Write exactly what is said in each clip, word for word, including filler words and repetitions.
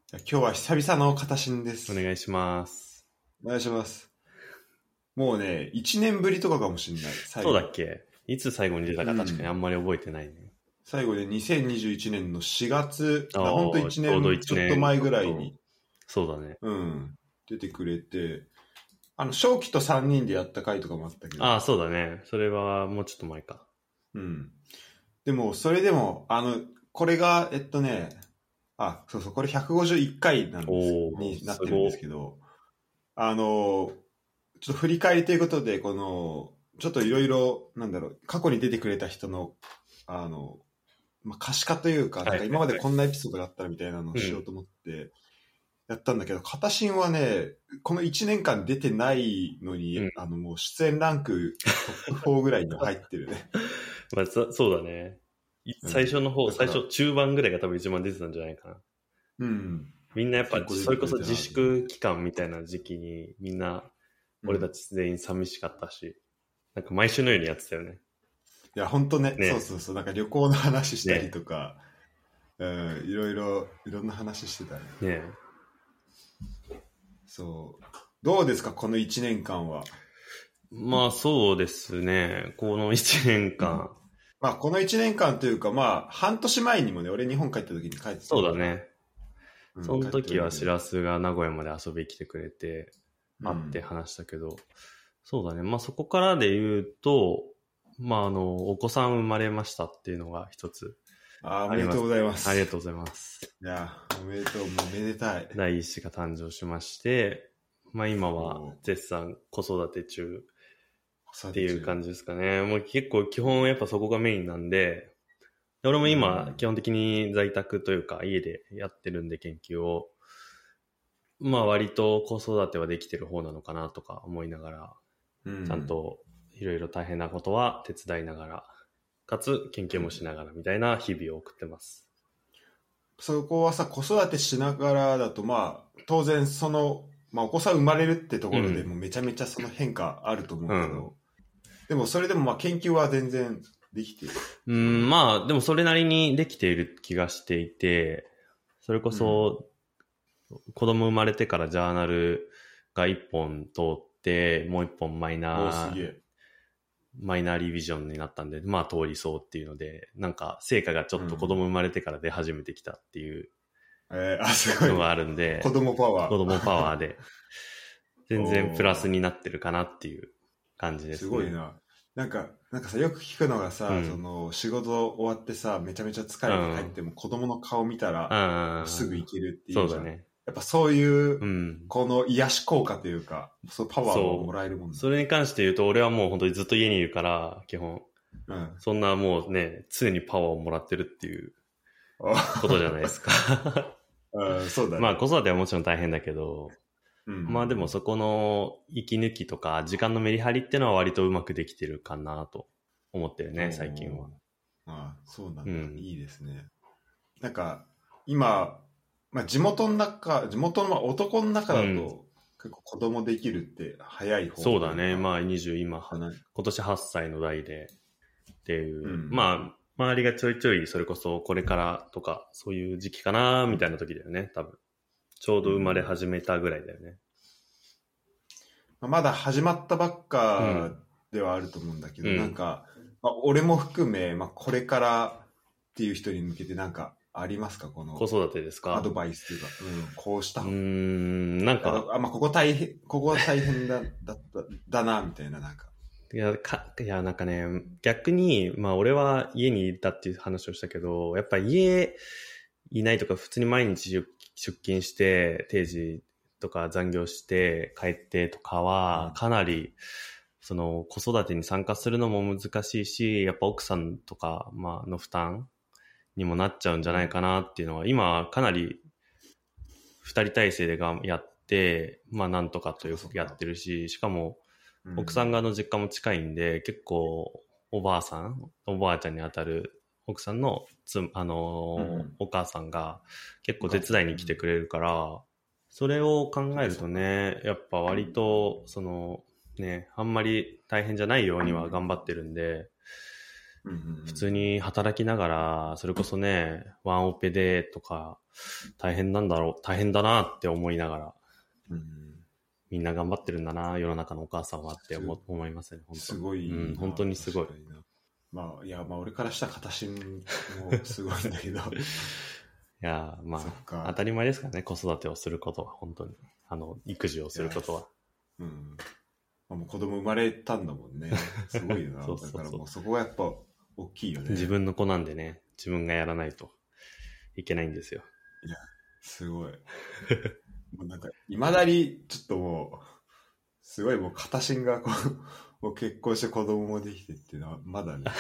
今日は久々の片新です。 お願いします。 お願いします。もうね、いちねんぶりとかかもしれない。 そうだっけ？いつ最後に出たか確かにあんまり覚えてないね。うん、 最後でにせんにじゅういちねんのしがつ、 あほんといちねんちょっと前ぐらいに。 そうだね。 うん。出てくれて、あの、正気とさんにんでやった回とかもあったけど。 ああ、そうだね。それはもうちょっと前か。 うん。でも、それでも、あの、これが、えっとね、あ、そうそう、これひゃくごじゅういっかいなんですになってるんですけど、あの、ちょっと振り返りということで、この、ちょっといろいろ、なんだろう、過去に出てくれた人の、あの、まあ、可視化というか、なんか今までこんなエピソードがあったみたいなのをしようと思ってやったんだけど、片新はね、このいちねんかん出てないのに、うん、あのもう出演ランクトップよんぐらいに入ってるね。 まあ、そそうだね。最初の方、うん、最初中盤ぐらいが多分一番出てたんじゃないかな。 うん。 みんなやっぱ、それこそ自粛期間みたいな時期に、みんな、俺たち全員寂しかったし、うん、なんか毎週のようにやってたよね。 いや、ほんとね、ね、そうそうそう、なんか旅行の話したりとか、ね、うん、いろいろ、いろんな話してたね。 ねそう。どうですか、このいちねんかんは。 まあそうですね、このいちねんかん。うん、 まあこのいちねんかんというか、まあ半年前にもね、俺日本帰った時に帰ってた。 そうだね。うん、その時はしらすが名古屋まで遊びに来てくれて、会って話したけど、うん、そうだね。まあそこからで言うと、まああの、お子さん生まれましたっていうのが一つ。 あ、おめでとうございます。 ありがとうございます。 いや、おめでとう、もうめでたい。 第一子が誕生しまして、まあ今は絶賛子育て中っていう感じですかね。もう結構基本やっぱそこがメインなんで、俺も今基本的に在宅というか家でやってるんで研究を、まあ割と子育てはできてる方なのかなとか思いながら、うん、ちゃんといろいろ大変なことは手伝いながら、かつ研究もしながらみたいな日々を送ってます。 そこはさ、子育てしながらだと、まあ当然その、まあお子さん生まれるってところでもめちゃめちゃその変化あると思うけど、うん、でもそれでもまあ研究は全然できている。 うん、まあでもそれなりにできている気がしていて、それこそ、うん、子供生まれてからジャーナルがいっぽん通って、もういっぽんマイナー、マイナーリビジョンになったんで、まあ通りそうっていうので、なんか成果がちょっと子供生まれてから出始めてきたっていうのがあるんで、 うんえー、あすごい子供パワー。 子供パワーで、全然プラスになってるかなっていう感じですね。 すごいな。なんか、なんかさ、よく聞くのがさ、うん、その、仕事終わってさ、めちゃめちゃ疲れて帰っても、うん、子供の顔見たら、すぐ行けるっていうじゃん。そうだね。やっぱそういう、うん、この癒し効果というか、そうパワーをもらえるもんね。 それに関して言うと、俺はもう本当にずっと家にいるから、基本。うん、そんなもうね、常にパワーをもらってるっていうことじゃないですか。 うん、そうだね。 まあ子育てはもちろん大変だけど、うん、まあでもそこの息抜きとか時間のメリハリっていうのは割とうまくできてるかなと思ってるね、最近は。 ああ、そうなんだ、うん。いいですね。なんか今、まあ、地元の中、地元の男の中だと、うん、結構子供できるって早い方。 そうだね。まあにじゅう今、今年はっさいの代でっていう、うん、まあ周りがちょいちょいそれこそこれからとかそういう時期かなみたいな時だよね、多分。ちょうど生まれ始めたぐらいだよね。 うん、まだ始まったばっかではあると思うんだけど、うん、なんか、まあ、俺も含め、まあ、これからっていう人に向けてなんかありますか、この子育てですか、 アドバイスというか、うん、こうした方が。 うーん、なんか、 あ、まあ、ここ大変、ここは大変だ、だった、だな、みたいな、なんか。 いや、か、いや、なんかね、逆に、まあ俺は家にいたっていう話をしたけど、やっぱ家いないとか普通に毎日出勤して、定時とか残業して帰ってとかは、かなり、その子育てに参加するのも難しいし、やっぱ奥さんとか、まあの負担にもなっちゃうんじゃないかなっていうのは、今かなり二人体制でがやって、まあなんとかとよくやってるし、しかも、奥さん側の実家も近いんで、結構おばあさん、おばあちゃんにあたる奥さんのつ、あのーうん、お母さんが結構手伝いに来てくれるから、それを考えるとね、やっぱ割と、そのね、あんまり大変じゃないようには頑張ってるんで、 うんうんうん、 普通に働きながら、それこそね、ワンオペでとか、大変なんだろう、大変だなって思いながら、 うん、 みんな頑張ってるんだな、世の中のお母さんはって思思いますね、本当すごい、 うん、本当にすごい。 まあ、いや、まあ、俺からしたら片心もすごいんだけど。いや、まあ、当たり前ですからね、子育てをすることは、本当に。あの、育児をすることは。 うん。まあ、もう子供生まれたんだもんね。すごいよな。そうそうそう、だからもうそこがやっぱ大きいよね。 自分の子なんでね、自分がやらないといけないんですよ。 いや、すごい。もうなんか、いまだに、ちょっともう、すごいもう片心がこう、もう結婚して子供もできてっていうのは、まだね。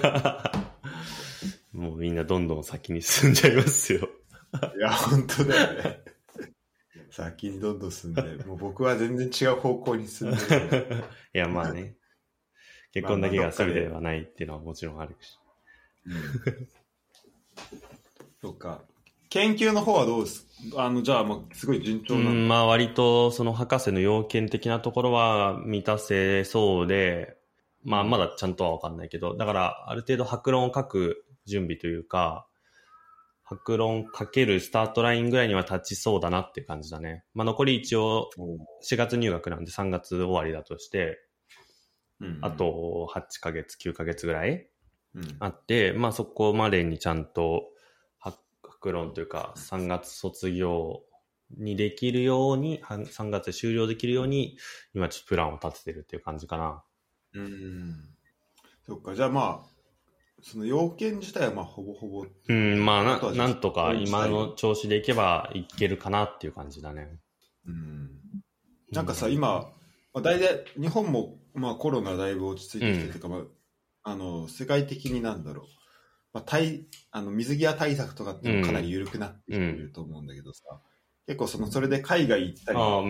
もうみんなどんどん先に進んじゃいますよ。 いや、本当だよね。先にどんどん進んで、もう僕は全然違う方向に進んでる。 いや、まあね。結婚だけが全てではないっていうのはもちろんあるし。 うん、そうか。研究の方はどうですあの、じゃあ、もうすごい順調な、 うん、まあ割とその博士の要件的なところは満たせそうで、まあまだちゃんとは分かんないけど、だからある程度博論を書く準備というか、博論かけるスタートラインぐらいには立ちそうだなっていう感じだね。まあ残り一応しがつ入学なんでさんがつ終わりだとして、うんうん、あとはちかげつ、きゅうかげつぐらいあって、うん、まあそこまでにちゃんと博論というかさんがつ卒業にできるように、さんがつで終了できるように今ちょっとプランを立ててるっていう感じかな。 うん。そっか、じゃあまあ、その要件自体はまあほぼほぼ。 うん、まあな、なんとか今の調子でいけばいけるかなっていう感じだね。 うん。なんかさ、うん、今、まあ、大体日本もまあコロナだいぶ落ち着いてきてというか、うん、まあ、あの、世界的になんだろう。まあ、対あの水際対策とかっていうのもかなり緩くなってきていると思うんだけどさ、うん、結構そのそれで海外行ったり、 うんうん、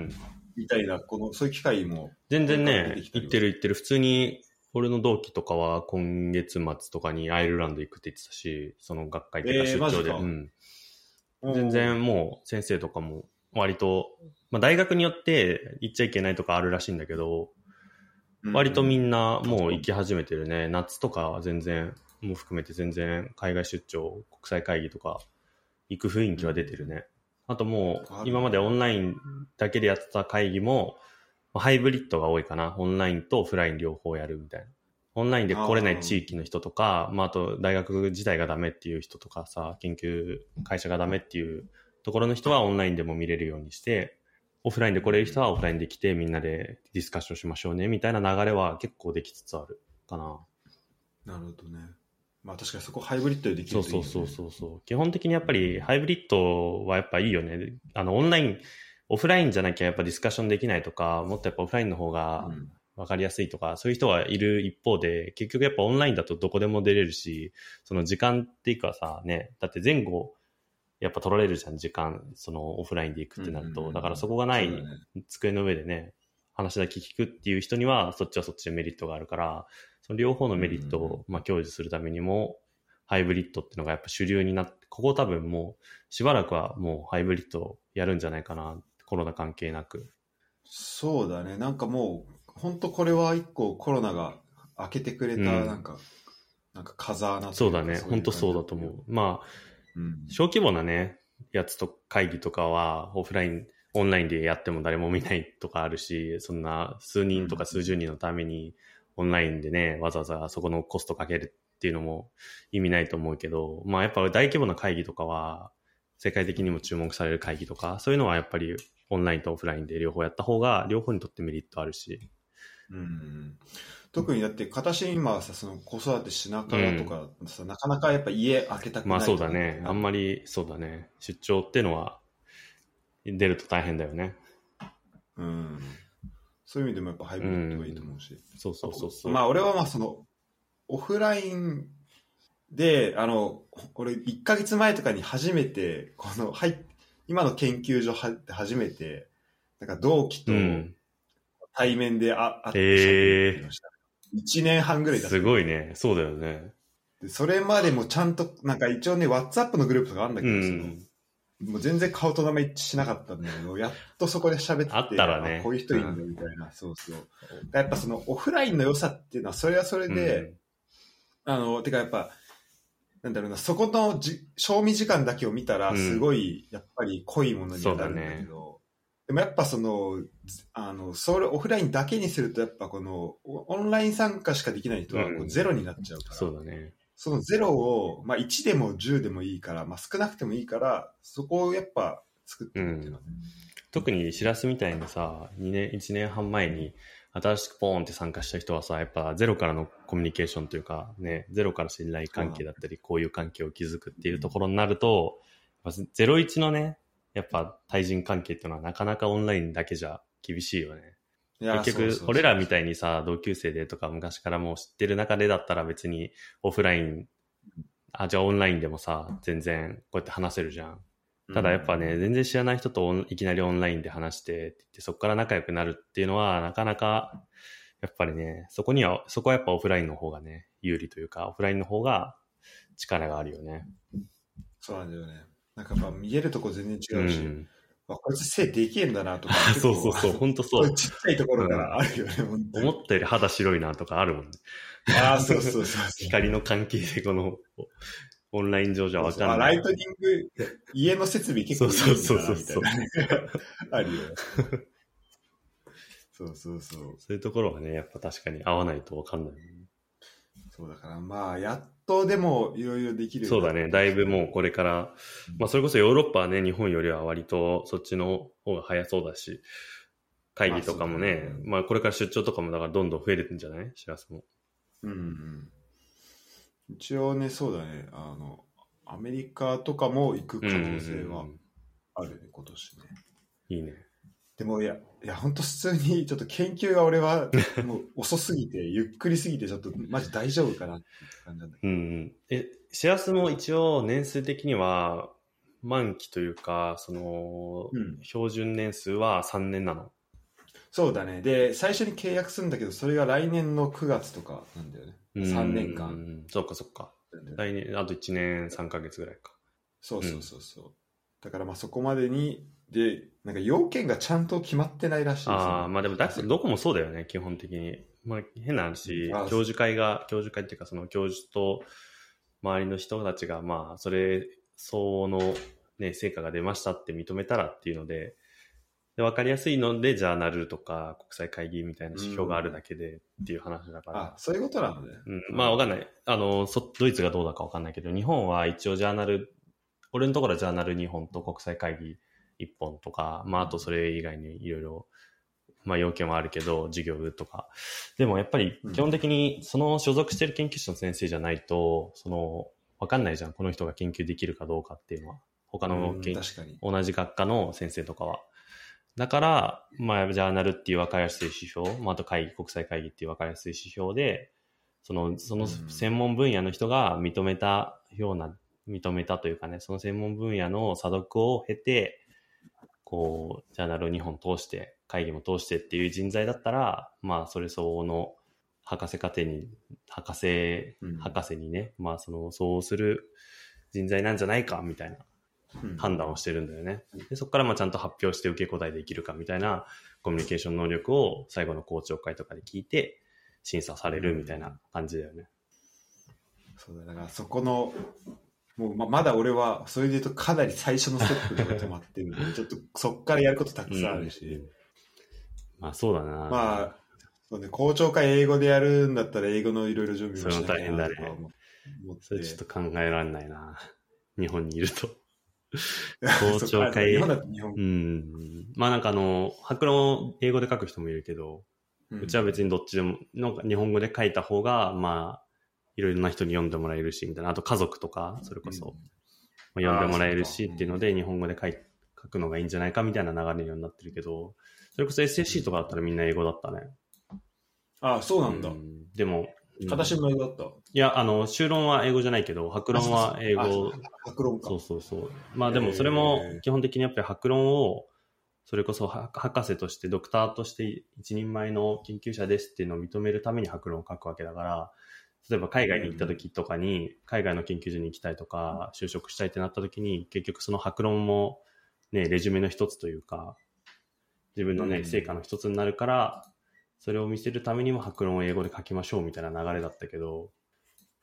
みたいな、このそういう機会も全然ね、行ってる行ってる。普通に俺の同期とかは今月末とかにアイルランド行くって言ってたし、その学会とか出張で、えー、うん、全然もう先生とかも割と、まあ、大学によって行っちゃいけないとかあるらしいんだけど、うんうん、割とみんなもう行き始めてるね。夏とかは全然も含めて全然海外出張、国際会議とか行く雰囲気は出てるね。あともう今までオンラインだけでやってた会議もハイブリッドが多いかな。オンラインとオフライン両方やるみたいな。オンラインで来れない地域の人とか、あ,、まあ、あと大学自体がダメっていう人とかさ、研究会社がダメっていうところの人はオンラインでも見れるようにして、オフラインで来れる人はオフラインで来てみんなでディスカッションしましょうねみたいな流れは結構できつつあるかな。 なるほどね。まあ確かにそこハイブリッドでできるといいよね。 そうそうそうそう。基本的にやっぱりハイブリッドはやっぱいいよね。あのオンライン、オフラインじゃなきゃやっぱディスカッションできないとか、もっとやっぱオフラインの方が分かりやすいとか、うん、そういう人はいる一方で、結局やっぱオンラインだとどこでも出れるし、その時間っていうかさ、ね、だって前後やっぱ取られるじゃん、時間、そのオフラインで行くってなると。うんうんうん、だからそこがない、ね、机の上でね、話だけ聞くっていう人には、そっちはそっちでメリットがあるから、その両方のメリットを、まあ、享受するためにも、ハイブリッドっていうのがやっぱ主流になって、ここ多分もうしばらくはもうハイブリッドやるんじゃないかな、コロナ関係なく。 そうだね、なんかもう本当これは一個コロナが開けてくれたなんか、うん、なんか風穴というか、 そうだね、本当そうだと思う。まあ、うん、小規模なねやつと会議とかはオフラインオンラインでやっても誰も見ないとかあるし、そんな数人とか数十人のためにオンラインでねわざわざそこのコストかけるっていうのも意味ないと思うけど、まあやっぱ大規模な会議とかは世界的にも注目される会議とかそういうのはやっぱりオンラインとオフラインで両方やった方が両方にとってメリットあるし、 うん、特にだって形今はさその子育てしながらとかさ、うん、なかなかやっぱ家開けたくない。 まあそうだね、あんまりそうだね、出張っていうのは出ると大変だよね。 うん、そういう意味でもやっぱハイブリッドがいいと思うし、 うん、そうそうそうそう。 まあ俺はまあそのオフラインであの俺いっかげつまえとかに初めてこのはい今の研究所は初めてなんか同期と対面であ、うん、会って喋ってました。いちねんはんぐらいだった。 すごいね。そうだよね。 でそれまでもちゃんとなんか一応ね WhatsApp のグループとかあるんだけど、うん、そのもう全然顔と名前一致しなかったんだけど、やっとそこで喋って、 あったらね、 こういう人いるんだみたいな、うん、そうそう。やっぱそのオフラインの良さっていうのはそれはそれで、うん、 あの、てかやっぱ、なんだろうな、そこのじ賞味時間だけを見たら、すごい、やっぱり濃いものにはなるんだけど、うんね、でもやっぱその、あの、それオフラインだけにすると、やっぱこの、オンライン参加しかできない人はこうゼロになっちゃうから、 うん、そうだね。 そのゼロを、まあいちでもじゅうでもいいから、まあ少なくてもいいから、そこをやっぱ作ってるっていうのはね。うん、 特にしらすみたいにさ、にねん、いちねんはん前に新しくポーンって参加した人はさ、やっぱゼロからのコミュニケーションというか、ね、ゼロから信頼関係だったり、こういう関係を築くっていうところになると、ゼロイチのね、やっぱ対人関係っていうのはなかなかオンラインだけじゃ厳しいよね。結局、俺らみたいにさ、同級生でとか昔からもう知ってる中でだったら別にオフライン、あ、じゃあオンラインでもさ、全然こうやって話せるじゃん。ただやっぱね、うん、全然知らない人といきなりオンラインで話してって言って、そこから仲良くなるっていうのはなかなか、やっぱりね、そこには、そこはやっぱオフラインの方がね、有利というか、オフラインの方が力があるよね。 そうなんだよね。なんかやっぱ見えるとこ全然違うし、うん、こいつ背できえんだなとかそうそうそう、ほんとそう。 ちっちゃいところからあるよね、うん、 思ったより肌白いなとかあるもんね。 ああ、そうそうそう光の関係でこの、オンライン上じゃわかんない。 ライトニング、家の設備結構いいんだなみたいな。そうそうそうあるよ。そうそうそう。 そういうところはね、やっぱ確かに合わないとわかんない、ね。 そうだからまあ、やっとでもいろいろできるようになって。そうだね。だいぶもうこれから、うん、まあそれこそヨーロッパはね、日本よりは割とそっちの方が早そうだし、会議とかもね、まあ、ねまあこれから出張とかもだからどんどん増えるんじゃない？しらすも。 うんうん。一応ね、そうだね。あの、アメリカとかも行く可能性はあるね、今年ね。 いいね。 でもいや、いや、ほんと普通にちょっと研究が俺はもう遅すぎて、ゆっくりすぎて、ちょっとマジ大丈夫かなって感じなんだけど。 うん。え、しらすも一応年数的には、満期というか、その、うん、標準年数はさんねんなの？ そうだね。で、最初に契約するんだけど、それが来年のくがつとかなんだよね。さんねんかん。 うん、そっかそっか。来年、あといちねんさんかげつぐらいか。 そうそうそうそう。うん、だからまあそこまでに、で、なんか要件がちゃんと決まってないらしいです、ね。 ああ、まあでもだ、どこもそうだよね、基本的に。まあ変な話、教授会が、教授会っていうかその教授と周りの人たちが、まあそれ相応のね、成果が出ましたって認めたらっていうので、で分かりやすいので、ジャーナルとか国際会議みたいな指標があるだけでっていう話だから。 あ、そういうことなのね。 うん、まあ分かんない。あの、そ、ドイツがどうだか分かんないけど、日本は一応ジャーナル、俺のところはジャーナルにほんと国際会議いっぽんとか、まああとそれ以外にいろいろ、まあ要件はあるけど、授業とか。でもやっぱり基本的にその所属してる研究室の先生じゃないと、その、分かんないじゃん。この人が研究できるかどうかっていうのは。他の研究、同じ学科の先生とかは。だから、まあ、ジャーナルっていう分かりやすい指標、まあ、あと会議、国際会議っていう分かりやすい指標で、その、その専門分野の人が認めたような、認めたというかね、その専門分野の査読を経て、こう、ジャーナルをにほん通して、会議も通してっていう人材だったら、まあ、それ相応の博士課程に、博士、博士にね、まあ、その、そうする人材なんじゃないか、みたいな。判断をしてるんだよね。でそこからまあちゃんと発表して受け答えできるかみたいなコミュニケーション能力を最後の校長会とかで聞いて審査されるみたいな感じだよね。 そうだ、だからそこのもう ま, まだ俺はそれで言うとかなり最初のステップで止まってるのでちょっとそこからやることたくさんあるし、うん、 まあそうだな。 まあそうね、校長会英語でやるんだったら英語のいろいろ準備もしなきゃなとか思って。 それちょっと考えられないな。日本にいると。校長会。 日本だと日本。 うん。まあなんかあの、白論英語で書く人もいるけど、うん、うちは別にどっちでも、なんか日本語で書いた方が、まあ、いろいろな人に読んでもらえるし、みたいな。あと家族とか、それこそ、うん、読んでもらえるしっていうので、日本語で書い書くのがいいんじゃないかみたいな流れにはなってるけど、それこそ エスエーシー とかだったらみんな英語だったね。 ああ、そうなんだ。 うん、でも、 形も英語だった。いや、あの、修論は英語じゃないけど、白論は英語。 白論か。 そうそうそう。まあでもそれも基本的にやっぱり白論を、それこそ博士としてドクターとして一人前の研究者ですっていうのを認めるために白論を書くわけだから、例えば海外に行った時とかに、海外の研究所に行きたいとか、就職したいってなった時に、結局その白論もね、レジュメの一つというか、自分のね、成果の一つになるから、それを見せるためにも白論を英語で書きましょうみたいな流れだったけど、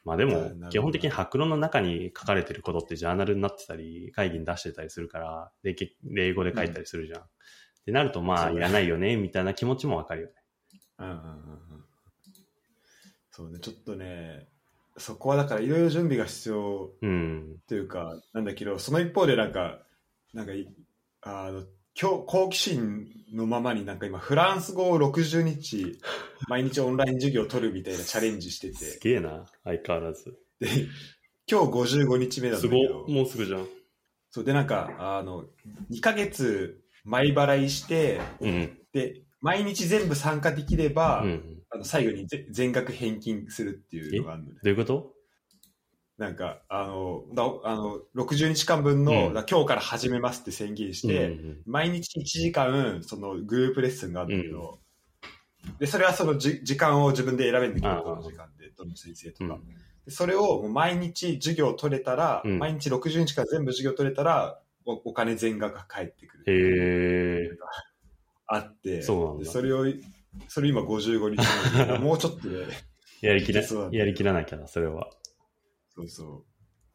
まあでも、基本的に白論の中に書かれてることってジャーナルになってたり、会議に出してたりするから、で、英語で書いたりするじゃん。うん、ってなると、まあ、いらないよね、みたいな気持ちもわかるよね。 うんうんうんうん。そうね、ちょっとね、そこはだからいろいろ準備が必要というか、うん、なんだけど、その一方でなんか、なんか、あの、今日、好奇心のままになんか今、フランス語をろくじゅうにち、毎日オンライン授業を取るみたいなチャレンジしてて。 すげえな、相変わらず。 で、今日ごじゅうごにちめなんだけど。 すご、もうすぐじゃん。 そう、でなんか、あの、にかげつ前払いして、 うん、 で、毎日全部参加できれば、 うん、 あの最後に全額返金するっていうのがあるのね。 どういうこと？ なんか、あの、だあのろくじゅうにちかんぶんの、うん、今日から始めますって宣言して、うんうん、毎日いちじかん、そのグループレッスンがあるんだけど、うん、で、それはそのじ時間を自分で選べるんだけど、どの時間で、どの先生とか。うん、でそれをもう毎日授業取れたら、うん、毎日ろくじゅうにちから全部授業取れたら、お, お金全額が返ってくる。 へー。 あって、 そうなんだ。 でそれを、それ今ごじゅうごにちめもうちょっとで、 やりきら、やりきらなきゃな、それは。 そうそう。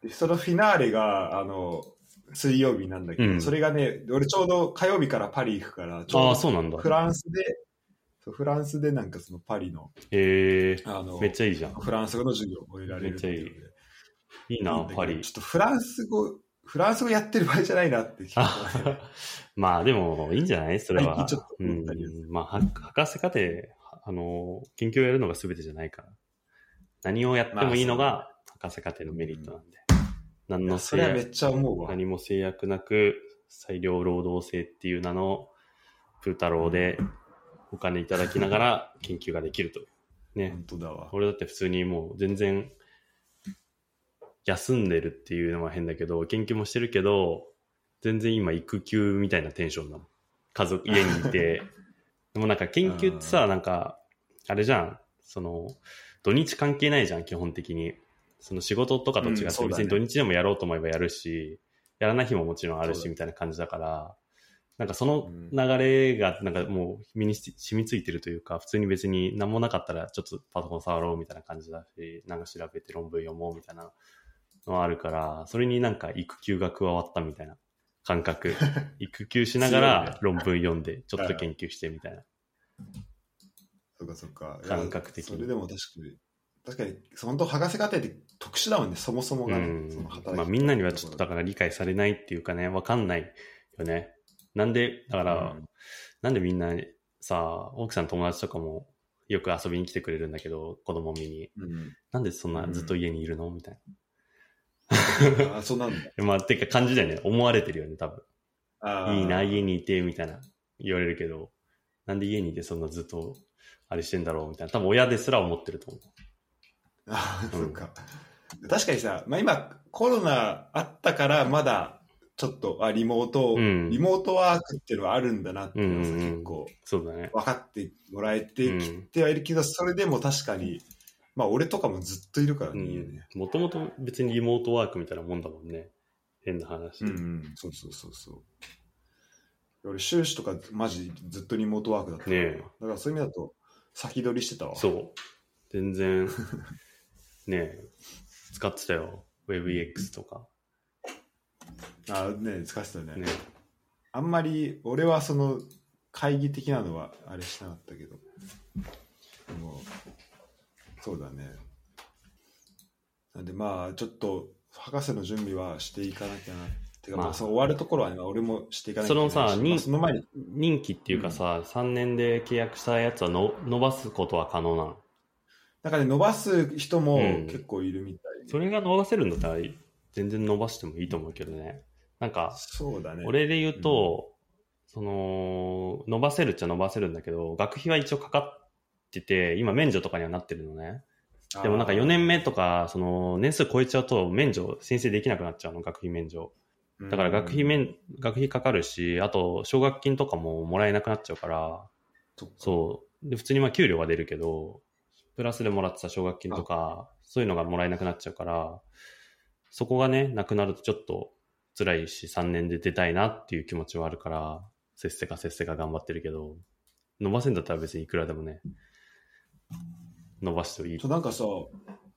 で、そのフィナーレが、あの、水曜日なんだけど、うん、それがね、俺ちょうど火曜日からパリ行くから、ちょうどフランスで、そうフランスでなんかそのパリの、 へー、 あの、 めっちゃいいじゃん。 フランス語の授業を終えられる。 めっちゃいい。いいな、パリ。 ちょっとフランス語、フランス語やってる場合じゃないなって聞いて、ね。 まあでも、いいんじゃないそれは。 ちょっとうん、まあ、博士課程、あの、研究をやるのが全てじゃないから。何をやってもいいのが博士課程のメリットなんで。まあ、何の制約、 それはめっちゃ思うわ。 何も制約なく、裁量労働制っていう名のプータローでお金いただきながら研究ができると。ね。 本当だわ。 俺だって普通にもう全然休んでるっていうのは変だけど、研究もしてるけど、全然今育休みたいなテンションなの。家族、家にいて。でもなんか研究ってさ、なんか、あれじゃん。その、土日関係ないじゃん、基本的に。その仕事とかと違って別に土日でもやろうと思えばやるし、やらない日ももちろんあるしみたいな感じだから、なんかその流れがなんかもう身に染みついてるというか、普通に別に何もなかったらちょっとパソコン触ろうみたいな感じだし、なんか調べて論文読もうみたいなのはあるから、それになんか育休が加わったみたいな感覚。育休しながら論文読んで、ちょっと研究してみたいな。 そうかそうか。 感覚的に。 それでも確かに。確かに、本当博士課程って特殊だもんね、そもそもがね。うん、その働きまあみんなにはちょっとだから理解されないっていうかね、わかんないよね。なんで、だから、うん、なんでみんなさ、奥さん友達とかもよく遊びに来てくれるんだけど、子供見に。うん、なんでそんなずっと家にいるのみたいな。あ、そうなんだ。 まあ、てか感じだよね。思われてるよね、多分。あいいな、家にいて、みたいな言われるけど、なんで家にいてそんなずっとあれしてんだろうみたいな。多分親ですら思ってると思う。 ああ、うん、そうか。確かにさ、まあ今、コロナあったからまだちょっと、あ、リモート、うん、リモートワークっていうのはあるんだなっていうのはさ、うんうん、結構、 そうだね。 分かってもらえてきてはいるけど、うん、それでも確かに、まあ俺とかもずっといるからね、家ね。 もともと別にリモートワークみたいなもんだもんね。変な話。 うんうん、そうそうそうそう。俺、修士とかマジずっとリモートワークだったから、ね、だからそういう意味だと先取りしてたわ。 そう。全然、ねえ、使ってたよ。WebEx とか。 あね、使ってたね。ねあんまり、俺はその会議的なのはあれしなかったけど。でも、そうだね。なんでまあ、ちょっと、博士の準備はしていかなきゃな。てかまあ、その終わるところは、ね、俺もしていかなきゃいけないし。 そのさ、 まあ、その前に任期っていうかさ、うん、さんねんで契約したやつはの伸ばすことは可能なの？ なんかね、伸ばす人も結構いるみたい、ねうん、それが伸ばせるんだったら全然伸ばしてもいいと思うけどね。なんか、 そうだね。 俺で言うと、うん、その、伸ばせるっちゃ伸ばせるんだけど、学費は一応かかってて、今免除とかにはなってるのね。でもなんかよねんめとか、その年数超えちゃうと免除、申請できなくなっちゃうの、学費免除。だから学費免、学費かかるし、あと奨学金とかももらえなくなっちゃうから、そう。で、普通にまあ給料は出るけど、プラスでもらってた奨学金とか、そういうのがもらえなくなっちゃうから、そこがね、なくなるとちょっと辛いし、さんねんで出たいなっていう気持ちはあるから、せっせかせっせか頑張ってるけど、伸ばせんだったら別にいくらでもね、伸ばしてもいい。 そうなんかさ、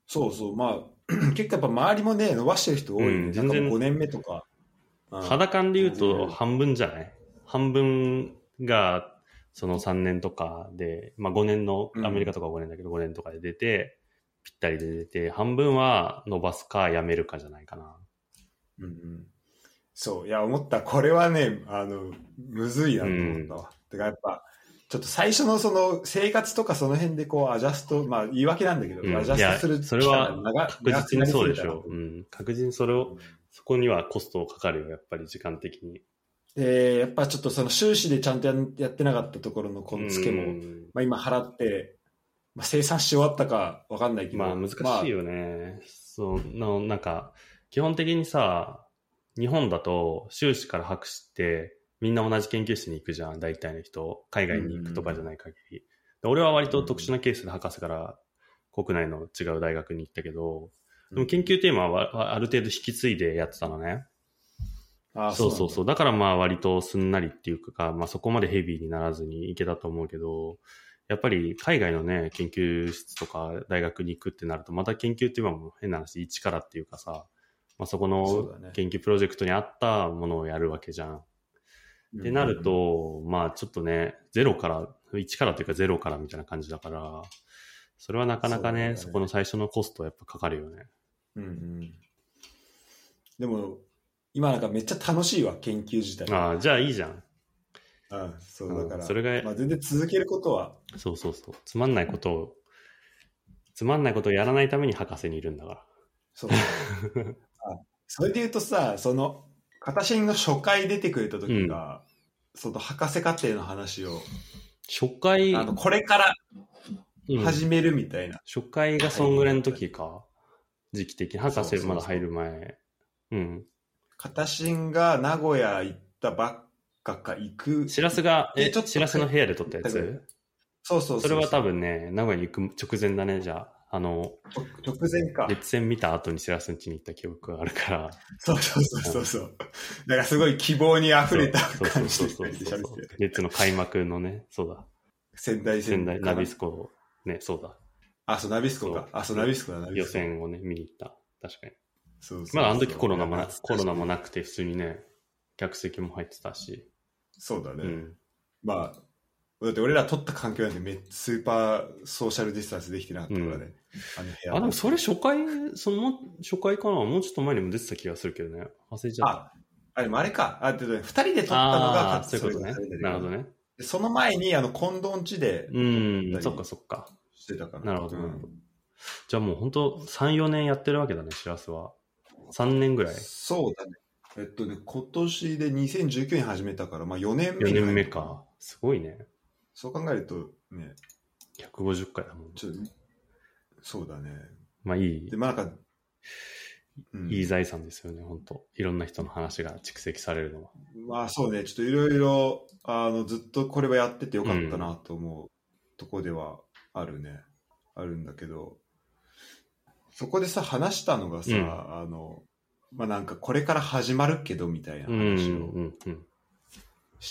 そうそう、まあ、結構やっぱ周りもね、伸ばしてる人多いね。うん、全然。ごねんめとか。 うん、肌感で言うと半分じゃない？半分がそのさんねんとかで、まあごねんの、アメリカとかごねんだけどごねんとかで出て、ぴったりで出て、半分は伸ばすかやめるかじゃないかな。 うんうん。そう、いや、思った。これはね、あの、むずいなと思ったわ。うん、てかやっぱ、ちょっと最初のその生活とかその辺でこうアジャスト、まあ言い訳なんだけど、うん、アジャストするそれは確実にそうでしょう。うん。確実にそれを、うん、そこにはコストかかるよ、やっぱり時間的に。 で、やっぱちょっとその収支でちゃんと や, やってなかったところのこのツケも、まあ今払って、まあ、生産し終わったかわかんないけど。 まあ難しいよね。まあ、その、なんか、基本的にさ、日本だと修士から博士ってみんな同じ研究室に行くじゃん、大体の人。海外に行くとかじゃない限り。で俺は割と特殊なケースで博士から国内の違う大学に行ったけど、でも研究テーマはある程度引き継いでやってたのね。ああそうそうそう。だからまあ割とすんなりっていうか、まあそこまでヘビーにならずにいけたと思うけど、やっぱり海外のね、研究室とか大学に行くってなると、また研究っていうのも変な話、一からっていうかさ、まあ、そこの研究プロジェクトに合ったものをやるわけじゃん。ってなると、まあちょっとね、ゼロから、いちからというかゼロからみたいな感じだから、それはなかなか ね, そ, ねそこの最初のコストはやっぱかかるよね。 うんうん。でも、今なんかめっちゃ楽しいわ、研究自体。 ああ、じゃあいいじゃん。 ああ、そうだから、 それが、 まあ、全然続けることは。 そうそうそう。つまんないことを、つまんないことをやらないために博士にいるんだから。 そう。あ、それで言うとさ、その、片新の初回出てくれた時が、うん、その博士課程の話を、 初回、 あの、これから始めるみたいな。 うん、初回がそんぐらいの時か。時期的に。博士まだ入る前。そうそうそう、うん。 片新が名古屋行ったばっかか行く。 しらすが、え、しらすの部屋で撮ったやつ？ そうそうそうそう。 それは多分ね、名古屋に行く直前だね、じゃあ。あの、 直前か。 列戦見た後にしらすん家に行った記憶があるから。 そうそうそうそうそう。だからすごい希望に溢れた感じで喋って。 列の開幕のね、そうだ。 仙台仙台、ナビスコ、ね、そうだ。 あ、そう、ナビスコか。あ、そう、ナビスコだ、ナビスコ。予選をね、見に行った。確かに。 そうそうそう。 まだあの時コロナもな、コロナもなくて普通にね、客席も入ってたし。 そうだね。うん、まあ、だって俺ら撮った環境なんてめっスーパーソーシャルディスタンスできてなかったからね。うん、 あの部屋。あ、でもそれ初回、その、初回かな、もうちょっと前にも出てた気がするけどね。忘れちゃった。 あ、あれもあれか。あ、で、二人で撮ったのが、 そういうことね。なるほどね。 その前に、あの、近藤ん家で。 うん、そっかそっか。 してたから。 なるほど、なるほど。じゃあもう本当さん、よねんやってるわけだね、しらすは。さんねんぐらい。 そうだね。えっとね、今年でにせんじゅうきゅうねん始めたから、まあよねんめ。 よねんめか。すごいね。 そう考えるとね。 ひゃくごじゅっかいだもん。 ちょっとそうだね。 まあいい。 で、まあなんか、 うん、いい財産ですよね、本当いろんな人の話が蓄積されるのは。 まあそうね、ちょっといろいろ、あの、ずっとこれはやっててよかったなと思うとこではあるね。うん、あるんだけど、そこでさ、話したのがさ、うん、あの、まあなんかこれから始まるけどみたいな話をして、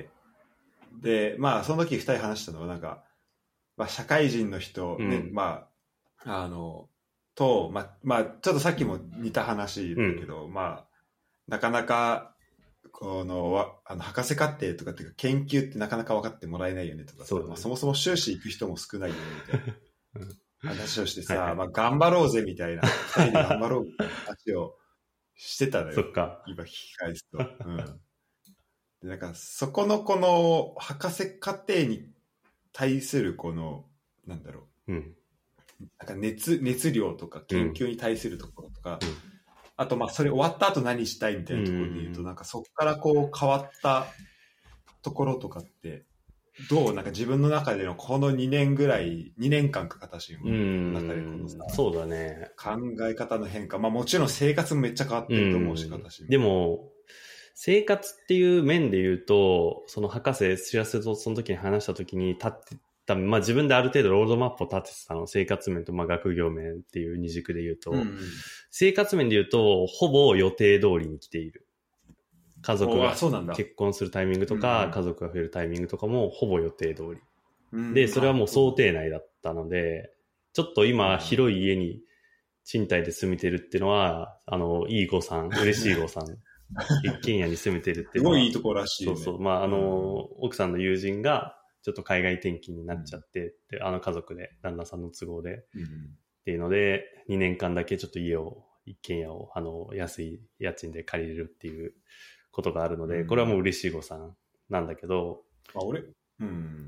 で、まあその時二人話したのはなんか、まあ社会人の人、ね、うん、まあ、あの、と、まあ、まあ、ちょっとさっきも似た話だけど、うん、まあ、なかなか、この、あの、博士課程とかっていうか、研究ってなかなか分かってもらえないよねとかさ、ね、まあ、そもそも修士行く人も少ないよねみたいな話をしてさ、はいはい、まあ、頑張ろうぜみたいな、二人で頑張ろうみたいな話をしてたのよ。 そっか。 今聞き返すと。うん。で、なんか、そこのこの、博士課程に対するこの、なんだろう。うん。なんか 熱, 熱量とか研究に対するところとか、うん、あとまあそれ終わった後何したいみたいなところで言うと、うん、なんかそこからこう変わったところとかってどうなんか自分の中でのこのにねんぐらいにねんかんか形の中でこのさ、 うん、そうだね、 考え方の変化、まあもちろん生活もめっちゃ変わってると思うし、形もでも生活っていう面で言うとその博士しらすとその時に話した時に立ってまあ、自分である程度ロードマップを立ててたの、生活面とまあ学業面っていう二軸で言うと、うんうん、生活面で言うとほぼ予定通りに来ている。家族が結婚するタイミングとか、うんうん、家族が増えるタイミングとかもほぼ予定通り、うん、でそれはもう想定内だったので、ちょっと今広い家に賃貸で住めてるっていうのは、あの、いい誤算、嬉しい誤算。一軒家に住めてるっていうのは。 すごいいいところらしい、ね。 そうそう。まあ、あの、うん、奥さんの友人が、ちょっと海外転勤になっちゃって、うん、で、あの家族で、旦那さんの都合で、うん、っていうので、にねんかんだけちょっと家を、一軒家を、あの、安い家賃で借りれるっていうことがあるので、うん、これはもう嬉しい誤算なんだけど、 あ、俺うん。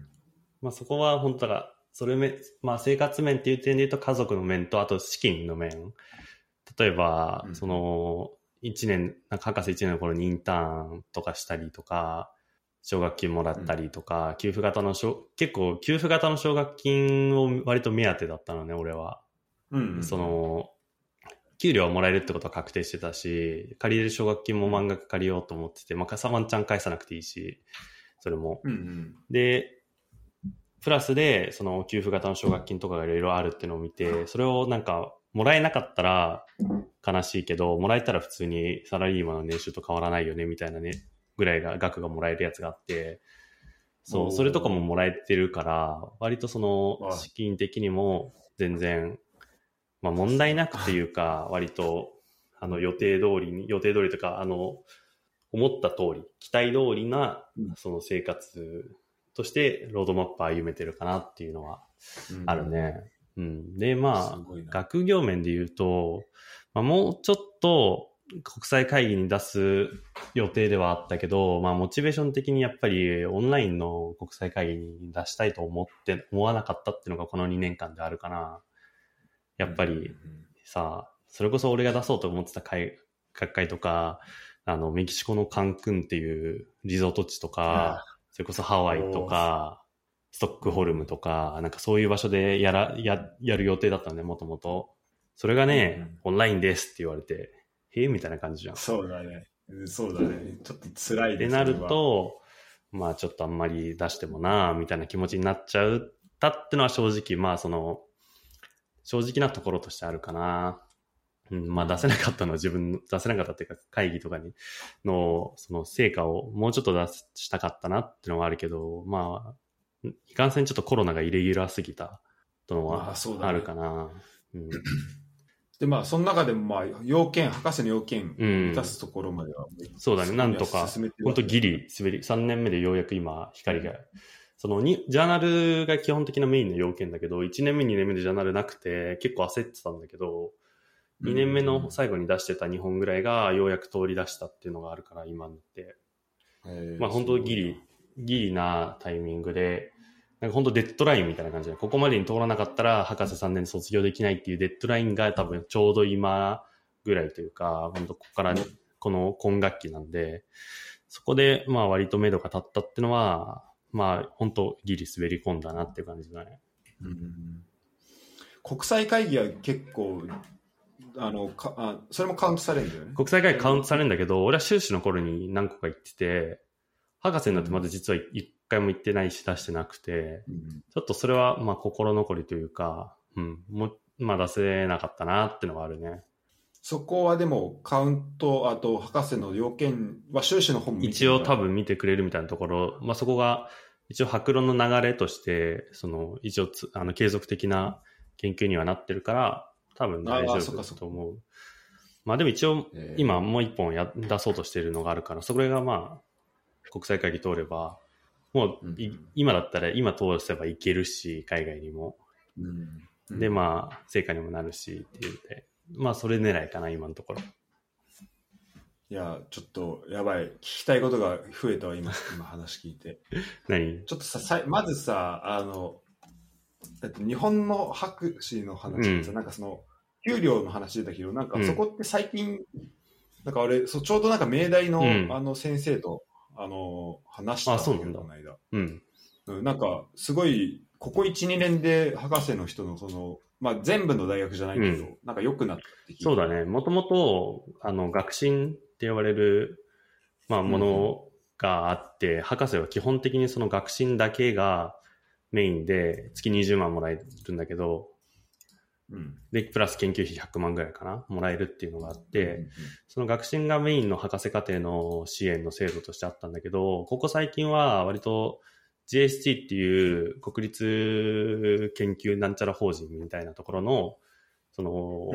まあ、そこは本当だから、それめ、まあ、生活面っていう点で言うと家族の面と、あと資金の面。例えば、うん、その、一年、なんか博士一年の頃にインターンとかしたりとか、奨学金もらったりとか、うん、給付型のしょ、結構給付型の奨学金を割と目当てだったのね、俺は。うんうんうん、その、給料はもらえるってことは確定してたし、借りれる奨学金も満額借りようと思ってて、まあ、ワンチャン返さなくていいし、それも。うんうん、で、プラスで、その給付型の奨学金とかがいろいろあるっていうのを見て、それをなんか、もらえなかったら悲しいけど、もらえたら普通にサラリーマンの年収と変わらないよね、みたいなね、ぐらいが額がもらえるやつがあって、そう、それとかももらえてるから、割とその資金的にも全然、まあ問題なくっていうか、割と、あの予定通りに、予定通りとか、あの、思った通り、期待通りな、その生活としてロードマップ歩めてるかなっていうのはあるね。うん。うん、で、まあ、学業面で言うと、まあ、もうちょっと国際会議に出す予定ではあったけど、まあ、モチベーション的にやっぱりオンラインの国際会議に出したいと思って、思わなかったっていうのがこのにねんかんであるかな。やっぱりさ、それこそ俺が出そうと思ってた会、学会とか、あの、メキシコのカンクンっていうリゾート地とか、それこそハワイとか、ストックホルムとか、なんかそういう場所でやら、や、やる予定だったんで、もともと。それがね、うん、オンラインですって言われて、へえみたいな感じじゃん。 そうだね。そうだね。ちょっと辛いですね。ってなると、まあちょっとあんまり出してもなみたいな気持ちになっちゃったってのは正直、まあその、正直なところとしてあるかな。うん、まあ出せなかったのは自分、出せなかったっていうか会議とかにの、その成果をもうちょっと出したかったなっていうのはあるけど、まあ、いかんせんちょっとコロナがイレギュラーすぎたとのはあるかな。まあね、うん、 で、まあその中でもまあ要件、博士の要件満たすところまでは、 うん、そうだね、なんとか、本当ギリ滑り、さんねんめでようやく今光が、そのにジャーナルが基本的なメインの要件だけど、いちねんめ、にねんめでジャーナルなくて結構焦ってたんだけど、にねんめの最後に出してたにほんぐらいがようやく通り出したっていうのがあるから今になって、まあ本当ギリギリなタイミングで、なんか本当デッドラインみたいな感じで、ここまでに通らなかったら博士さんねんで卒業できないっていうデッドラインが多分ちょうど今ぐらいというか、本当ここからこの今学期なんで、そこでまあ割と目処が立ったっていうのは、まあ本当ギリ滑り込んだなっていう感じだね。 うん、国際会議は結構あのかあそれもカウントされるんだよね。 国際会議カウントされるんだけど、俺は修士の頃に何個か行ってて、博士になってまだ実は一回も行ってないし出してなくて、うん、ちょっとそれはまあ心残りというか、うん、もまあ出せなかったなってのがあるね。 そこはでもカウント、あと博士の要件は修士の本も見て一応多分見てくれるみたいなところ、まあそこが一応博論の流れとして、その一応つあの継続的な研究にはなってるから、多分大丈夫だと思う。まあでも一応今もう一本や出そうとしているのがあるから、それがまあ国際会議通れば、もう、うん、今だったら今通せばいけるし、海外にも。うんうん、でまあ成果にもなるしっていうので、まあそれ狙いかな今のところ。 いやちょっとやばい、聞きたいことが増えたわ今今話聞いて。 何？ ちょっとささまずさあの。えっと、日本の博士の話、うん、なんかその給料の話出たけど、なんかそこって最近、うん、なんか俺そちょうどなんか明大の、うん、あの先生とあの話したんだけど、この間、うん、なんかすごいここ いち,に 年で博士の人のその、まあ、全部の大学じゃないけど、うん、なんか良くなったって聞いて。 そうだね、もともとあの学進って呼ばれる、まあ、ものがあって、うん、博士は基本的にその学進だけがメインで月にじゅうまんもらえるんだけど、うん、でプラス研究費ひゃくまんぐらいかなもらえるっていうのがあって、うんうん、その学進がメインの博士課程の支援の制度としてあったんだけど、ここ最近は割と ジェイエスティー っていう国立研究なんちゃら法人みたいなところのその、うん、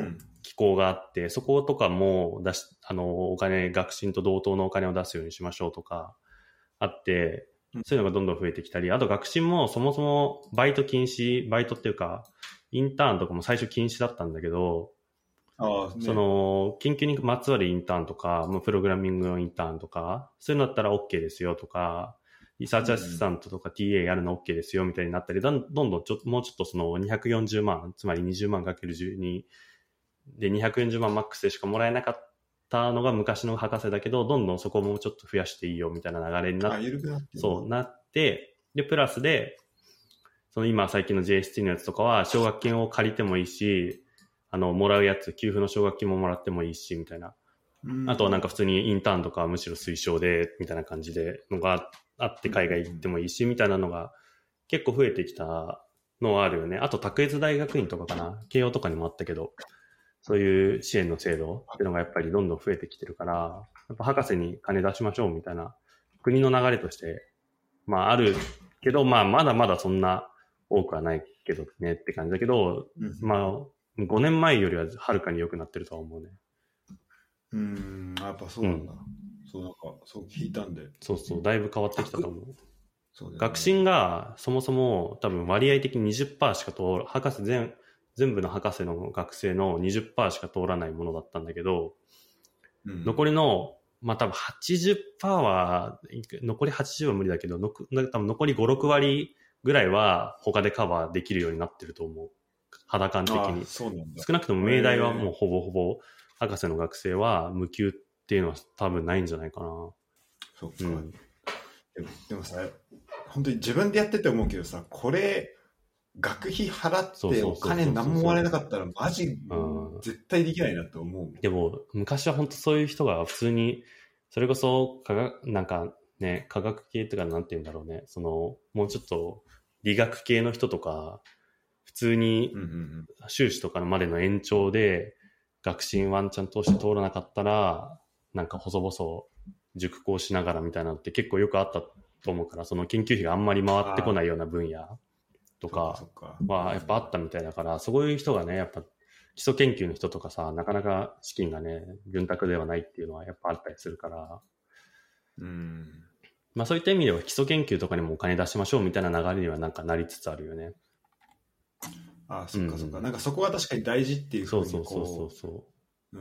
機構があって、そことかも出し、あの、お金、学信と同等のお金を出すようにしましょうとかあって、そういうのがどんどん増えてきたり、あと学信もそもそもバイト禁止、バイトっていうか、インターンとかも最初禁止だったんだけど、 あね、 その、研究にまつわるインターンとか、もうプログラミングのインターンとか、そういうのだったら OK ですよとか、リサーチアシスタントとか ティーエー やるの OK ですよみたいになったり、どんどんちょもうちょっとそのにひゃくよんじゅうまん、つまりにじゅうまんかけるじゅうにでにひゃくよんじゅうまんマックスでしかもらえなかったのが昔の博士だけど、どんどんそこもちょっと増やしていいよみたいな流れになって、 緩くなって、 そうなって、で、プラスで、その今最近の ジェイエスティー のやつとかは奨学金を借りてもいいし、あの、もらうやつ、給付の奨学金ももらってもいいし、みたいな。あとはなんか普通にインターンとかはむしろ推奨で、みたいな感じでのがあって海外行ってもいいし、みたいなのが結構増えてきたのはあるよね。あと、卓越大学院とかかな。慶応とかにもあったけど、そういう支援の制度っていうのがやっぱりどんどん増えてきてるから、やっぱ博士に金出しましょうみたいな国の流れとして、まああるけど、まあまだまだそんな多くはないけどねって感じだけど、うん、まあごねんまえよりははるかに良くなってるとは思うね。 うーん、やっぱそうなんだ。うん、そうなんか、そう聞いたんで。 そうそう、だいぶ変わってきたと思う。そうだよね、学信がそもそも多分割合的に にじゅっパーセント しか通る、博士全、全部の博士の学生の にじゅっパーセント しか通らないものだったんだけど、うん、残りの、まあ多分 はちじゅっパーセント は、残りはちじゅうは無理だけど、の多分残りご、ろくわりぐらいは他でカバーできるようになってると思う。肌感的に。 そうなんだ。 少なくとも明大はもうほぼほぼ博士の学生は無給っていうのは多分ないんじゃないかな。 そっか。うん、でも、でもさ、本当に自分でやってて思うけどさ、これ、学費払ってお金何ももらえなかったらマジ絶対できないなと思う。 でも昔は本当そういう人が普通にそれこそ科学なんかね科学系とかなんて言うんだろうね、そのもうちょっと理学系の人とか普通に修士とかまでの延長で学信ワンチャン通して通らなかったらなんか細々塾講しながらみたいなのって結構よくあったと思うから、その研究費があんまり回ってこないような分野とかはやっぱあったみたいだから、そういう人がねやっぱ基礎研究の人とかさ、なかなか資金がね潤沢ではないっていうのはやっぱあったりするから、 うん、 まあそういった意味では基礎研究とかにもお金出しましょうみたいな流れにはなんかなりつつあるよね。 ああ、そっかそっか、うん、なんかそこは確かに大事っていうふうにこう、 そうそうそうそう、 うんうん、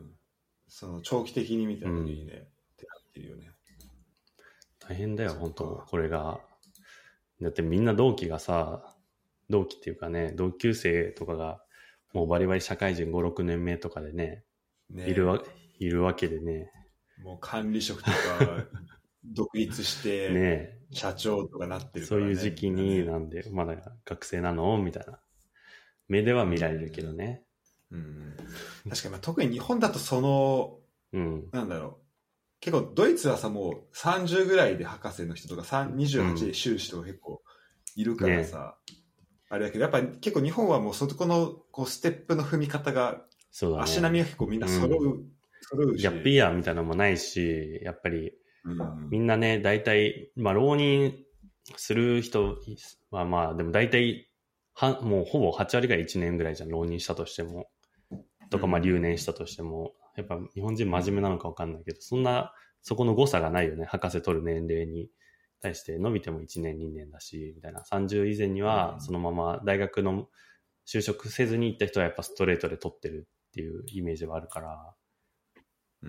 その長期的にみたいなのにね、うん、ってなってるよね。 大変だよ本当これが。だってみんな同期がさ、同期っていうかね、同級生とかがもうバリバリ社会人ご、ろくねんめとかで ね, ねいるわいるわけでね。 もう管理職とか独立してね社長とかなってるからね。 そういう時期になんでまだ学生なのみたいな目では見られるけどね。 うん、うん、確かに、まあ、特に日本だとその、うん、なんだろう。結構ドイツはさもうさんじゅうぐらいで博士の人とかにじゅうはちで修士とか結構いるからさ、うんね、あれだけどやっぱり結構日本はもうそこのこうステップの踏み方が、そうだね、足並みが結構みんな揃う、うん、揃うし、 ギャップイヤーみたいなのもないし、やっぱりみんなね大体まあ浪人する人はまあでも大体はもうほぼはちわりがいちねんぐらいじゃん、浪人したとしてもとかまあ留年したとしても、やっぱ日本人真面目なのか分かんないけど、そんなそこの誤差がないよね。博士取る年齢に対して伸びてもいちねんにねんだしみたいな。さんじゅう以前にはそのまま大学の就職せずに行った人はやっぱストレートで取ってるっていうイメージはあるから、 うん、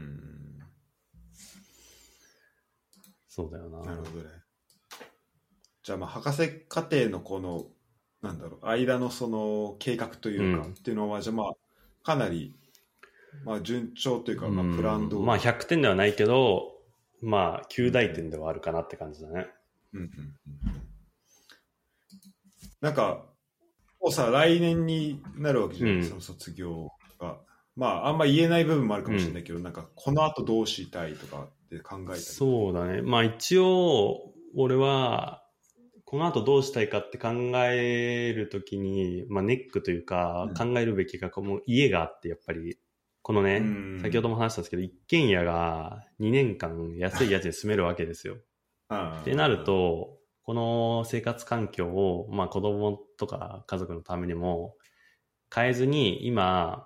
そうだよな。 なるほどね。じゃあまあ博士課程のこのなんだろう間のその計画というか、うん、っていうのはじゃあまあかなりまあ順調というか、まあ、プランどおり、 まあひゃくてんではないけど、まあきゅう大点ではあるかなって感じだね。 うんうんうん、なんかもうさ来年になるわけじゃない、うん、その卒業が。まああんま言えない部分もあるかもしれないけど、うん、なんかこの後どうしたいとかって考えたり。 そうだね。まあ一応俺はこの後どうしたいかって考えるときに、まあネックというか考えるべきがもう家があって、やっぱりこのね、先ほども話したんですけど、一軒家がにねんかん安い家賃で住めるわけですよ。ってなると、この生活環境を、まあ子供とか家族のためにも変えずに、今、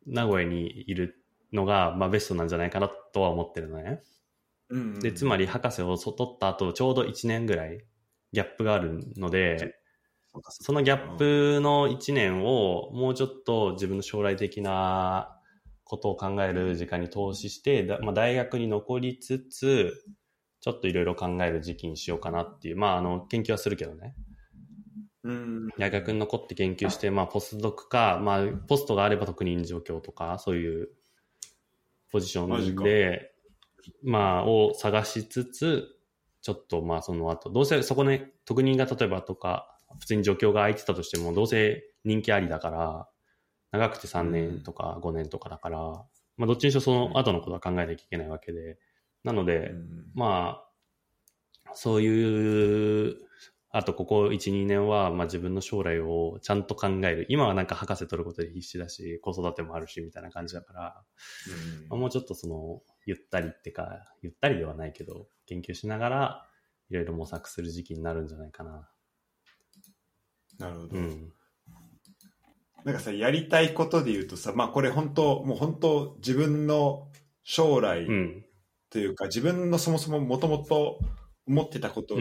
名古屋にいるのが、まあ、ベストなんじゃないかなとは思ってるのね。 うんうん、 でつまり博士を取った後ちょうどいちねんぐらいギャップがあるので、そのギャップのいちねんをもうちょっと自分の将来的なことを考える時間に投資して、だまあ、大学に残りつつちょっといろいろ考える時期にしようかなっていう、まあ、あの研究はするけどね、 うん、 大学に残って研究して、まあ、ポスドクか、まあ、ポストがあれば特任助教とかそういうポジションでまあを探しつつ、ちょっとまあその後どうせそこね特任が例えばとか普通に助教が空いてたとしてもどうせ人気ありだから長くてさんねんとかごねんとかだから、うん、まあどっちにしろその後のことは考えなきゃいけないわけで、なので、うん、まあそういうあとここ いち,に 年はまあ自分の将来をちゃんと考える。今はなんか博士取ることで必死だし子育てもあるしみたいな感じだから、うんまあ、もうちょっとそのゆったりってかゆったりではないけど研究しながらいろいろ模索する時期になるんじゃないかな。 なるほど、うん、なんかさやりたいことで言うとさ、まあこれ本当もう本当自分の将来というか、うん、自分のそもそももともと思ってたことを、うん、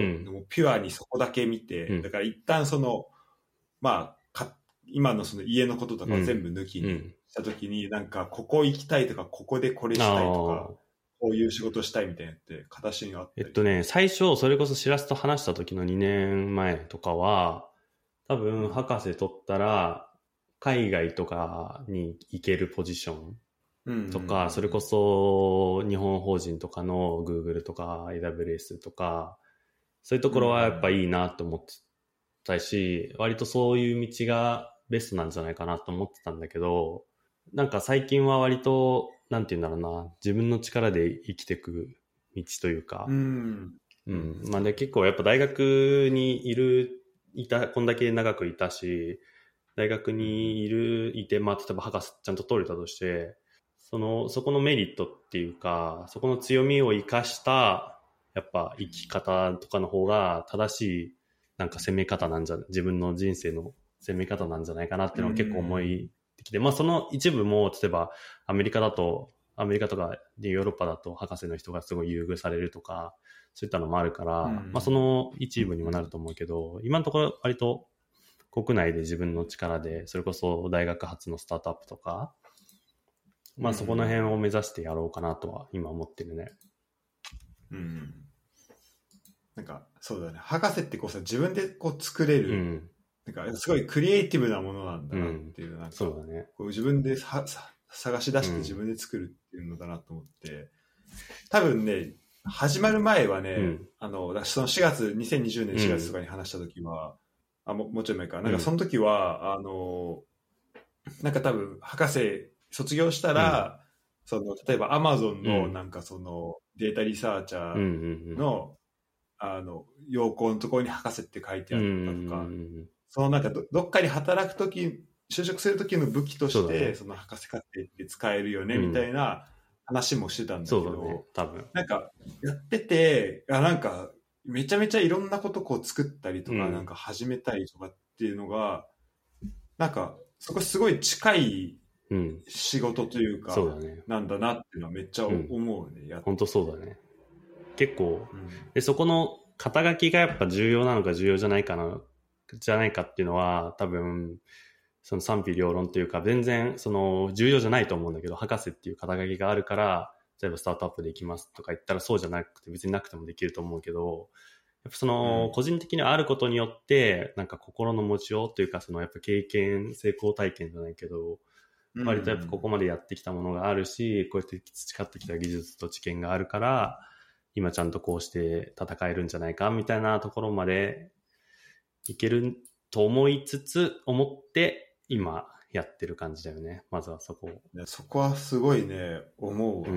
ピュアにそこだけ見て、うん、だから一旦そのまあか今のその家のこととかを全部抜きにしたときに、うん、なんかここ行きたいとかここでこれしたいとかこういう仕事したいみたいなって形にあったり。 えっとね最初それこそしらすと話した時のにねんまえとかは多分博士取ったら海外とかに行けるポジションとか、うんうんうん、それこそ日本法人とかの Google とか エーダブリューエス とかそういうところはやっぱいいなと思ってたし、うん、割とそういう道がベストなんじゃないかなと思ってたんだけど、なんか最近は割となんて言うんだろうな、自分の力で生きていく道というか、うんうん、まあね結構やっぱ大学にいるいたこんだけ長くいたし大学にいるいて、まあ、例えば博士ちゃんと取れたとしてそのそこのメリットっていうかそこの強みを生かしたやっぱ生き方とかの方が正しいなんか攻め方なんじゃ自分の人生の攻め方なんじゃないかなっていうのは結構思いてきて、まあその一部も例えばアメリカだとアメリカとかヨーロッパだと博士の人がすごい優遇されるとかそういったのもあるから、まあその一部にもなると思うけど、今のところ割と国内で自分の力でそれこそ大学発のスタートアップとかまあそこの辺を目指してやろうかなとは今思ってるね。 うん。なんかそうだね。博士ってこうさ自分でこう作れる、うん、なんかすごいクリエイティブなものなんだなっていう、うん、なんかそうだね。 こう自分ではさ探し出して自分で作るっていうのだなと思って、うん、多分ね始まる前はね、うん、あのそのしがつにせんにじゅうねんしがつとかに話した時は、うん、あももうちょい前かなんかその時は、うん、あのなんか多分博士卒業したら、うん、その例えばアマゾンのなんかそのデータリサーチャーの、うんうんうん、あの要項のところに博士って書いてあったとか、うんうんうん、そのなんか ど, どっかに働く時就職する時の武器として そ,、ね、その博士課程って使えるよねみたいな話もしてたんだけど、 そうだね、多分なんかやっててあなんかめちゃめちゃいろんなことこう作ったりとか、うん、なんか始めたりとかっていうのがなんかそこすごい近い仕事というか、うん、そうだね、なんだなっていうのはめっちゃ思うね、 うん、本当そうだね結構、うん、でそこの肩書きがやっぱ重要なのか重要じゃないかなじゃないかっていうのは多分その賛否両論というか全然その重要じゃないと思うんだけど博士っていう肩書きがあるから例えばスタートアップで行きますとか言ったらそうじゃなくて別になくてもできると思うけどやっぱその個人的にあることによってなんか心の持ちようというかそのやっぱ経験成功体験じゃないけど割とやっぱここまでやってきたものがあるしこうやって培ってきた技術と知見があるから今ちゃんとこうして戦えるんじゃないかみたいなところまでいけると思いつつ思って今やってる感じだよね。まずはそこを。 そこはすごいね思うわ、うん、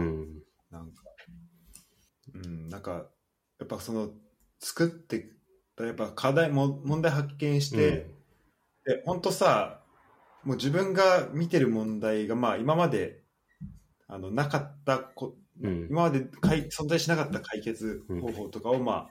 なんかうんなんかやっぱその作ってやっぱ課題も問題発見して、うん、で本当さもう自分が見てる問題がまあ今まであのなかったこ、うん、今まで存在しなかった解決方法とかを、まあ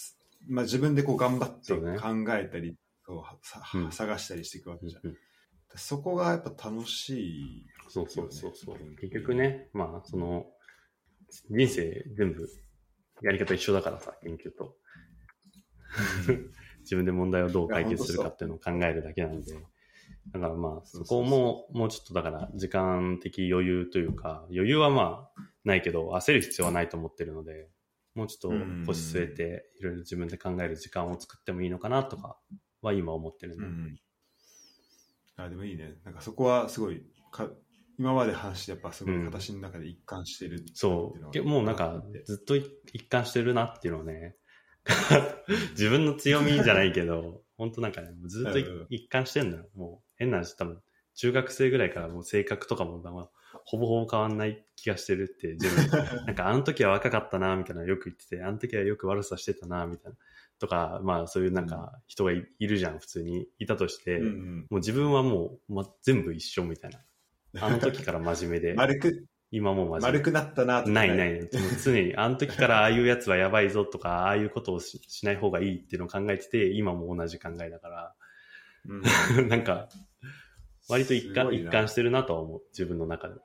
うんまあ、自分でこう頑張って考えたり、ね、探したりしていくわけじゃん、うんうん、 そこがやっぱ楽しい、ね、 そうそうそうそう。結局ね、まあその人生全部やり方一緒だからさ、研究と。うん、自分で問題をどう解決するかっていうのを考えるだけなんで。だからまあそこももうちょっとだから時間的余裕というか、余裕はまあないけど焦る必要はないと思ってるので、もうちょっと腰据えていろいろ自分で考える時間を作ってもいいのかなとかは今思ってるね。うん、 あ、でもいいね。なんかそこはすごいか今まで話してやっぱすごい形の中で一貫してる、うん、 そうもうなんかずっと一貫してるなっていうのをね自分の強みじゃないけど本当なんかねずっと一貫してんのよ。もう変な話多分中学生ぐらいからもう性格とかもほぼほぼ変わんない気がしてるって自分なんかあの時は若かったなみたいなのよく言ってて、あの時はよく悪さしてたなみたいなとか、まあそういうなんか人が い,、うん、いるじゃん、普通にいたとして、うんうん、もう自分はもう、ま、全部一緒みたいな。あの時から真面目で丸く今も真面目丸くなったなとかないないない常にあの時からああいうやつはやばいぞとかああいうことを し, しない方がいいっていうのを考えてて、今も同じ考えだから、うん、なんか割と一 貫, 一貫してるなとは思う、自分の中で。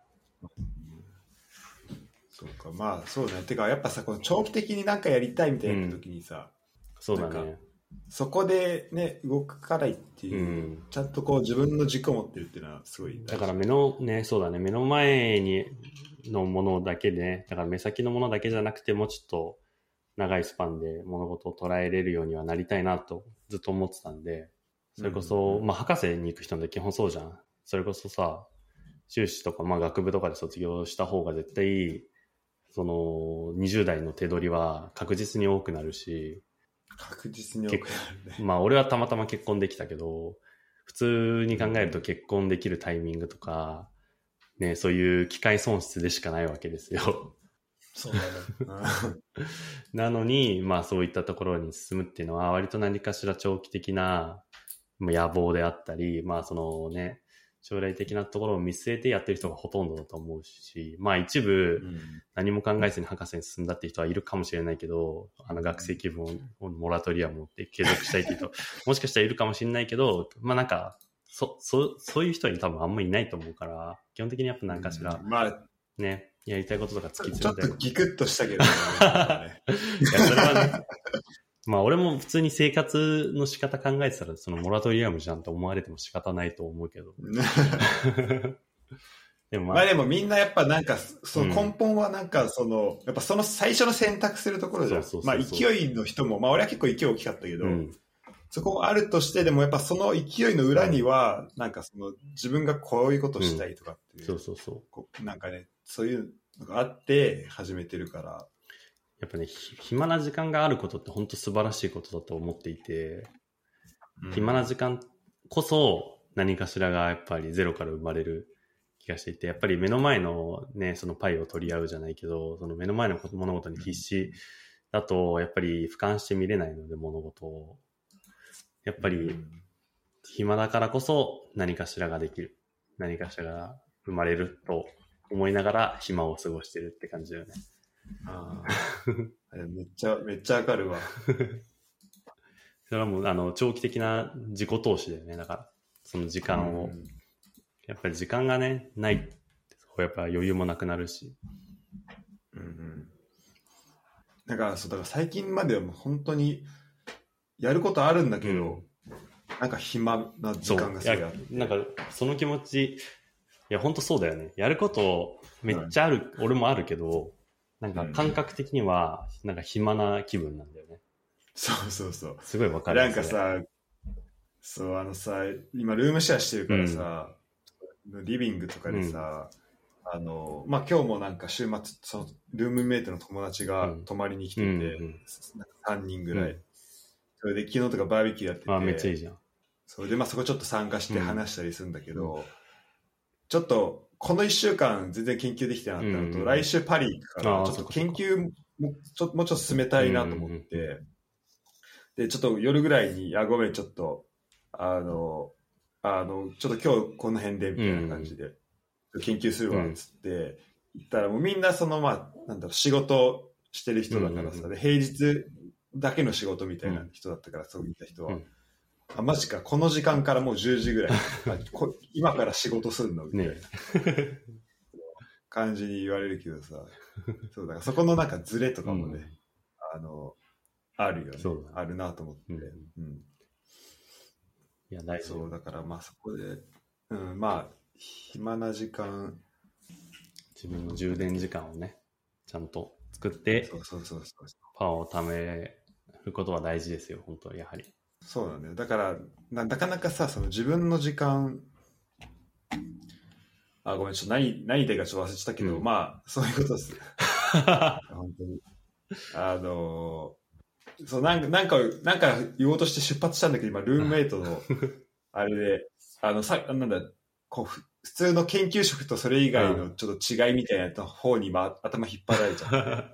そうか、まあそうね。てかやっぱさ、この長期的になんかやりたいみたいな時にさ、 うん、そうだね。 そこでね動くからいっていう、うん、ちゃんとこう自分の軸を持ってるっていうのはすごい大事。 だから目のね、そうだね、目の前にのものだけでね、だから目先のものだけじゃなくてもうちょっと長いスパンで物事を捉えれるようにはなりたいなとずっと思ってたんで、それこそ、うん、まあ博士に行く人って基本そうじゃん。それこそさ、修士とかまあ学部とかで卒業した方が絶対そのにじゅう代の手取りは確実に多くなるし、 確実に多くなるね。 まあ俺はたまたま結婚できたけど、普通に考えると結婚できるタイミングとか、ね、そういう機会損失でしかないわけですよ。 そうだね。 なのに、まあそういったところに進むっていうのは割と何かしら長期的な野望であったり、まあそのね、将来的なところを見据えてやってる人がほとんどだと思うし、まあ一部何も考えずに博士に進んだっていう人はいるかもしれないけど、あの学生気分をモラトリアムを持って継続したいっていう人もしかしたらいるかもしれないけど、まあなんかそそそういう人に多分あんまりいないと思うから、基本的にやっぱ何かしら、 うん、まあね、やりたいこととか突き詰めたい。ちょっとギクッとしたけど、ね、 いやそれはね。まあ俺も普通に生活の仕方考えてたらそのモラトリアムじゃんと思われても仕方ないと思うけど。 でもまあ、まあでもみんなやっぱなんかその根本はなんかその、うん、やっぱその最初の選択するところじゃん。まあ勢いの人も、まあ俺は結構勢い大きかったけど、うん、そこもあるとしてでもやっぱその勢いの裏にはなんかその自分がこういうことしたいとかっていう、 そうそうそうなんかね、そういうのがあって始めてるから。 やっぱね、暇な時間があることって本当素晴らしいことだと思っていて、うん、暇な時間こそ何かしらがやっぱりゼロから生まれる気がしていて、やっぱり目の前のね、そのパイを取り合うじゃないけど、その目の前の物事に必死だと、やっぱり俯瞰して見れないので物事を。やっぱり暇だからこそ何かしらができる。何かしらが生まれると思いながら暇を過ごしてるって感じだよね。 あめっちゃめっちゃわかるわ。 それはもうあの長期的な自己投資だよね。だからその時間を、うん、やっぱり時間がねないとやっぱ余裕もなくなるし、 うんうん、だからそうだから最近まではもう本当にやることあるんだけど、うん、なんか暇な時間がすごいあって、 なんかその気持ちいや本当そうだよね。やることめっちゃある、うん、俺もあるけど。なんか感覚的にはなんか暇な気分なんだよね。 そうそうそう。 すごいわかる。 なんかさ、そうあのさ、今ルームシェアしてるからさ、うん、リビングとかでさ、うん、あのまあ今日もなんか週末そのルームメイトの友達が泊まりに来てて、うんうん、なんかさんにんぐらい、うん、それで昨日とかバーベキューやってて、 あめっちゃいいじゃん。 それでまあそこちょっと参加して話したりするんだけど、うん、ちょっとこのいっしゅうかん全然研究できてなかったのと、うん、来週パリ行くからちょっと研究もちょもうちょっと進めたいなと思って、うん、でちょっと夜ぐらいにいやごめんちょっとあのあのちょっと今日この辺でみたいな感じで、うん、研究するわっつって言ったらもうみんなそのまあなんだろう仕事してる人だからさ、うん、で平日だけの仕事みたいな人だったから、うん、そういった人は、うん、 あ、マジか、この時間からもうじゅうじぐらい。こ今から仕事するのみたいな、ね、感じに言われるけどさ、そうだからそこのなんかズレとかもね、うん、あの、あるよね。そうあるなと思って。うん。うん、 いや、大事。 そう、だからまあそこで、うん、まあ、暇な時間。 自分の充電時間をね、ちゃんと作って、 そうそうそうそう。 パワーを貯めることは大事ですよ、本当にやはり。 そうなんだよ。だからな、なかなかさ、その自分の時間、あ、ごめん、ちょっと何、何でかちょっと忘れてたけど、うん、まあ、そういうことです。本当に。あの、そう、なんか、なんか、なんか言おうとして出発したんだけど、今、ルームメイトの、あれで、あの、さ、なんだ、こう、普通の研究職とそれ以外のちょっと違いみたいな方に、ま、頭引っ張られちゃって、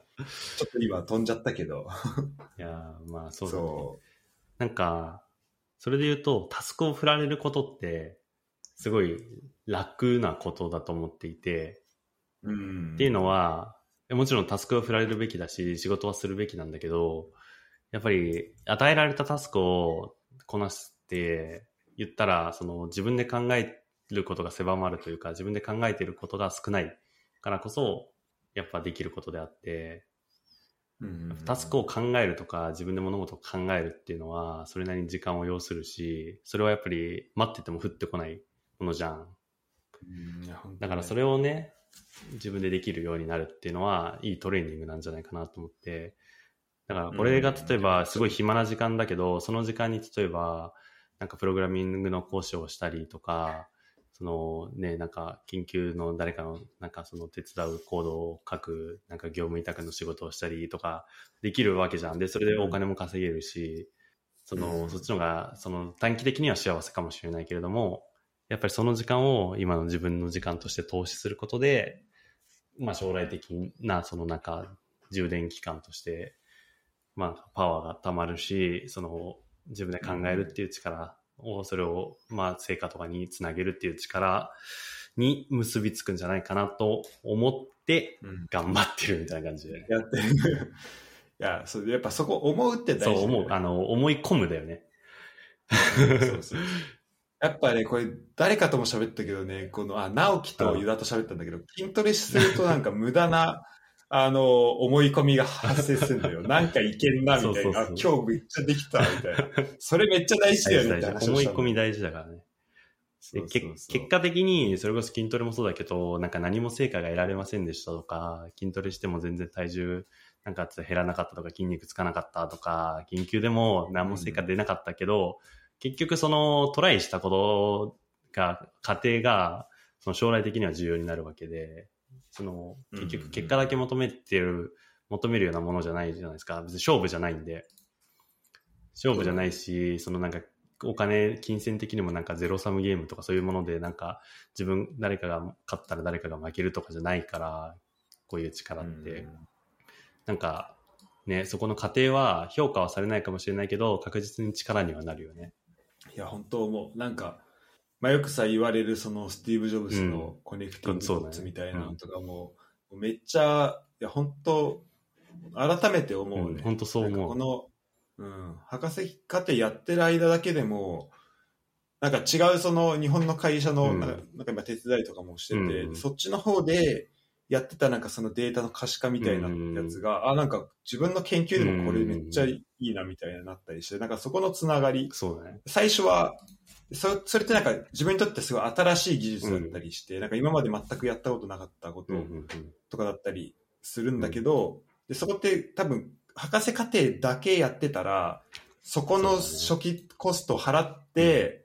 ちょっと今飛んじゃったけど。 いやまあそうだね。そうなんか、それで言うと、タスクを振られることって、すごい楽なことだと思っていて、 うん、 っていうのは、もちろんタスクを振られるべきだし、仕事はするべきなんだけど、やっぱり与えられたタスクをこなして言ったら、その自分で考えることが狭まるというか、自分で考えていることが少ないからこそ、やっぱできることであって、うんうんうん、タスクを考えるとか自分で物事を考えるっていうのはそれなりに時間を要するし、それはやっぱり待ってても降ってこないものじゃん。 うん、いやだからそれをね自分でできるようになるっていうのはいいトレーニングなんじゃないかなと思って、だからこれが例えばすごい暇な時間だけど、その時間に例えばなんかプログラミングの講師をしたりとか、そのね、なんか研究の誰かのなんかその手伝うコードを書くなんか業務委託の仕事をしたりとかできるわけじゃん。でそれでお金も稼げるし、そのそっちのがその短期的には幸せかもしれないけれども、やっぱりその時間を今の自分の時間として投資することで、まあ将来的なそのなんか充電期間としてまあパワーがたまるし、その自分で考えるっていう力を、それをまあ成果とかにつなげるっていう力に結びつくんじゃないかなと思って頑張ってるみたいな感じで、 うん、やってる。いや、それやっぱそこ思うって大事だよね。 そう思う、あの思い込むだよね。 そうそう。やっぱね、これ誰かとも喋ったけどね、このあ直樹とユダと喋ったんだけど、筋トレするとなんか無駄なあの思い込みが発生するんだよ。なんかいけんなみたいな。そうそうそう、あ、今日めっちゃできたみたいな。それめっちゃ大事だよねって話をした。 思い込み大事だからね。そうそうそう、結果的にそれこそ筋トレもそうだけど、なんか何も成果が得られませんでしたとか、筋トレしても全然体重なんか減らなかったとか筋肉つかなかったとか、研究でも何も成果出なかったけど、うん、結局そのトライしたことが過程がその将来的には重要になるわけで、その結局結果だけ求めてる求めるようなものじゃないじゃないですか。別に勝負じゃないんで、勝負じゃないし、そのなんかお金金銭的にもなんかゼロサムゲームとかそういうものでなんか自分誰かが勝ったら誰かが負けるとかじゃないから、こういう力ってなんかね、そこの過程は評価はされないかもしれないけど確実に力にはなるよね。 いや本当思う。なんか、まあ、よくさ言われるそのスティーブ・ジョブズのコネクティングドッツみたいなのとかも、うん、めっちゃいや本当改めて思うね。 うん、本当そう思う。 この、うん、博士課程やってる間だけでもなんか違うその日本の会社のなんか、うん、なんか今手伝いとかもしてて、うん、そっちの方でやってたなんかそのデータの可視化みたいなやつが、うん、あ、なんか自分の研究でもこれめっちゃいいなみたいになったりして、なんかそこのつながり、 そうだね、 最初はそ、それってなんか自分にとってすごい新しい技術だったりして、うん、なんか今まで全くやったことなかったこととかだったりするんだけど、うん、でそこって多分博士課程だけやってたら、そこの初期コストを払って、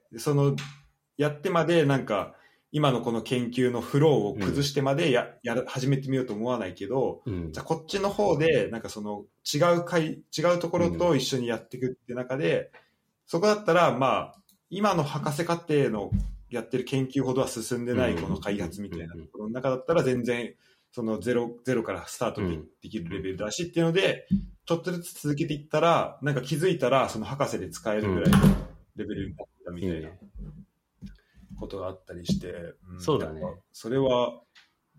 そのやってまでなんか今のこの研究のフローを崩してまで や,、うん、や始めてみようと思わないけど、うん、じゃあこっちの方でなんかその違う会違うところと一緒にやっていくって中で、うん、そこだったらまあ今の博士課程のやってる研究ほどは進んでないこの開発みたいなところの中だったら全然そのゼロ、ゼロからスタート で, できるレベルだしっていうので、ちょっとずつ続けていったらなんか気づいたらその博士で使えるぐらいのレベルになったみたいなことがあったりして、 うん、そうだね。 それは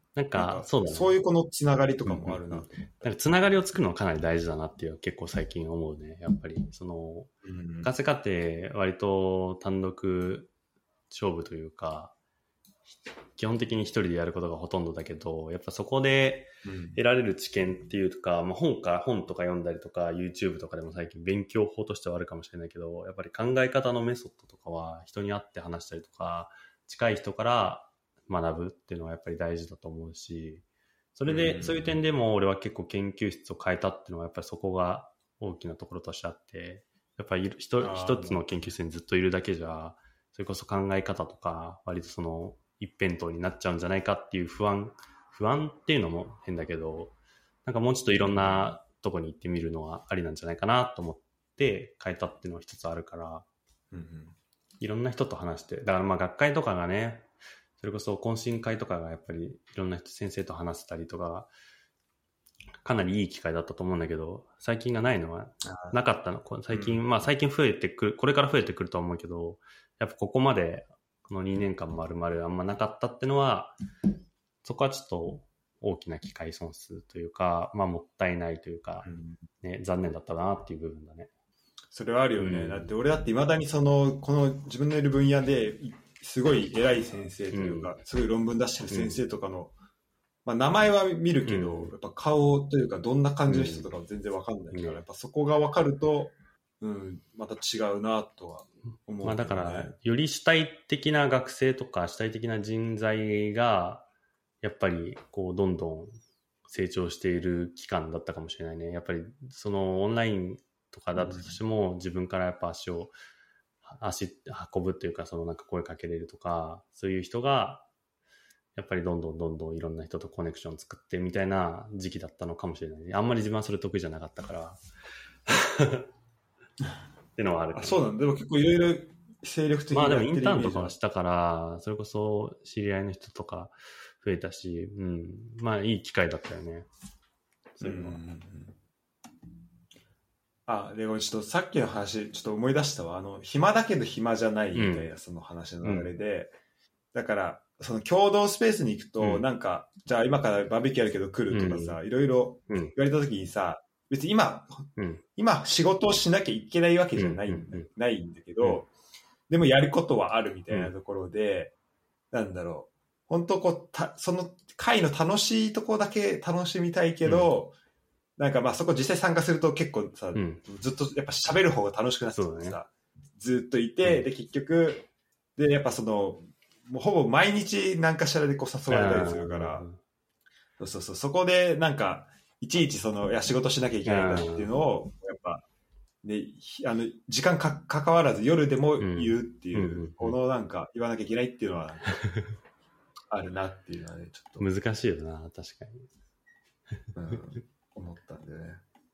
なんか、 なんかそうだね。 そういうこのつながりとかもあるな、うんうん。 なんかつながりを作るのはかなり大事だなっていう結構最近思うね。やっぱり、その、博士課程割と単独勝負というか、基本的に一人でやることがほとんどだけど、やっぱそこで得られる知見っていうか、うんまあ、本から本とか読んだりとか YouTube とかでも最近勉強法としてはあるかもしれないけど、やっぱり考え方のメソッドとかは人に会って話したりとか近い人から学ぶっていうのはやっぱり大事だと思うし、それで、うん、そういう点でも俺は結構研究室を変えたっていうのはやっぱりそこが大きなところとしてあって、やっぱり一つの研究室にずっといるだけじゃそれこそ考え方とか割とその一辺倒になっちゃうんじゃないかっていう不安不安っていうのも変だけど、なんかもうちょっといろんなとこに行ってみるのはありなんじゃないかなと思って変えたっていうのは一つあるから、うんうん、いろんな人と話して、だからまあ学会とかがね、それこそ懇親会とかがやっぱりいろんな人先生と話せたりとかかなりいい機会だったと思うんだけど、最近がないのはなかったの。最近、うん、まあ最近増えてくる、これから増えてくるとは思うけど、やっぱここまでこのにねんかん丸々あんまなかったってのは、そこはちょっと大きな機会損失というか、まあもったいないというか、ね、残念だったなっていう部分だね。 それはあるよね。うん、だって俺だって未だにその、この自分のいる分野ですごい偉い先生というか、うん、すごい論文出してる先生とかの、うんまあ、名前は見るけど、うん、やっぱ顔というかどんな感じの人とかは全然わかんないから、うん、やっぱそこがわかると、うん、また違うなとは思う、ね。 まあだから、より主体的な学生とか主体的な人材が、やっぱりこうどんどん成長している期間だったかもしれないね。やっぱりそのオンラインとかだったとしても、うん、自分からやっぱ足を、足運ぶというか、そのなんか声かけれるとか、そういう人が、やっぱりどんどんどんどんいろんな人とコネクション作ってみたいな時期だったのかもしれないね。あんまり自分はそれ得意じゃなかったから。ってのはある、ね。 あ、そうなんだ。でも結構いろいろ精力的にまあでもインターンとかはしたから、それこそ知り合いの人とか増えたし、うん。まあいい機会だったよね。そういうのは。うんうんうん、 あ、でもちょっとさっきの話、ちょっと思い出したわ。あの、暇だけど暇じゃないみたいなその話の流れで、うん、だから、その共同スペースに行くと、うん、なんか、じゃあ今からバーベキューやるけど来るとかさ、うん、いろいろ言われた時にさ、別に今、うん、今仕事をしなきゃいけないわけじゃない、うん、ないんだけど、うん、でもやることはあるみたいなところで、うん、なんだろう、本当こう、たその会の楽しいとこだけ楽しみたいけど、うん、なんかまあそこ実際参加すると結構さ、うん、ずっとやっぱ喋る方が楽しくなっちゃってさ、ね、ずっといて、で結局、でやっぱその、もうほぼ毎日何かしらでこう誘われたりするから、そうそうそう、そこでなんか、いちいちその、いや仕事しなきゃいけないんだっていうのを、やっぱ、で、あの、時間か関わらず夜でも言うっていう、うん、このなんか言わなきゃいけないっていうのは、あるなっていうのはね、ちょっと。 難しいよな、確かに。 うん、思ったんでね。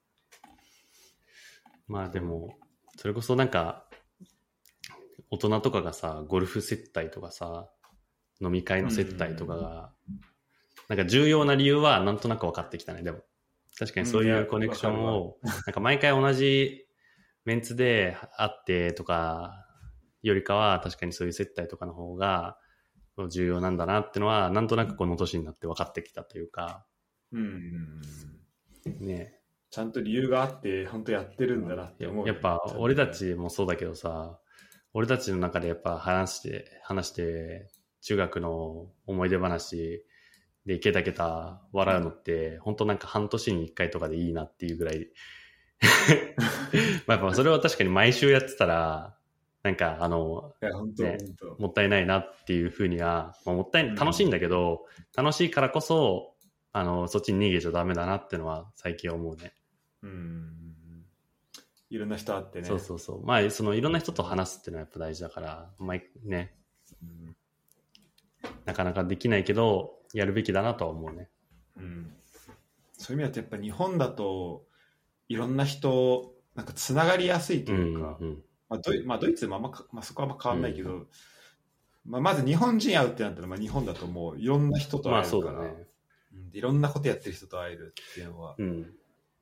まあでも、それこそなんか、大人とかがさ、ゴルフ接待とかさ、飲み会の接待とかが、なんか重要な理由はなんとなく分かってきたね、でも。確かにそういうコネクションを、なんか毎回同じメンツで会ってとかよりかは、確かにそういう接待とかの方が重要なんだなってのは、なんとなくこの年になって分かってきたというか。 うん。 ね。 ちゃんと理由があって、本当やってるんだなって思う。 やっぱ俺たちもそうだけどさ、俺たちの中でやっぱ話して、話して、中学の思い出話でケタケタ笑うのって、本当なんか半年に一回とかでいいなっていうぐらい。まあやっぱそれは確かに毎週やってたら、なんかあの、 いや本当、 ね、 本当もったいないなっていうふうには、まあ、もったい楽しいんだけど、うん、楽しいからこそ、あの、そっちに逃げちゃダメだなっていうのは最近思うね。 うん。いろんな人会ってね。 そうそうそう。まあ、そのいろんな人と話すっていうのはやっぱ大事だから、まあね、うん、なかなかできないけど、やるべきだなとは思うね。 うん。そういう意味だとやっぱ日本だと、いろんな人、なんかつながりやすいというか、うんうんまあ、ドイまあ、ドイツもあんま、まあ、そこはあんま変わんないけど、うんまあ、まず日本人会うってなったら、まあ、日本だともういろんな人と会えるから、まあそうだね、いろんなことやってる人と会えるっていうのは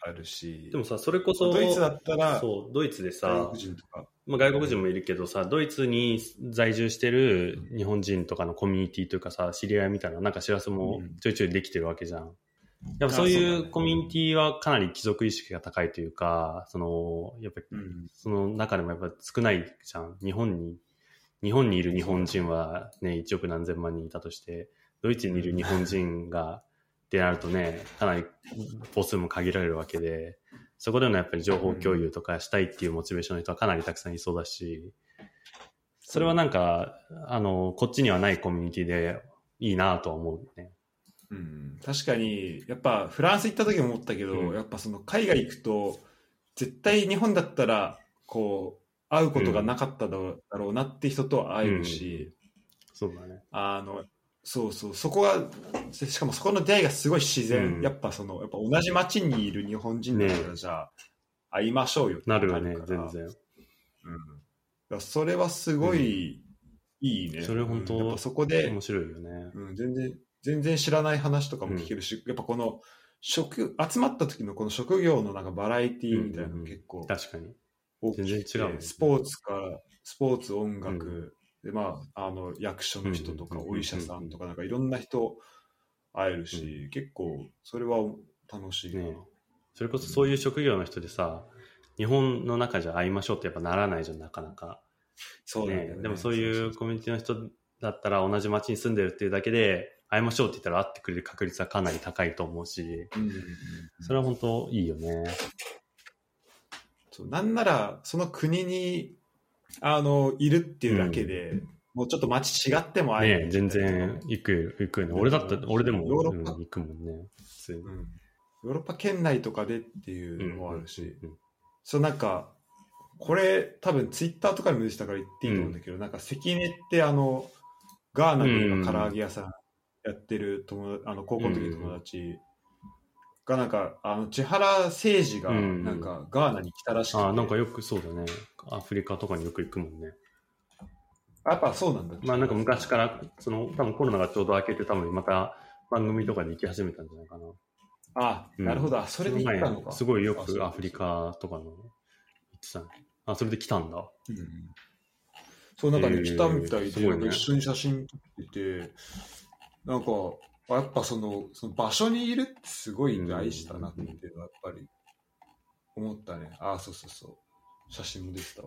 あるし。 でもさ、それこそ、 ドイツだったら、 そう、ドイツでさ、 外国人とか。 まあ、外国人もいるけどさ、ドイツに在住してる日本人とかのコミュニティというかさ、知り合いみたいな、なんか知らせもちょいちょいできてるわけじゃん。やっぱそういうコミュニティはかなり貴族意識が高いというか、その、やっぱり、その中でもやっぱ少ないじゃん。日本に、日本にいる日本人はね、いちおくなんぜん万人いたとして、ドイツにいる日本人が、ってなるとね、かなり母数も限られるわけで、そこでのやっぱり情報共有とかしたいっていうモチベーションの人はかなりたくさんいそうだし、それはなんか、あの、こっちにはないコミュニティでいいなとは思うね。 うん、確かに、やっぱフランス行った時も思ったけど、うん、やっぱその海外行くと、絶対日本だったら、こう、会うことがなかっただろうなって人と会えるし、 うんうん、そうだね。 あの、そうそう、そこは、しかもそこの出会いがすごい自然、うん、やっぱその、やっぱ同じ街にいる日本人だったら、ね、じゃあ、会いましょうよってなるよね、全然。 うん。だそれはすごいいいね。うん、 それ本当、 やっぱそこで、 面白いよね。 うん、全然、全然知らない話とかも聞けるし、うん、やっぱこの、職、集まった時のこの職業のなんかバラエティみたいなの結構、うんうん、 確かに。 全然違う、ね。スポーツから、スポーツ、音楽、うん、で、まあ、あの、役所の人とか、お医者さんとか、なんかいろんな人会えるし、うん、結構、それは楽しいな、ね。 それこそそういう職業の人でさ、日本の中じゃ会いましょうってやっぱならないじゃん、なかなか。 そうだね。 ねでもそういうコミュニティの人だったら同じ町に住んでるっていうだけで、会いましょうって言ったら会ってくれる確率はかなり高いと思うし、うんうんうん、それは本当いいよね。 そうなんならその国にあのいるっていうだけで、うん、もうちょっと街違っても会える、 ね、全然行く行くね。俺だったら俺でもヨーロッパ、うん、行くもんね普通に、 うん、ヨーロッパ圏内とかでっていうのもあるし、うんうんうんうん、そうなんかこれ多分ツイッターとかにも出てたから言っていいと思うんだけど、うん、なんか関根ってあのガーナで今唐揚げ屋さんやってる友あの高校の時の友達がなんかあの千原誠二がなんかガーナに来たらしくて、 うん、あなんかよくそうだねアフリカとかによく行くもんね。 やっぱそうなんだ。 まあなんか昔からその多分コロナがちょうど明けて多分また番組とかで行き始めたんじゃないかな。 あ、うん、なるほど。それで行ったのか。 すごいよくアフリカとかの行ってたね。あそれで来たんだ。うん、 そうなんかね、来たみたいで、ね、一緒に写真撮ってて、なんかやっぱそのその場所にいるってすごい大事だなっていうのはやっぱり思ったね。あ、そうそうそう。写真も出てたわ。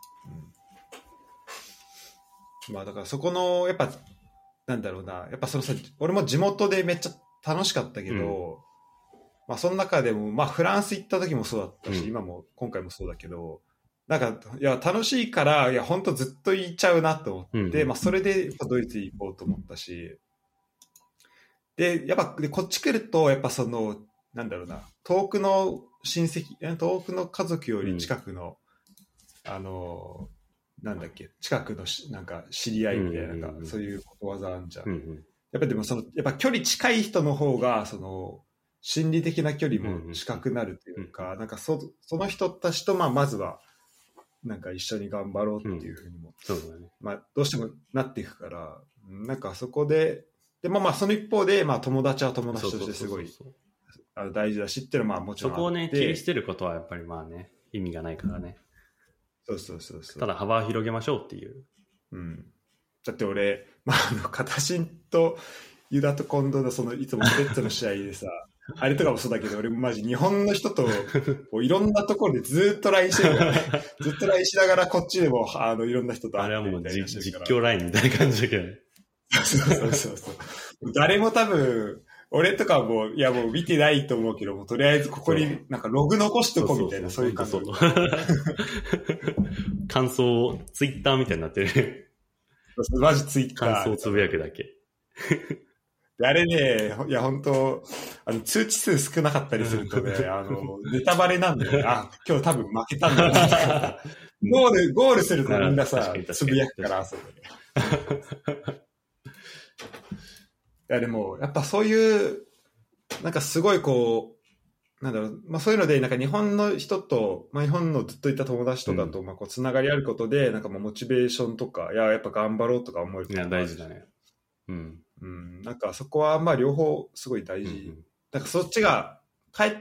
うん、まあだからそこのやっぱなんだろうな、やっぱそのさ、俺も地元でめっちゃ楽しかったけど、うん、まあその中でもまあフランス行った時もそうだったし、うん、今も今回もそうだけど。なんかいや楽しいからいや本当ずっと行っちゃうなと思って、うん、まあ、それでドイツ行こうと思ったしでやっぱでこっち来るとやっぱそのなんだろうな遠くの親戚遠くの家族より近くの、うん、あのなんだっけ近くのなんか知り合いみたいな、うん、なんかそういうことわざあんじゃん、うん、やっぱでもそのやっぱ距離近い人の方がその心理的な距離も近くなるというか、うん、なんか そ, その人たちとまあまずはなんか一緒に頑張ろうっていうふうにも、うんそうだねまあ、どうしてもなっていくからなんかそこででもまあその一方で、まあ、友達は友達としてすごい大事だしっていうのはまあもちろんあってそこをね切り捨てることはやっぱりまあね意味がないからね、 うん、そうそうそうそうただ幅を広げましょうっていう、 うん、だって俺、まあ、あの片新とユダと近藤のそのいつもベッツの試合でさあれとかもそうだけど、俺マジ日本の人といろんなところでずっと ライン してるから、ね、ずっと ライン しながらこっちでもあのいろんな人と会ってあれはもう実況 ライン みたいな感じだけどね。 そうそうそうそう。誰も多分、俺とかはもう、いやもう見てないと思うけども、とりあえずここになんかログ残しとこうみたいな、そういう感じ。 感想、ツイッターみたいになってる。 マジツイッター。 感想つぶやくだけ。 あれね、いや本当あの通知数少なかったりするとね、あのネタバレなんだよ。あ、今日多分負けたんだな。ゴールゴールするとみんなさつぶやくから遊ぶ。いやでもやっぱそういうなんかすごいこうなんだろう、まあそういうのでなんか日本の人と、まあ、日本のずっといた友達とかと、まあこうつながりあることでなんかもうモチベーションとかいややっぱ頑張ろうとか思えると。 いや大事だね。うん。 うん、なんかそこはまあ両方すごい大事、うんうん、なんかそっちが帰って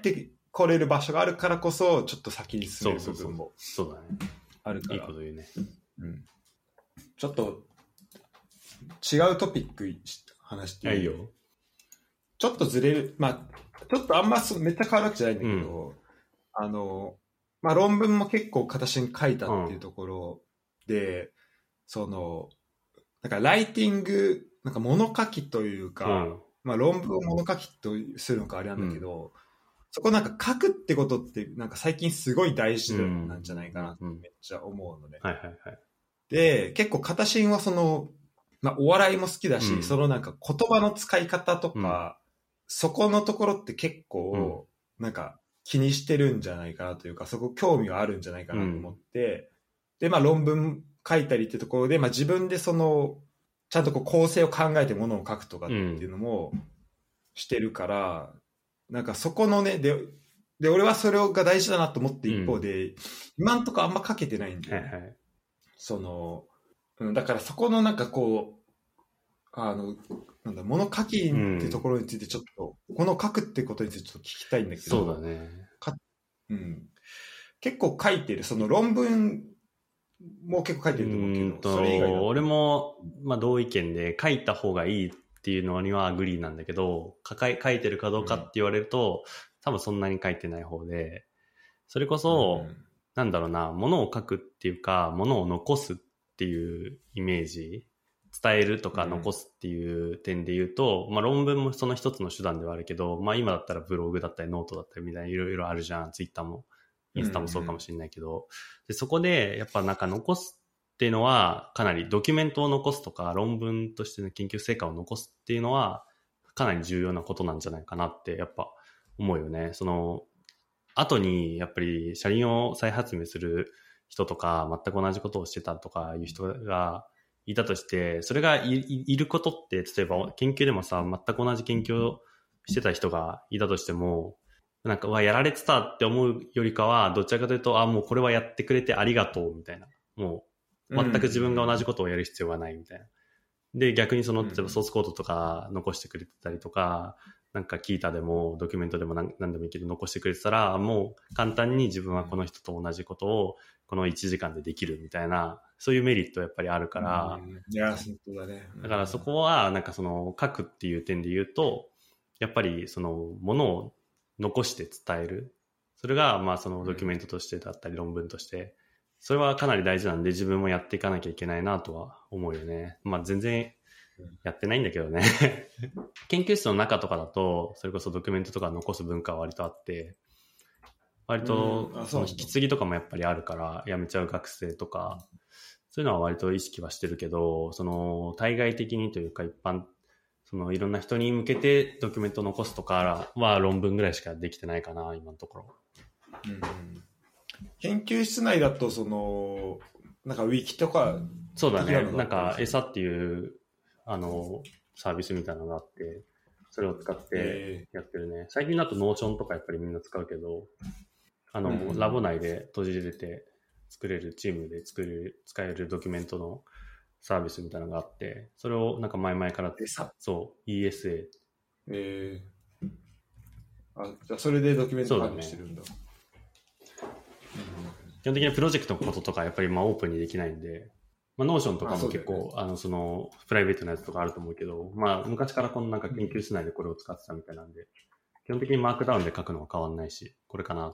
来れる場所があるからこそちょっと先に進める部分もそうだねあるから、 いいこと言うね、 うん、ちょっと違うトピック話していいよ。 ちょっとずれる、まあちょっとあんまめっちゃ変わるわけじゃないんだけど、うん、あのまあ論文も結構形に書いたっていうところで、うん、そのなんかライティングなんか物書きというか、うん、まあ論文を物書きとするのかあれなんだけど、うん、そこなんか書くってことってなんか最近すごい大事なんじゃないかなってめっちゃ思うのね。 はいはいはい。 で、結構片心はその、まあお笑いも好きだし、うん、そのなんか言葉の使い方とか、うん、そこのところって結構なんか気にしてるんじゃないかなというか、そこ興味はあるんじゃないかなと思って、うん、で、まあ論文書いたりってところで、まあ自分でその、ちゃんとこう構成を考えてものを書くとかっていうのもしてるから、うん、なんかそこのね、で、で、俺はそれが大事だなと思って一方で、うん、今んとこあんま書けてないんで、ね、はいはい、その、うん、だからそこのなんかこう、あの、なんだ、物書きってところについてちょっと、うん、この書くってことについてちょっと聞きたいんだけど、 そうだね。 かうん、結構書いてる、その論文もう結構書いてると思うけど、 うんとそれ以外俺も、まあ、同意見で書いた方がいいっていうのにはアグリーなんだけど、書いてるかどうかって言われると、うん、多分そんなに書いてない方で、それこそ、うん、なんだろうな、物を書くっていうか、物を残すっていうイメージ、伝えるとか残すっていう点で言うと、うん、まあ論文もその一つの手段ではあるけど、まあ今だったらブログだったりノートだったりみたいないろいろあるじゃん、ツイッターも。インスタもそうかもしれないけど、うんうん、でそこでやっぱなんか残すっていうのはかなりドキュメントを残すとか論文としての研究成果を残すっていうのはかなり重要なことなんじゃないかなってやっぱ思うよね。その後にやっぱり車輪を再発明する人とか全く同じことをしてたとかいう人がいたとして、それが い, いることって例えば研究でもさ全く同じ研究をしてた人がいたとしてもなんか、わ、やられてたって思うよりかは、どちらかというと、あ、もうこれはやってくれてありがとう、みたいな。もう、全く自分が同じことをやる必要がない、みたいな。で、逆にその、例えばソースコードとか残してくれてたりとか、なんかキータでもドキュメントでも何でもいいけど残してくれてたら、もう簡単に自分はこの人と同じことをこのいちじかんでできるみたいな、そういうメリットやっぱりあるから。 うん、いや、本当だね。 だからそこは、なんかその、書くっていう点で言うと、やっぱりその、ものを残して伝える。それが、まあそのドキュメントとしてだったり論文として、それはかなり大事なんで自分もやっていかなきゃいけないなとは思うよね。まあ全然やってないんだけどね。研究室の中とかだと、それこそドキュメントとか残す文化は割とあって、割とその引き継ぎとかもやっぱりあるから辞めちゃう学生とか、そういうのは割と意識はしてるけど、その対外的にというか一般そのいろんな人に向けてドキュメントを残すとかは論文ぐらいしかできてないかな今のところ。 うん、研究室内だとそのなんかウィキとかそうだね、なんか餌っていうあのサービスみたいなのがあってそれを使ってやってるね。最近だとノーションとかやっぱりみんな使うけど、あの、うん、ラボ内で閉じれて作れるチームで作れる使えるドキュメントのサービスみたいなのがあって、それをなんか前々からそう イーエスエーえー、あじゃあそれでドキュメント管理してるんだ。 そうだね、うん、基本的にプロジェクトのこととかやっぱりまあオープンにできないんで、まあ、ノーションとかも結構 あ、ね、あのそのプライベートなやつとかあると思うけど、まあ昔からこのなんか研究室内でこれを使ってたみたいなんで、基本的にマークダウンで書くのは変わんないし、これかなって。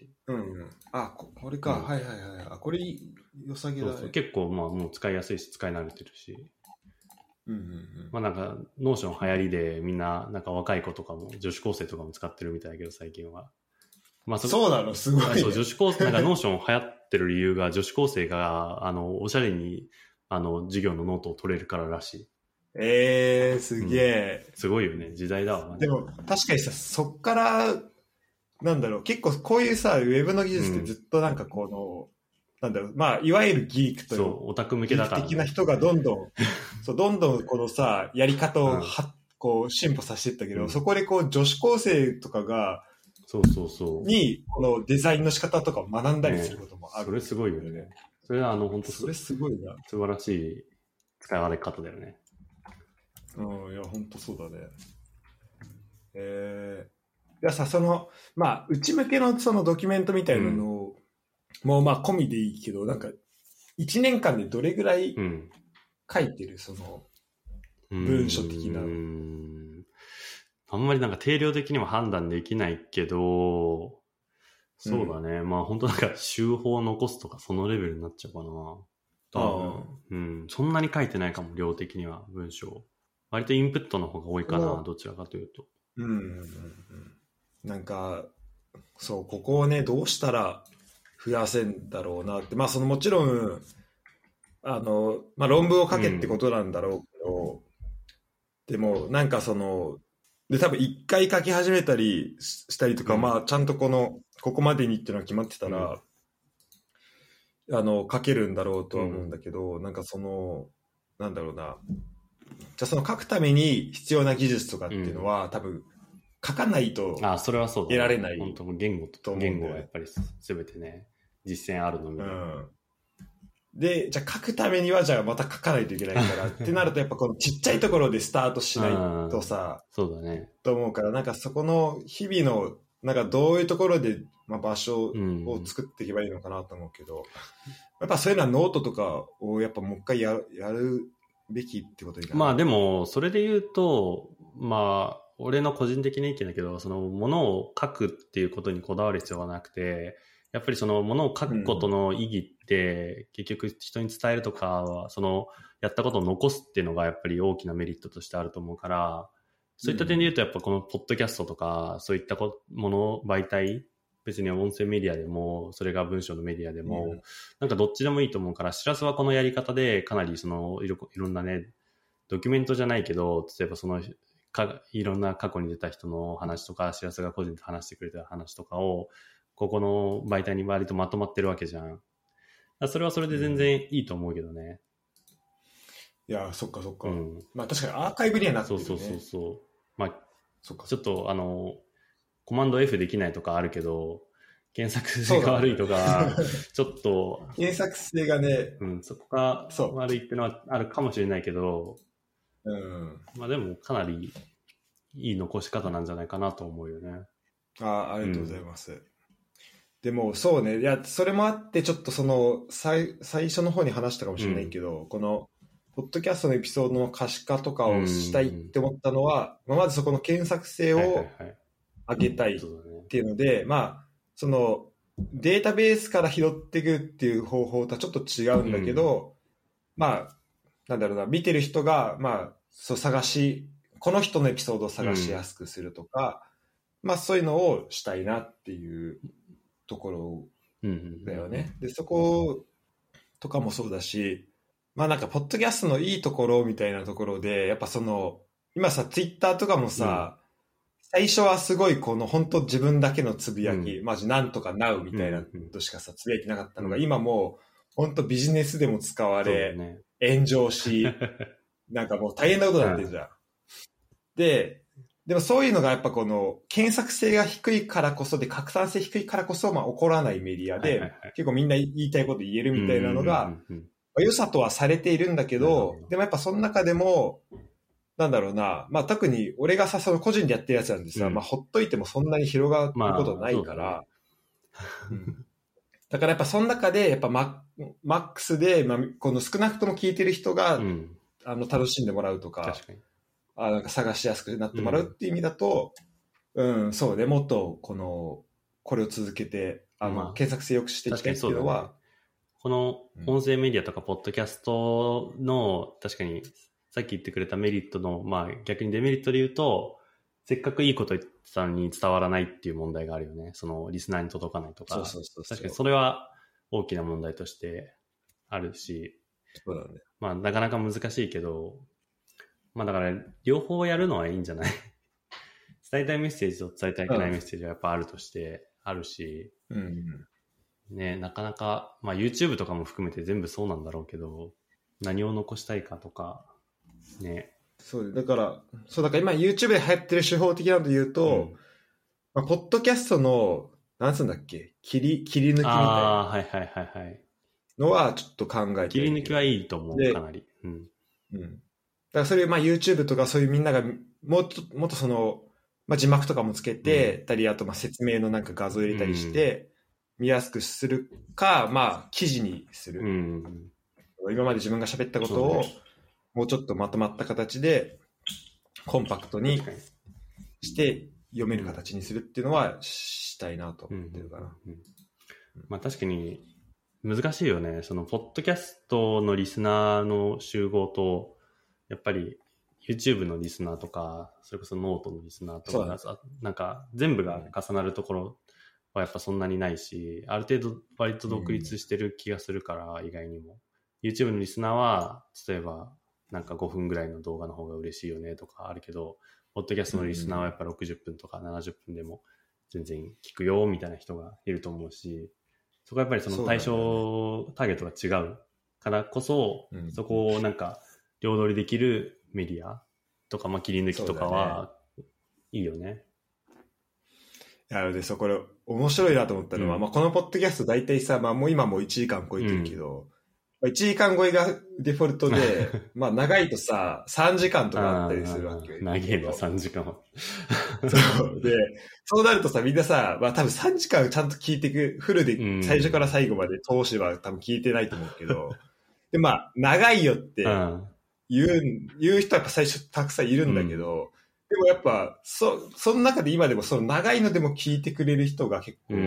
うん、うん、あここれか、うん、はいはいはい、あこれ良さげだね。そうそう結構まあもう使いやすいし使い慣れてるし。 うんうんうん、 まあなんかノーション流行りでみんななんか若い子とかも女子高生とかも使ってるみたいだけど最近は、 まあ、そ, そうなのすごい、ね、 そう女子高生なんかノーション流行ってる理由が女子高生があのおしゃれにあの授業のノートを取れるかららしい。 えー、すげえ、 うん、すごいよね時代だわ、ね、 でも確かにさそっからなんだろう結構こういうさウェブの技術ってずっとなんかこの、うん、なんだろうまあいわゆるギークというそうオタク向けだから、 ね、的な人がどんどんそうどんどんこのさやり方をは、うん、こう進歩させていったけど、うん、そこでこう女子高生とかがそうそうそうにこのデザインの仕方とかを学んだりすることもある、 ね、それすごいよね。それはあの本当それすごいな素晴らしい使い分け方だよね。 うんいや本当そうだね。えーじゃあさ、その、まあ、内向けのそのドキュメントみたいなのを、うん、もうまあ、込みでいいけど、なんか、いちねんかんでどれぐらい書いてる、うん、その、文書的な。 うーん。あんまりなんか定量的にも判断できないけど、そうだね。うん、まあ本当なんか週報を残すとかそのレベルになっちゃうかな。多分。うん。そんなに書いてないかも、量的には文章。割とインプットの方が多いかな、どちらかというと。 うんうんうんうん。なんか、そう、ここをね、どうしたら増やせんだろうなって。まあそのもちろん、あの、まあ論文を書けってことなんだろうけど、うん、でもなんかその、で多分一回書き始めたりしたりとか、うん、まあちゃんとこの、ここまでにっていうのが決まってたら、うん、あの、書けるんだろうとは思うんだけど、うん、なんかその、なんだろうな、じゃあその書くために必要な技術とかっていうのは、うん、多分書かないと得られない、 ね、本当も言語と言語はやっぱり全てね実践あるのみ、うん、 でじゃあ書くためにはじゃあまた書かないといけないからってなるとやっぱこのちっちゃいところでスタートしないとさそうだねと思うからなんかそこの日々のなんかどういうところで、まあ、場所を作っていけばいいのかなと思うけど、うん、やっぱそういうのはノートとかをやっぱもう一回やる、やるべきってことになる。 まあでもそれで言うとまあ俺の個人的な意見だけどそのものを書くっていうことにこだわる必要はなくてやっぱりそのものを書くことの意義って、うん、結局人に伝えるとかはそのやったことを残すっていうのがやっぱり大きなメリットとしてあると思うからそういった点で言うとやっぱこのポッドキャストとかそういったもの媒体別に音声メディアでもそれが文章のメディアでも、うん、なんかどっちでもいいと思うからしらすはこのやり方でかなりそのいろ、いろんなねドキュメントじゃないけど例えばそのかいろんな過去に出た人の話とかしらすが個人で話してくれた話とかをここの媒体に割とまとまってるわけじゃんそれはそれで全然いいと思うけどね、 うん、いやそっかそっか、うん、まあ確かにアーカイブにはなってるねそうそうそうそうまあそっかちょっとあのコマンド F できないとかあるけど検索性が悪いとか、ね、ちょっと検索性がね、 うん、そこが悪いっていうのはあるかもしれないけど、 うん、 まあでもかなりいい残し方なんじゃないかなと思うよね。 あ、ありがとうございます。うん、でもそうね、いやそれもあってちょっとその最最初の方に話したかもしれないけど、うん、このポッドキャストのエピソードの可視化とかをしたいって思ったのは、うん、まあ、まずそこの検索性を上げたいっていうので、はいはいはい、まあそのデータベースから拾っていくっていう方法とはちょっと違うんだけど、うん、まあなんだろうな見てる人がまあそう探しこの人のエピソードを探しやすくするとか、うん、まあそういうのをしたいなっていうところだよね。でそことかもそうだし、まあなんかポッドキャストのいいところみたいなところでやっぱその今さツイッターとかもさ、うん、最初はすごいこの本当自分だけのつぶやき、うん、マジなんとかなうみたいなとしかさつぶやきなかったのが、うん、今もう本当ビジネスでも使われ、ね、炎上しなんかもう大変なことになってるじゃん。で、でもそういうのがやっぱこの検索性が低いからこそで拡散性低いからこそまあ起こらないメディアで、はいはいはい、結構みんな言いたいこと言えるみたいなのが、うんうんうんまあ、良さとはされているんだけど、うん、でもやっぱその中でもなんだろうな、まあ特に俺がさその個人でやってるやつなんでさ、うん、まあほっといてもそんなに広がることないから、まあうん、だからやっぱその中でやっぱママックスで、まあ、この少なくとも聞いてる人が、うん、あの楽しんでもらうとか。 確かにあなんか探しやすくなってもらうっていう意味だと、うん、うん、そうね、もっとこのこれを続けてあの、まあ、検索性良くしていきたいっていうのは、 ね、この音声メディアとかポッドキャストの、うん、確かにさっき言ってくれたメリットの、まあ、逆にデメリットで言うとせっかくいいこと言ってたのに伝わらないっていう問題があるよね。そのリスナーに届かないとか。 そうそうそうそう。 確かにそれは大きな問題としてあるし、 そうだね。 まあなかなか難しいけど、まあだから両方やるのはいいんじゃない伝えたいメッセージと伝えたいないメッセージはやっぱあるとしてあるし、 うん、 ね、なかなか、まあ YouTube とかも含めて全部そうなんだろうけど、何を残したいかとか、ね。 そうだから、そうだから今 YouTube で流行ってる手法的なので言うと、うんまあ、ポッドキャストの、なんつうんだっけ、切り、切り抜きみたいな。 ああ、はいはいはいはい。 のはちょっと考えて切り抜きはいいと思う、かなり。うん。 うん。だからそれまあ YouTube とかそういうみんながもっと、もっとその、 まあ、字幕とかもつけてたり、あとまあ説明のなんか画像入れたりして、見やすくするか、まあ、記事にする。 うん、 今まで自分が喋ったことを、もうちょっとまとまった形で、コンパクトにして読める形にするっていうのはしたいなと思ってるかな。 うんうんうん、まあ確かに難しいよね。その、ポッドキャストのリスナーの集合と、やっぱり YouTube のリスナーとか、それこそノートのリスナーとかがさ、なんか全部が重なるところはやっぱそんなにないし、ある程度割と独立してる気がするから、うん、意外にも。YouTube のリスナーは、例えばなんかごふんぐらいの動画の方が嬉しいよねとかあるけど、ポッドキャストのリスナーはやっぱろくじゅっぷんとかななじゅっぷんでも全然聞くよみたいな人がいると思うし、そこはやっぱりその対象、ね、ターゲットが違うからこそ、うん、そこをなんか両取りできるメディアとか、まあ、切り抜きとかはいいよね。 いやでそこれ面白いなと思ったのは、うん、まあ、このポッドキャスト大体さ、まあ、もう今もいちじかん超えてるけど、うん、いちじかん超えがデフォルトでまあ長いとささんじかんとかあったりするわけよ。 長いなさんじかんはそうでそうなるとさみんなさ、まあ、多分さんじかんちゃんと聞いていくフルで最初から最後まで通しは多分聞いてないと思うけどでまあ長いよって言う、言う人はやっぱ最初たくさんいるんだけど、うん、でもやっぱそその中で今でもその長いのでも聞いてくれる人が結構、うん、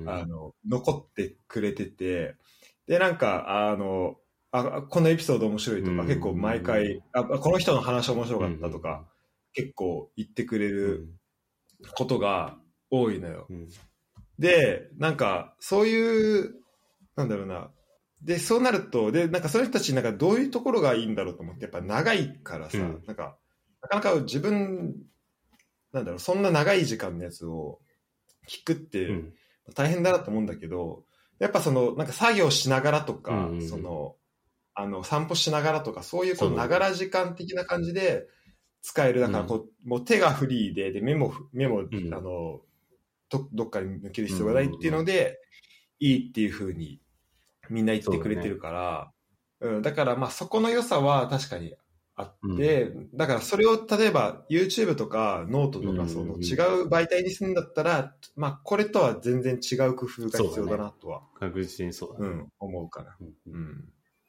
あの残ってくれてて、でなんかあのあこのエピソード面白いとか、うん、結構毎回あこの人の話面白かったとか、うん、結構言ってくれることが多いのよ、うん、でなんかそういうなんだろうなでそうなるとでなんかその人たちなんかどういうところがいいんだろうと思ってやっぱ長いからさ、うん、なんかなかなか自分なんだろうそんな長い時間のやつを聞くって大変だなと思うんだけど、やっぱそのなんか作業しながらとか、うん、そのあの散歩しながらとかそういうこうながら時間的な感じで使える、だからこう、うん、もう手がフリーでで目も目も、うん、あの ど, どっかに抜ける必要がないっていうので、うん、いいっていう風にみんな言ってくれてるから、 う、ね、うん、だからまあそこの良さは確かにあって、うん、だからそれを例えば YouTube とかノートとかその違う媒体にするんだったら、うん、まあこれとは全然違う工夫が必要だなとは、 ね、確実にそうだね、 うん、思うかな、うんうん、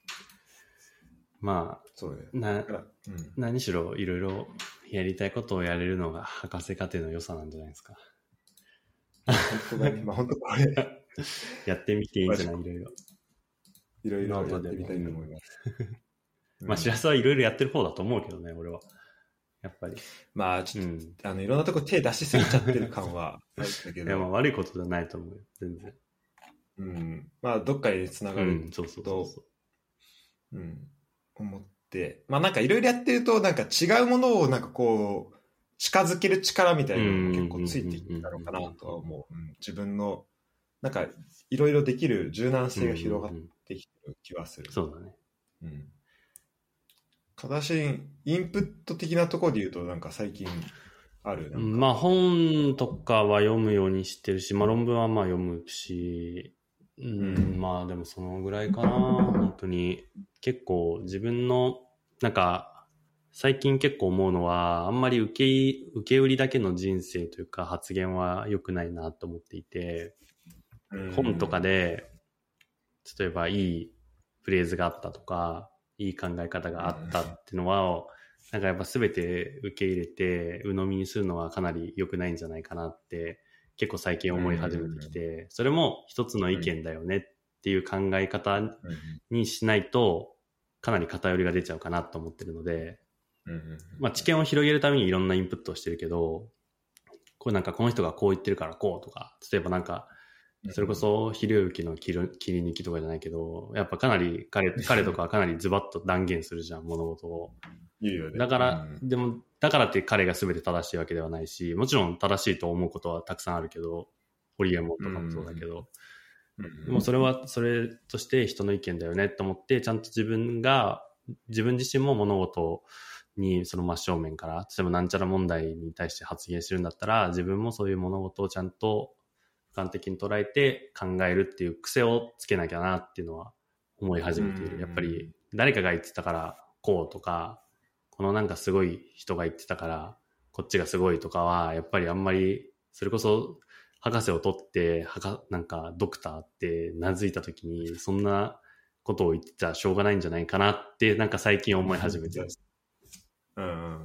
まあそう、ね、な、うん、何しろいろいろやりたいことをやれるのが博士課程の良さなんじゃないですか。 本当だね、まあ本当これやってみていいんじゃない、いろいろいろいろやってみたいと思います。 うん、まあ、しらすはいろいろやってる方だと思うけどね、俺は。やっぱり。 まあ、ちょっと、うん、あの、いろんなとこ手出しすぎちゃってる感はあるんだけど。 いや、まあ悪いことじゃないと思うよ、全然。 うん。まあ、どっかで繋がると、うん、 そうそうそうそう。 うん。思って。まあ、なんかいろいろやってると、なんか違うものをなんかこう、近づける力みたいなのも結構ついてきたのかなとは思う。うん、自分の、なんか、いろいろできる柔軟性が広がってきてる気はする。 そうだね。 うん。形インプット的なところで言うとなんか最近あるなんかまあ本とかは読むようにしてるし、まあ論文はまあ読むし、うん、うん、まあでもそのぐらいかな。本当に結構自分のなんか最近結構思うのはあんまり受け受け売りだけの人生というか発言は良くないなと思っていて、うん、本とかで例えばいいフレーズがあったとかいい考え方があったっていうのは、なんかやっぱ全て受け入れて鵜呑みにするのはかなり良くないんじゃないかなって結構最近思い始めてきて、それも一つの意見だよねっていう考え方にしないとかなり偏りが出ちゃうかなと思ってるので、まあ知見を広げるためにいろんなインプットをしてるけど、これなんかこの人がこう言ってるからこうとか、例えばなんかそれこそひろゆきの切り抜きとかじゃないけど、やっぱかなり彼彼とかはかなりズバッと断言するじゃん、物事を。 いいよね。 だから、うん、でもだからって彼が全て正しいわけではないし、もちろん正しいと思うことはたくさんあるけど、ホリエモンとかもそうだけど、うん、でもそれはそれとして人の意見だよねと思って、ちゃんと自分が自分自身も物事にその真正面から、例えばなんちゃら問題に対して発言してるんだったら、自分もそういう物事をちゃんと俯瞰的に捉えて考えるっていう癖をつけなきゃなっていうのは思い始めている。やっぱり誰かが言ってたからこうとか、このなんかすごい人が言ってたからこっちがすごいとかは、やっぱりあんまり、それこそ、博士を取って、はか、なんか、ドクターって名付いたときに、そんなことを言ってたらしょうがないんじゃないかなって、なんか最近思い始めてます。 うんうんうんうん。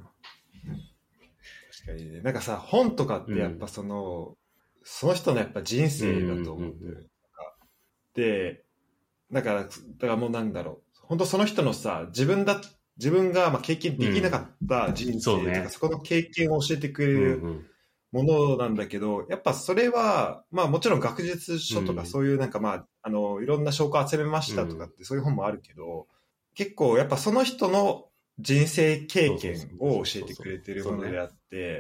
確かにね。なんかさ、本とかってやっぱその、うん、その人のやっぱ人生だと思うんだよね。で、だから、だからもうなんだろう。本当その人のさ、自分だ、自分がまあ経験できなかった人生とか、うん そ, ね、そこの経験を教えてくれるものなんだけど、うんうん、やっぱそれは、まあもちろん学術書とかそういうなんかまあ、あの、いろんな証拠を集めましたとかってそういう本もあるけど、結構やっぱその人の人生経験を教えてくれてるものであって、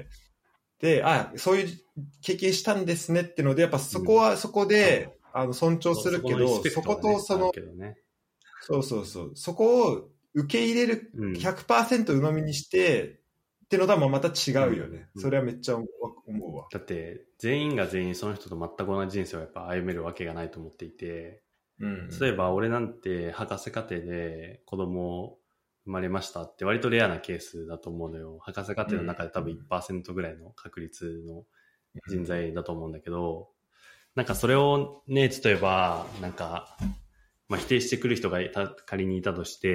で、あ、そういう経験したんですねってので、やっぱそこは、うん、そこで、あの尊重するけど、そ, そ, ね、そことその、ね、そうそうそう、そこを受け入れる ひゃくパーセント 鵜呑みにして、うん、ってのとはまた違うよね、うん。それはめっちゃ思うわ。 だって全員が全員その人と全く同じ人生をやっぱ歩めるわけがないと思っていて、うんうん、例えば俺なんて博士課程で子供生まれましたって割とレアなケースだと思うのよ。博士課程の中で多分 いちパーセント ぐらいの確率の人材だと思うんだけど、なんかそれをね、例えば、なんか、まあ、否定してくる人がいた仮にいたとして、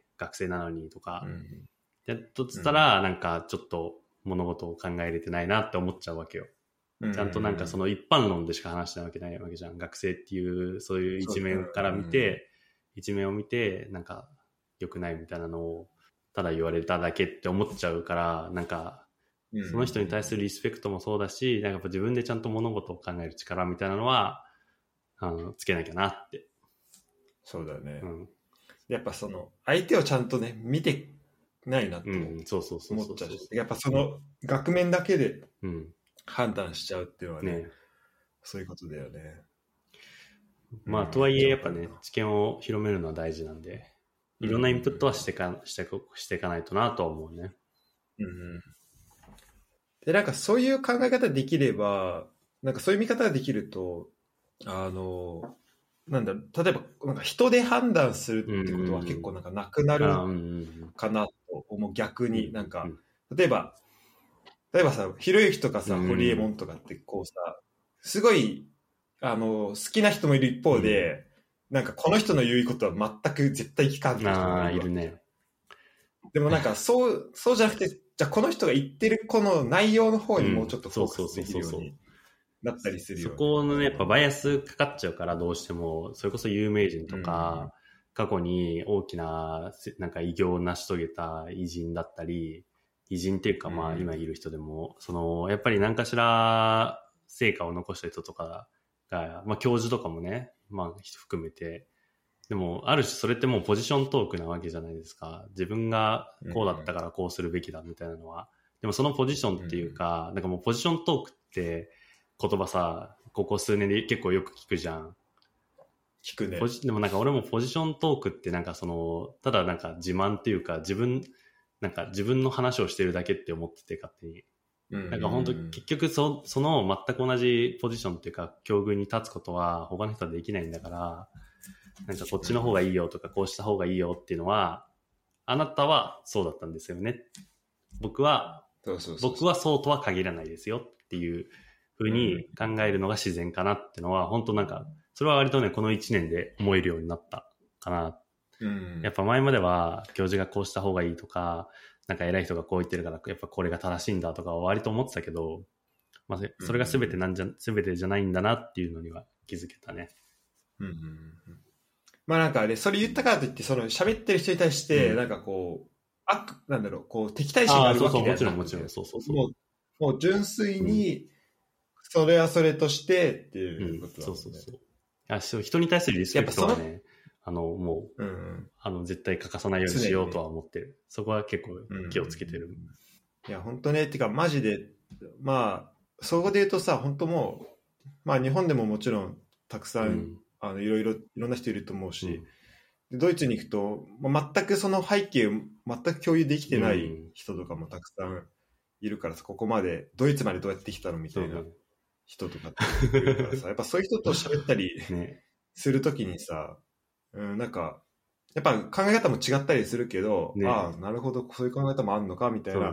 学生なのにとか、うん、やっとつったら、なんかちょっと物事を考えれてないなって思っちゃうわけよ。うん、ちゃんとなんかその一般論でしか話してないわけないわけじゃん。学生っていう、そういう一面から見て、うん、一面を見て、なんか良くないみたいなのを、ただ言われただけって思っちゃうから、なんか、その人に対するリスペクトもそうだし、なんかやっぱ自分でちゃんと物事を考える力みたいなのは、あの、つけなきゃなって。 そうだね。うん、やっぱその、相手をちゃんとね、見てないなって思っちゃう。やっぱその、額面だけで判断しちゃうっていうのはね、ね、そういうことだよね。 まあ、とはいえやっぱね、知見を広めるのは大事なんで、いろんなインプットはしてか、して、していかないとなとは思うね。 うん。で、なんかそういう考え方できれば、なんかそういう見方ができると、あの、なんだ、例えば、なんか人で判断するってことは結構なんかなくなるかなと思う、逆に。なんか、例えば、例えばさ、ひろゆきとかさ、ホリエモンとかってこうさ、すごい、あの、好きな人もいる一方で、なんかこの人の言うことは全く絶対聞かんない人もいる。いるね。でもなんかそう、そうじゃなくて、じゃあこの人が言ってるこの内容の方にもうちょっとフォーカスできるようになったりするよね。 そこのね、やっぱバイアスかかっちゃうからどうしても、それこそ有名人とか、うん、過去に大きななんか偉業を成し遂げた偉人だったり、偉人っていうかまあ今いる人でも、うん、そのやっぱり何かしら成果を残した人とかが、まあ教授とかもね、まあ含めて、でも、ある種それってもうポジショントークなわけじゃないですか。自分がこうだったからこうするべきだみたいなのは。でもそのポジションっていうか、なんかもうポジショントークって言葉さ、ここ数年で結構よく聞くじゃん。 聞くね。 でもなんか俺もポジショントークってなんかその、ただなんか自慢っていうか自分、なんか自分の話をしてるだけって思ってて勝手に。なんか本当結局そ、その全く同じポジションっていうか境遇に立つことは他の人はできないんだから、なんかこっちの方がいいよとかこうした方がいいよっていうのは、あなたはそうだったんですよね。僕は、 そうそうそうそう、 僕はそうとは限らないですよっていう風に考えるのが自然かなっていうのは、本当なんか、それは割とね、このいちねんで思えるようになったかな。うん、やっぱ前までは教授がこうした方がいいとか、なんか偉い人がこう言ってるから、やっぱこれが正しいんだとかは割と思ってたけど、まあ、それが全てなんじゃ、全てじゃないんだなっていうのには気づけたね。 うんうんうん、まあなんかね、それ言ったからといって、その喋ってる人に対して、なんかこう、悪、なんだろう、こう、敵対心があるわけではなくて、 もちろん、もちろん、そうそうそう。 もう、もう純粋に、それはそれとしてっていうことだもんね。 そうそうそう。あ、そう、人に対するリスペクトはね、あの、もう、 うんうん、 あの、絶対欠かさないようにしようとは思ってる。ね、そこは結構気をつけてる。うんうん、 いや、本当ね、てか、マジで、まあ、そこで言うとさ、本当もう、まあ日本でももちろん、たくさん、うんあのいろいろいろんな人いると思うし、うん、でドイツに行くと、まあ、全くその背景を全く共有できてない人とかもたくさんいるからさ、ここまでドイツまでどうやって来たのみたいな人とかっているからさ、やっぱそういう人と喋ったりするときにさ、うん、なんかやっぱ考え方も違ったりするけど、ね、ああなるほどそういう考え方もあるのかみたいな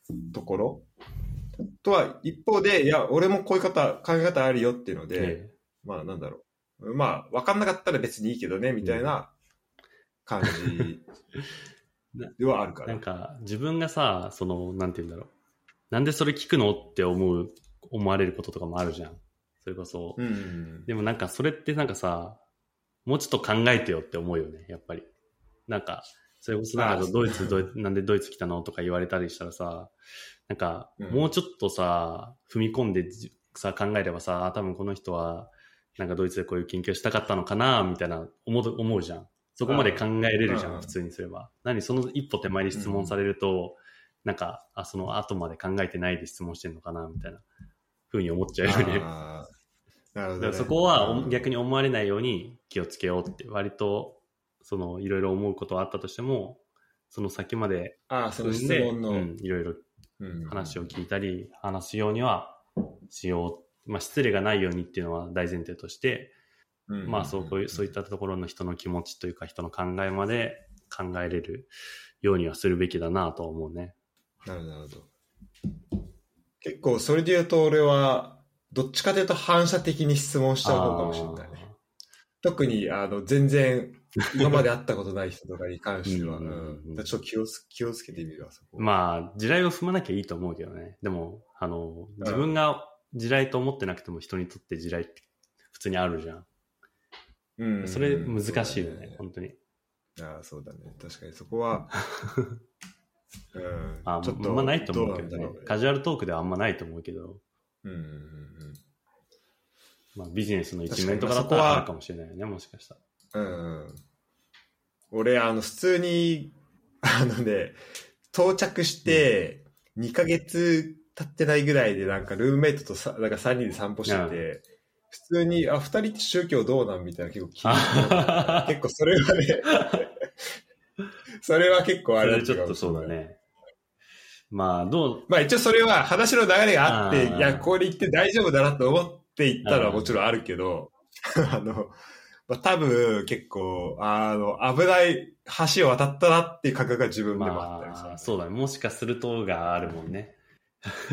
ところとは一方で、いや、俺もこういう方考え方あるよっていうので、 ええ、 まあなんだろう。まあ分かんなかったら別にいいけどね、みたいな感じではあるから。 なんか自分がさ、その、なんて言うんだろう。なんでそれ聞くのって思う、思われることとかもあるじゃん。それこそ。 うん、 でもなんかそれってなんかさ、もうちょっと考えてよって思うよね、やっぱり。なんか、それこそなんかドイツ、ドイツ、なんでドイツ来たのとか言われたりしたらさ、なんか、もうちょっとさ、踏み込んでさ、考えればさ、多分この人は、なんかドイツでこういう研究したかったのかな、みたいな思う、思うじゃん。そこまで考えれるじゃん、普通にすれば。何、その一歩手前に質問されると、なんか、あ、その後まで考えてないで質問してんのかな、みたいな風に思っちゃうよね。 なるほどね、 だからそこは逆に思われないように気をつけようって、割と、その、いろいろ思うことはあったとしても、その先まで、 ああ、その質問の、 うん、いろいろ話を聞いたり、話すようにはしよう。まあ、失礼がないようにっていうのは大前提として、うん、まあそう、こういう、そういったところの人の気持ちというか、人の考えまで考えれるようにはするべきだなと思うね。 なるほど、なるほど。結構、それで言うと、俺は、どっちかというと反射的に質問しちゃう方かもしれないね。特に、あの、全然、今まで会ったことない人とかに関しては、うんうんうん、ちょっと気をつ、気をつけてみるわ、そこ。 まあ、地雷を踏まなきゃいいと思うけどね。でも、あの、自分が地雷と思ってなくても人にとって地雷って普通にあるじゃん。うん。それ難しいよね、ね本当に。 ああ、そうだね。確かにそこは、 うん、あちょっとあんまないと思うけどね。どうカジュアルトークではあんまないと思うけど。うんうんうん。まあ、ビジネスの一面とかだったらあるかもしれないよね、もしかしたら。うん。俺、あの、普通に、あのね、到着して、にかげつ経ってないぐらいで、なんか、ルームメイトとさ、なんかさんにんで散歩してて、うん、普通に、あ、ふたりって宗教どうなんみたいな結構気になる。結構それはね、それは結構あれだったちょっとそうだね。まあ、どうまあ一応それは話の流れがあって、いや、これ言って大丈夫だなと思って言ったのはもちろんあるけど、あの、まあ、多分結構、あの、危ない橋を渡ったなっていう感覚が自分でもあったりする、 まあ、そうだね。もしかするとがあるもんね。 うん、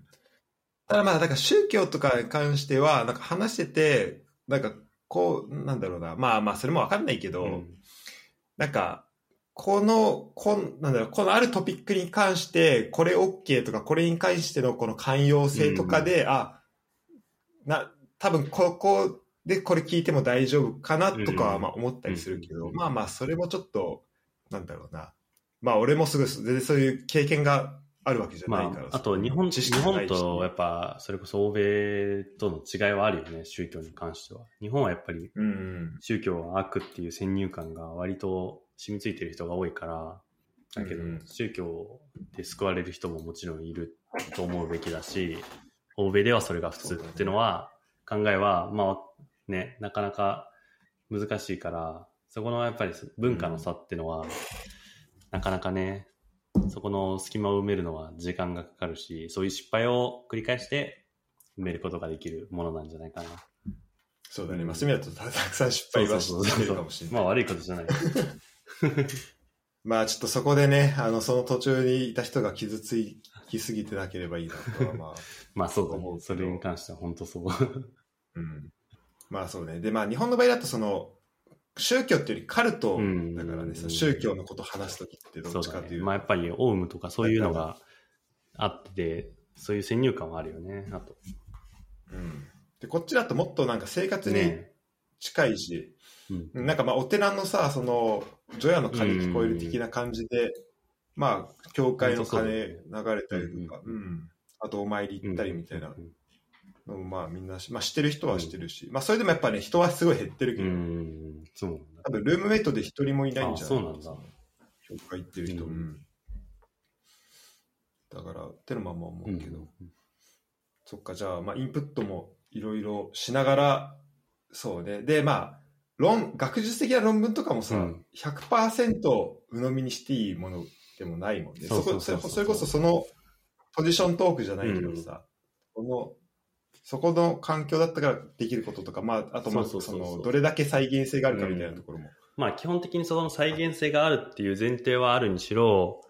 ただまあ、だから宗教とかに関しては、なんか話してて、なんかこう、なんだろうな、まあまあ、それもわかんないけど、うん、なんか、この、こん、なんだろう、このあるトピックに関して、これ OK とか、これに関してのこの寛容性とかで、うん、あ、な、多分ここでこれ聞いても大丈夫かなとかはまあ思ったりするけど、うん、まあまあ、それもちょっと、なんだろうな。まあ、俺もすぐ、全然そういう経験があるわけじゃないから。まあ、あと日本、日本とやっぱ、それこそ欧米との違いはあるよね、宗教に関しては。日本はやっぱり、宗教は悪っていう先入観が割と、染みついてる人が多いから、だけど、うん、宗教で救われる人ももちろんいると思うべきだし、欧米ではそれが普通っていうのは、考えは、まあね、なかなか難しいから、そこのやっぱり文化の差っていうのは、うん、なかなかね、そこの隙間を埋めるのは時間がかかるし、そういう失敗を繰り返して埋めることができるものなんじゃないかな。 そうだね、マスミだとたくさん失敗はしてるかもしれない。 まあ悪いことじゃない。 まあちょっとそこでね、あの、その途中にいた人が傷つきすぎてなければいいなとは、まあ。 まあそうだね。それに関しては本当そう。 うん。まあそうね。で、まあ日本の場合だとその、宗教っていうよりカルトだからね、その宗教のことを話すときってどっちかというと。そうだね。 まあやっぱりオウムとかそういうのがあって、そういう先入観はあるよね、あと。 うん。で、こっちだともっとなんか生活に近いし、ね、うん、なんかまあお寺のさ、その除夜の鐘聞こえる的な感じで、まあ教会の鐘流れたりとか、うん、うん、あとお参り行ったりみたいなのもまあみんな、まあ知ってる人は知ってるし、うん、まあそれでもやっぱね人はすごい減ってるけど、うん、そうなんだ。多分ルームメイトで一人もいないんじゃないかな。そうなんだ。教会行ってる人、うん、だからってのまま思うけど、うん、そっか、じゃあまあインプットもいろいろしながら、そうね。で、まあ、論、学術的な論文とかもさ、うん、ひゃくパーセント 鵜呑みにしていいものでもないもんね。それこそそのポジショントークじゃないけどさ、うん、この、そこの環境だったからできることとか、まあ、あとまあ、その、どれだけ再現性があるかみたいなところも。うん、 まあ、基本的にその再現性があるっていう前提はあるにしろ、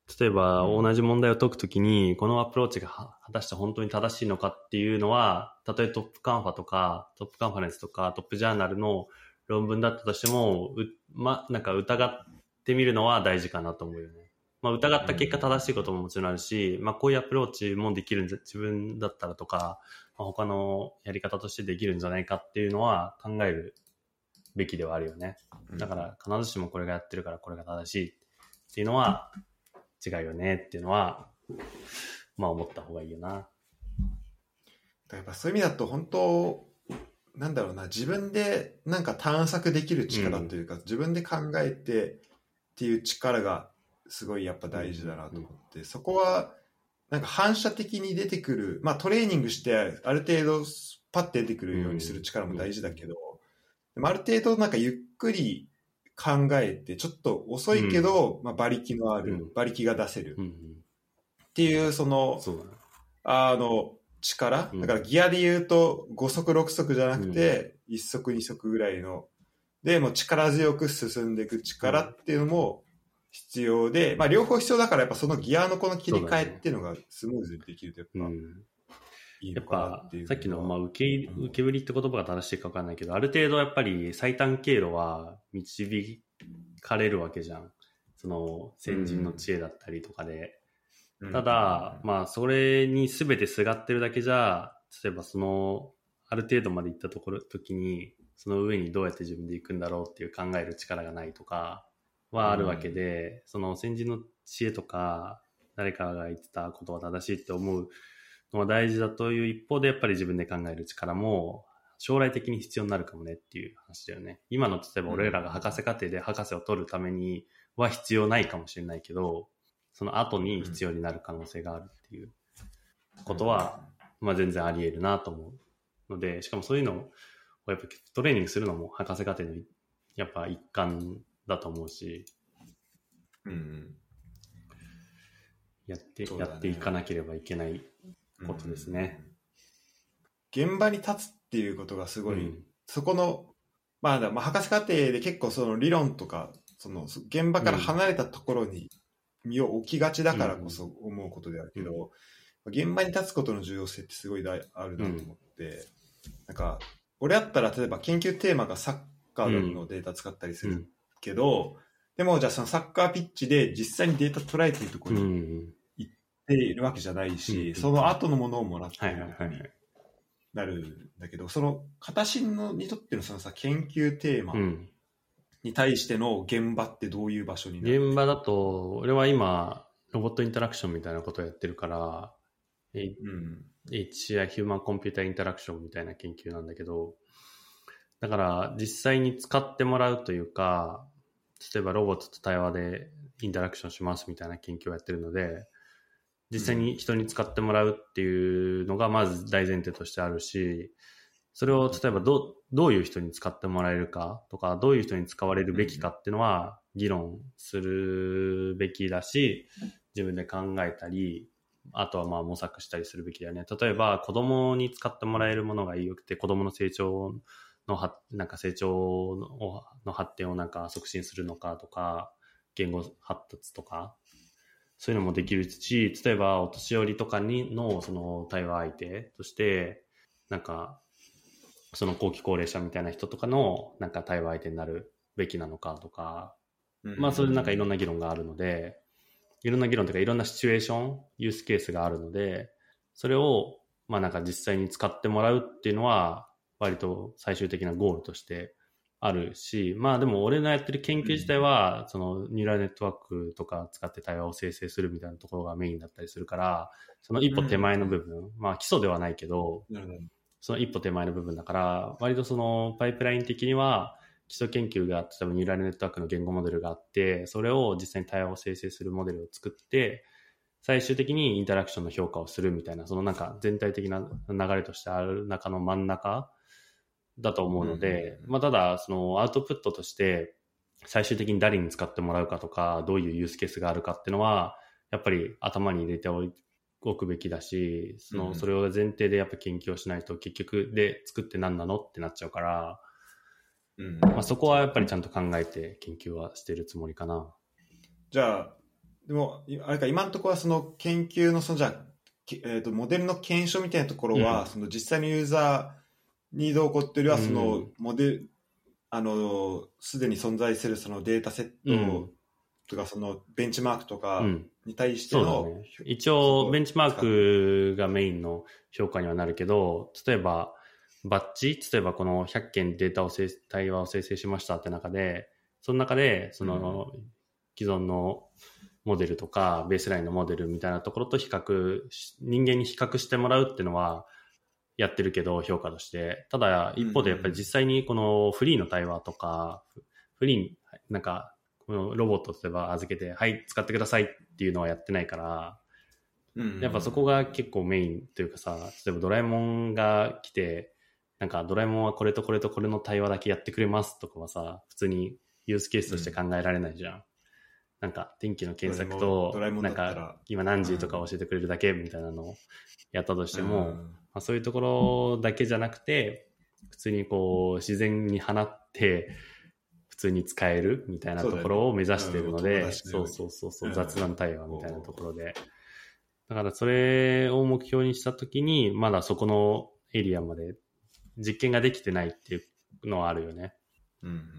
例えば同じ問題を解くときに、このアプローチが果たして本当に正しいのかっていうのは、たとえトップカンファとか、トップカンファレンスとか、トップジャーナルの論文だったとしても、うま、なんか疑ってみるのは大事かなと思うよね。まあ疑った結果正しいことももちろんあるし、うん、まあこういうアプローチもできるんじゃ、自分だったらとか、まあ、他のやり方としてできるんじゃないかっていうのは考えるべきではあるよね。だから必ずしもこれがやってるからこれが正しいっていうのは、違うよねっていうのはまあ思った方がいいよな。 やっぱそういう意味だと本当なんだろうな、自分でなんか探索できる力というか、うん、自分で考えてっていう力がすごいやっぱ大事だなと思って、うん、そこはなんか反射的に出てくる、まあトレーニングしてある程度パッて出てくるようにする力も大事だけど、うん、でもある程度なんかゆっくり考えてちょっと遅いけど、うんまあ、馬力のある、うん、馬力が出せる、うん、っていうそのそうだ、ね、 あの力、だからギアで言うとご速ろく速じゃなくていっ速に速ぐらいのでもう力強く進んでいく力っていうのも必要で、まあ、両方必要だからやっぱそのギアのこの切り替えっていうのがスムーズにできるとやっぱ、 いいのかなっていう。やっぱさっきの、まあ、受け、受け売りって言葉が正しいか分かんないけど、ある程度やっぱり最短経路は導かれるわけじゃん。その先人の知恵だったりとかで。うん、ただ、まあ、それに全てすがってるだけじゃ、例えばその、ある程度まで行ったところ、時に、その上にどうやって自分で行くんだろうっていう考える力がないとかはあるわけで、うん、その先人の知恵とか、誰かが言ってたことが正しいって思うのは大事だという一方で、やっぱり自分で考える力も将来的に必要になるかもねっていう話だよね。今の例えば俺らが博士課程で博士を取るためには必要ないかもしれないけど、その後に必要になる可能性があるっていうことは、まあ全然あり得るなと思うので、しかもそういうのをやっぱトレーニングするのも博士課程のやっぱ一環だと思うし、うん、やって、ね、やっていかなければいけないことですね。 うん、現場に立つっていうことがすごい、うん、そこの、まあ、まあ、博士課程で結構その理論とか、その現場から離れたところに身を置きがちだからこそ思うことであるけど、うん、現場に立つことの重要性ってすごい大あるなと思って、うん、なんか、俺だったら例えば研究テーマがサッカーのデータ使ったりするけど、うん、でもじゃあそのサッカーピッチで実際にデータ捉えているところに行っているわけじゃないし、うん、その後のものをもらっていることになるんだけど、その片のにとってのそのさ研究テーマに対しての現場ってどういう場所になる？ 現場だと俺は今ロボットインタラクションみたいなことをやってるから、うん、エイチシーアイ ヒューマンコンピューターインタラクションみたいな研究なんだけど、だから実際に使ってもらうというか、例えばロボットと対話でインタラクションしますみたいな研究をやってるので、実際に人に使ってもらうっていうのがまず大前提としてあるし、それを例えばどう、どういう人に使ってもらえるかとか、どういう人に使われるべきかっていうのは議論するべきだし、自分で考えたり、あとはまあ模索したりするべきだよね。例えば子供に使ってもらえるものが良くて、子供の成長のはなんか成長 の, の発展をなんか促進するのかとか、言語発達とか、そういうのもできるし、例えばお年寄りとかにのその対話相手として、なんかその後期高齢者みたいな人とかのなんか対話相手になるべきなのかとか、まあそういうなんかいろんな議論があるので、いろんな議論というかいろんなシチュエーション、ユースケースがあるので、それをまあなんか実際に使ってもらうっていうのは割と最終的なゴールとしてあるし、まあでも俺のやってる研究自体はそのニューラルネットワークとか使って対話を生成するみたいなところがメインだったりするから、その一歩手前の部分、まあ基礎ではないけど、その一歩手前の部分だから、割とそのパイプライン的には基礎研究が例えばニューラルネットワークの言語モデルがあって、それを実際に対話を生成するモデルを作って最終的にインタラクションの評価をするみたいな、そのなんか全体的な流れとしてある中の真ん中だと思うので、まあただそのアウトプットとして最終的に誰に使ってもらうかとか、どういうユースケースがあるかっていうのはやっぱり頭に入れておくべきだし、そのそれを前提でやっぱ研究をしないと結局で作って何なのってなっちゃうから、うんまあ、そこはやっぱりちゃんと考えて研究はしてるつもりかな。 じゃあでも、あれか、今のところはその研究の、そのじゃあ、えーと、モデルの検証みたいなところは、うん、その実際のユーザーにどうこうっていうよりは、そのモデル、うん、あの、すでに存在するそのデータセットとか、そのベンチマークとかに対しての、 うんね、一応、ベンチマークがメインの評価にはなるけど、例えば、バッジ、例えばこのひゃっけんデータを生、対話を生成しましたって中で、その中で、その、うん、既存のモデルとかベースラインのモデルみたいなところと比較、人間に比較してもらうっていうのはやってるけど評価として。ただ一方でやっぱり実際にこのフリーの対話とか、フリー、なんかこのロボット例えば預けて、はい使ってくださいっていうのはやってないから、やっぱそこが結構メインというかさ、例えばドラえもんが来て、なんかドラえもんはこれとこれとこれの対話だけやってくれますとかはさ、普通にユースケースとして考えられないじゃん。なんか天気の検索となんか今何時とか教えてくれるだけみたいなのをやったとしても、うんまあ、そういうところだけじゃなくて普通にこう自然に放って普通に使えるみたいなところを目指しているので、そうそうそうそう雑談対話みたいなところで、だからそれを目標にしたときにまだそこのエリアまで実験ができてないっていうのはあるよね。 うんうん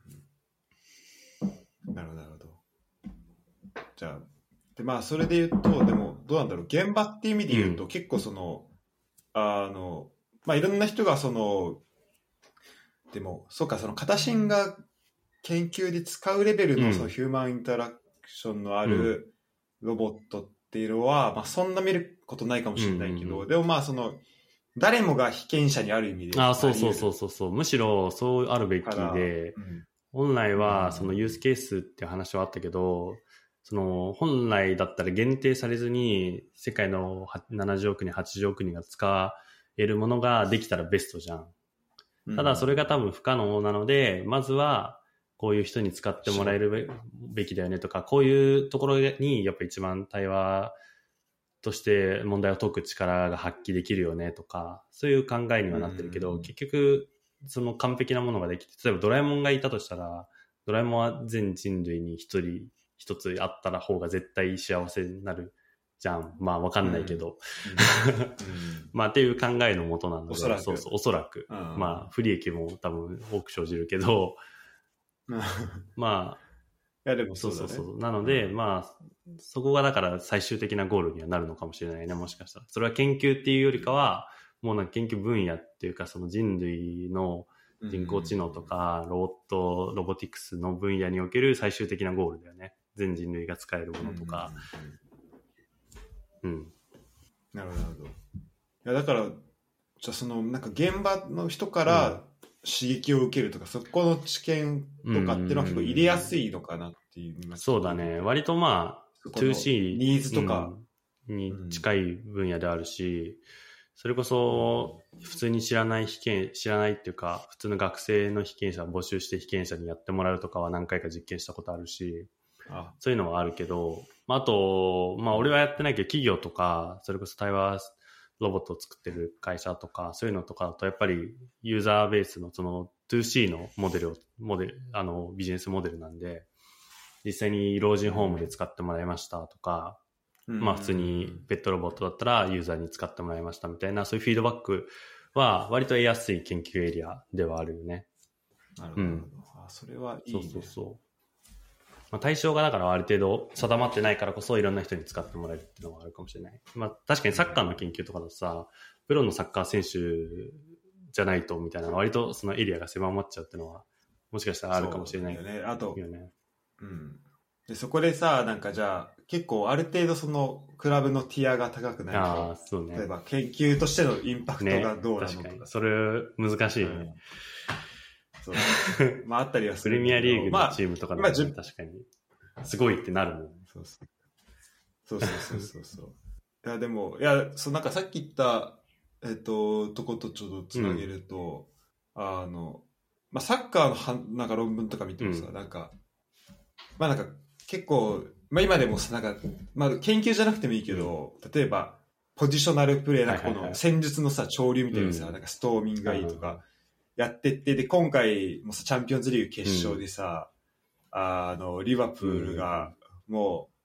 うん、なるほどなるほど。じゃあでまあそれで言うとでもどうなんだろう、現場っていう意味で言うと、うん、結構そのあのまあいろんな人がそのでもそうかその片心が研究で使うレベルのそのヒューマンインタラクションのあるロボットっていうのは、うんまあ、そんな見ることないかもしれないけど、うんうん、でもまあその誰もが被験者にある意味であそうそうそうそうそうむしろそうあるべきで、うん、本来はそのユースケースっていう話はあったけど、その本来だったら限定されずに世界のななじゅうおくにんはちじゅうおくにんが使えるものができたらベストじゃん。ただそれが多分不可能なので、まずはこういう人に使ってもらえるべきだよねとか、こういうところにやっぱ一番対話として問題を解く力が発揮できるよねとか、そういう考えにはなってるけど、結局その完璧なものができて、例えばドラえもんがいたとしたら、ドラえもんは全人類に一人一つあったら方が絶対幸せになるじゃん。まあわかんないけど、うんうん、まあっていう考えのもとなので、おそらくそうそうおそらく、うん、まあ不利益も多分多く生じるけど、まあいやでもそうだね、 そうそうそうなので、うん、まあそこがだから最終的なゴールにはなるのかもしれないね、もしかしたら。それは研究っていうよりかは、もうなんか研究分野っていうかその人類の人工知能とかロボット、ロボティクスの分野における最終的なゴールだよね。全人類が使えるものとか。うん。うん、 なるほど、なるほど。いや、だから、じゃあその、なんか現場の人から刺激を受けるとか、うん、そこの知見とかっていうのは結構入れやすいのかなっていう。 そうだね。割とまあ、ツーシーニーズとか、 うん、に近い分野であるし、それこそ普通に知らない被験知らないっていうか普通の学生の被験者を募集して被験者にやってもらうとかは何回か実験したことあるし、あそういうのはあるけど、まあ、あとまあ俺はやってないけど企業とかそれこそ対話ロボットを作ってる会社とかそういうのとかだとやっぱりユーザーベースのその ツーシー のモデルをモデルあのビジネスモデルなんで実際に老人ホームで使ってもらいましたとか、まあ普通にペットロボットだったらユーザーに使ってもらいましたみたいなそういうフィードバックは割と得やすい研究エリアではあるよね。 なるほど、うん、あそれはいいね。 そうそうそう、まあ、対象がだからある程度定まってないからこそいろんな人に使ってもらえるっていうのがあるかもしれない。まあ確かにサッカーの研究とかだとさプロのサッカー選手じゃないとみたいな割とそのエリアが狭まっちゃうっていうのはもしかしたらあるかもしれないよね。 あと、ねうん、でそこでさなんかじゃあ結構ある程度そのクラブのティアが高くないと、 あそうね、 例えば研究としてのインパクトがどうなのとか、ね、確かにそれ難しいよね、うん、 そうまああったりはするプレミアリーグのチームとかでも、ねまあ、確かにすごいってなるもん。 そうそうそうそうそうそういやでもいやそうなんかさっき言ったえっ、ー、ととことちょっとつなげると、うん、あのまあサッカーのはなんか論文とか見てもさ、うん、なんかまあなんか結構まあ今でもさなんかまあ研究じゃなくてもいいけど、うん、例えばポジショナルプレーなんかこの戦術のさ潮流みたいなさ、うん、なんかストーミングがいいとかやってってで今回もさチャンピオンズリーグ決勝でさ、うん、あのリバプールがも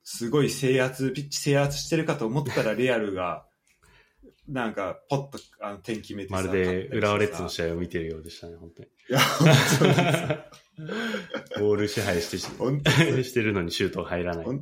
すごい制圧、ピッチ制圧してるかと思ったら、レアルが、なんか、ポッとあの点決めてさ、 まるで浦和レッズの試合を見てるようでしたね、本当に。 いや、本当にさボール支配してししてるのにシュート入らない。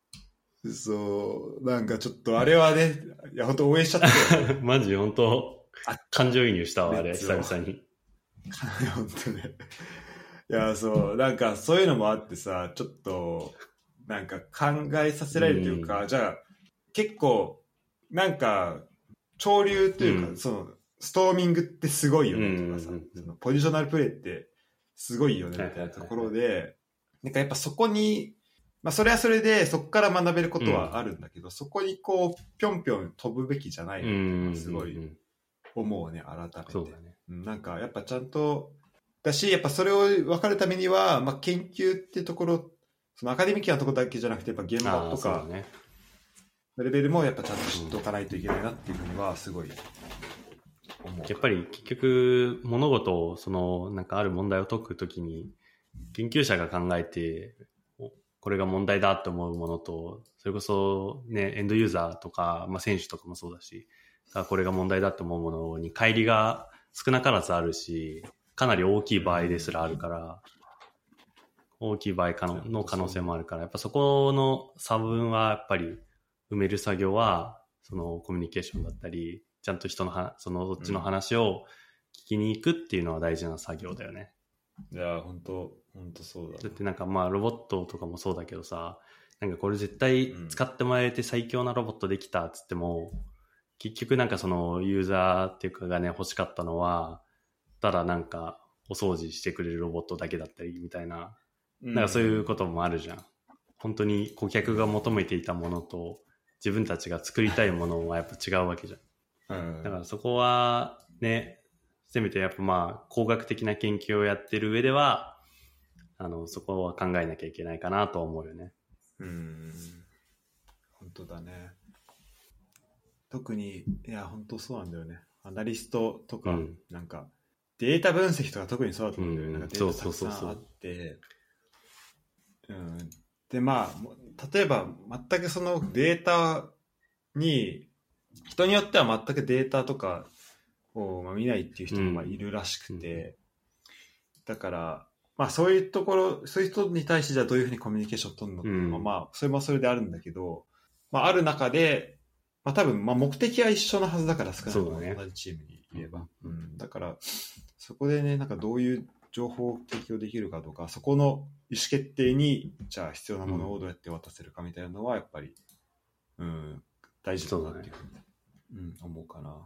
そう、なんかちょっとあれはね、いや、本当応援しちゃったよ、ね。 マジ本当、感情移入したわ、あれ、久々に。 本当ね。いや、そう、なんかそういうのもあってさ、ちょっと、なんか考えさせられるというか、うん、じゃあ、結構、なんか、潮流というか、うん、その、ストーミングってすごいよねとかさ、うんうんうん、そのポジショナルプレーってすごいよねみたいなところで、なんかやっぱそこに、まあそれはそれでそこから学べることはあるんだけど、うん、そこにこう、ぴょんぴょん飛ぶべきじゃないのかすごい思うね、改めて。 そうだね。 なんかやっぱちゃんと、だし、やっぱそれを分かるためには、まあ研究っていうところ、そのアカデミックなところだけじゃなくて、やっぱ現場とか、レベルもやっぱちゃんと知っておかないといけないなっていうふうにはすごい思う。 やっぱり結局物事をそのなんかある問題を解くときに研究者が考えてこれが問題だと思うものとそれこそねエンドユーザーとか、まあ、選手とかもそうだしこれが問題だと思うものに乖離が少なからずあるしかなり大きい場合ですらあるから大きい場合の可能性もあるからやっぱそこの差分はやっぱり埋める作業はそのコミュニケーションだったりちゃんと人のはそのどっちの話を聞きに行くっていうのは大事な作業だよね。 いや本当本当そうだ。 だってなんかまあロボットとかもそうだけどさなんかこれ絶対使ってもらえて最強なロボットできたっつっても、うん、結局なんかそのユーザーっていうかがね欲しかったのはただなんかお掃除してくれるロボットだけだったりみたいな、うん、なんかそういうこともあるじゃん。本当に顧客が求めていたものと自分たちが作りたいものはやっぱ違うわけじゃん。うん、だからそこはねせめてやっぱまあ工学的な研究をやってる上ではあのそこは考えなきゃいけないかなと思うよね。 うん本当だね。特にいや本当そうなんだよね。アナリストとか、うん、なんかデータ分析とか特にそうだと思うんだよね。うん、なんかデータたくさんあってうんでまあ例えば全くそのデータに人によっては全くデータとかを見ないっていう人もまあいるらしくて、うん、だからまあそういうところそういう人に対してじゃあどういうふうにコミュニケーションを取るのか、うん、まあそれもそれであるんだけど、まあ、ある中で、まあ、多分まあ目的は一緒なはずだから少なくとも同じチームにいれば、うん、だからそこでねなんかどういう情報を提供できるかとかそこの意思決定にじゃあ必要なものをどうやって渡せるかみたいなのはやっぱり、うん、大事だなっていうふうにうん、思うかな。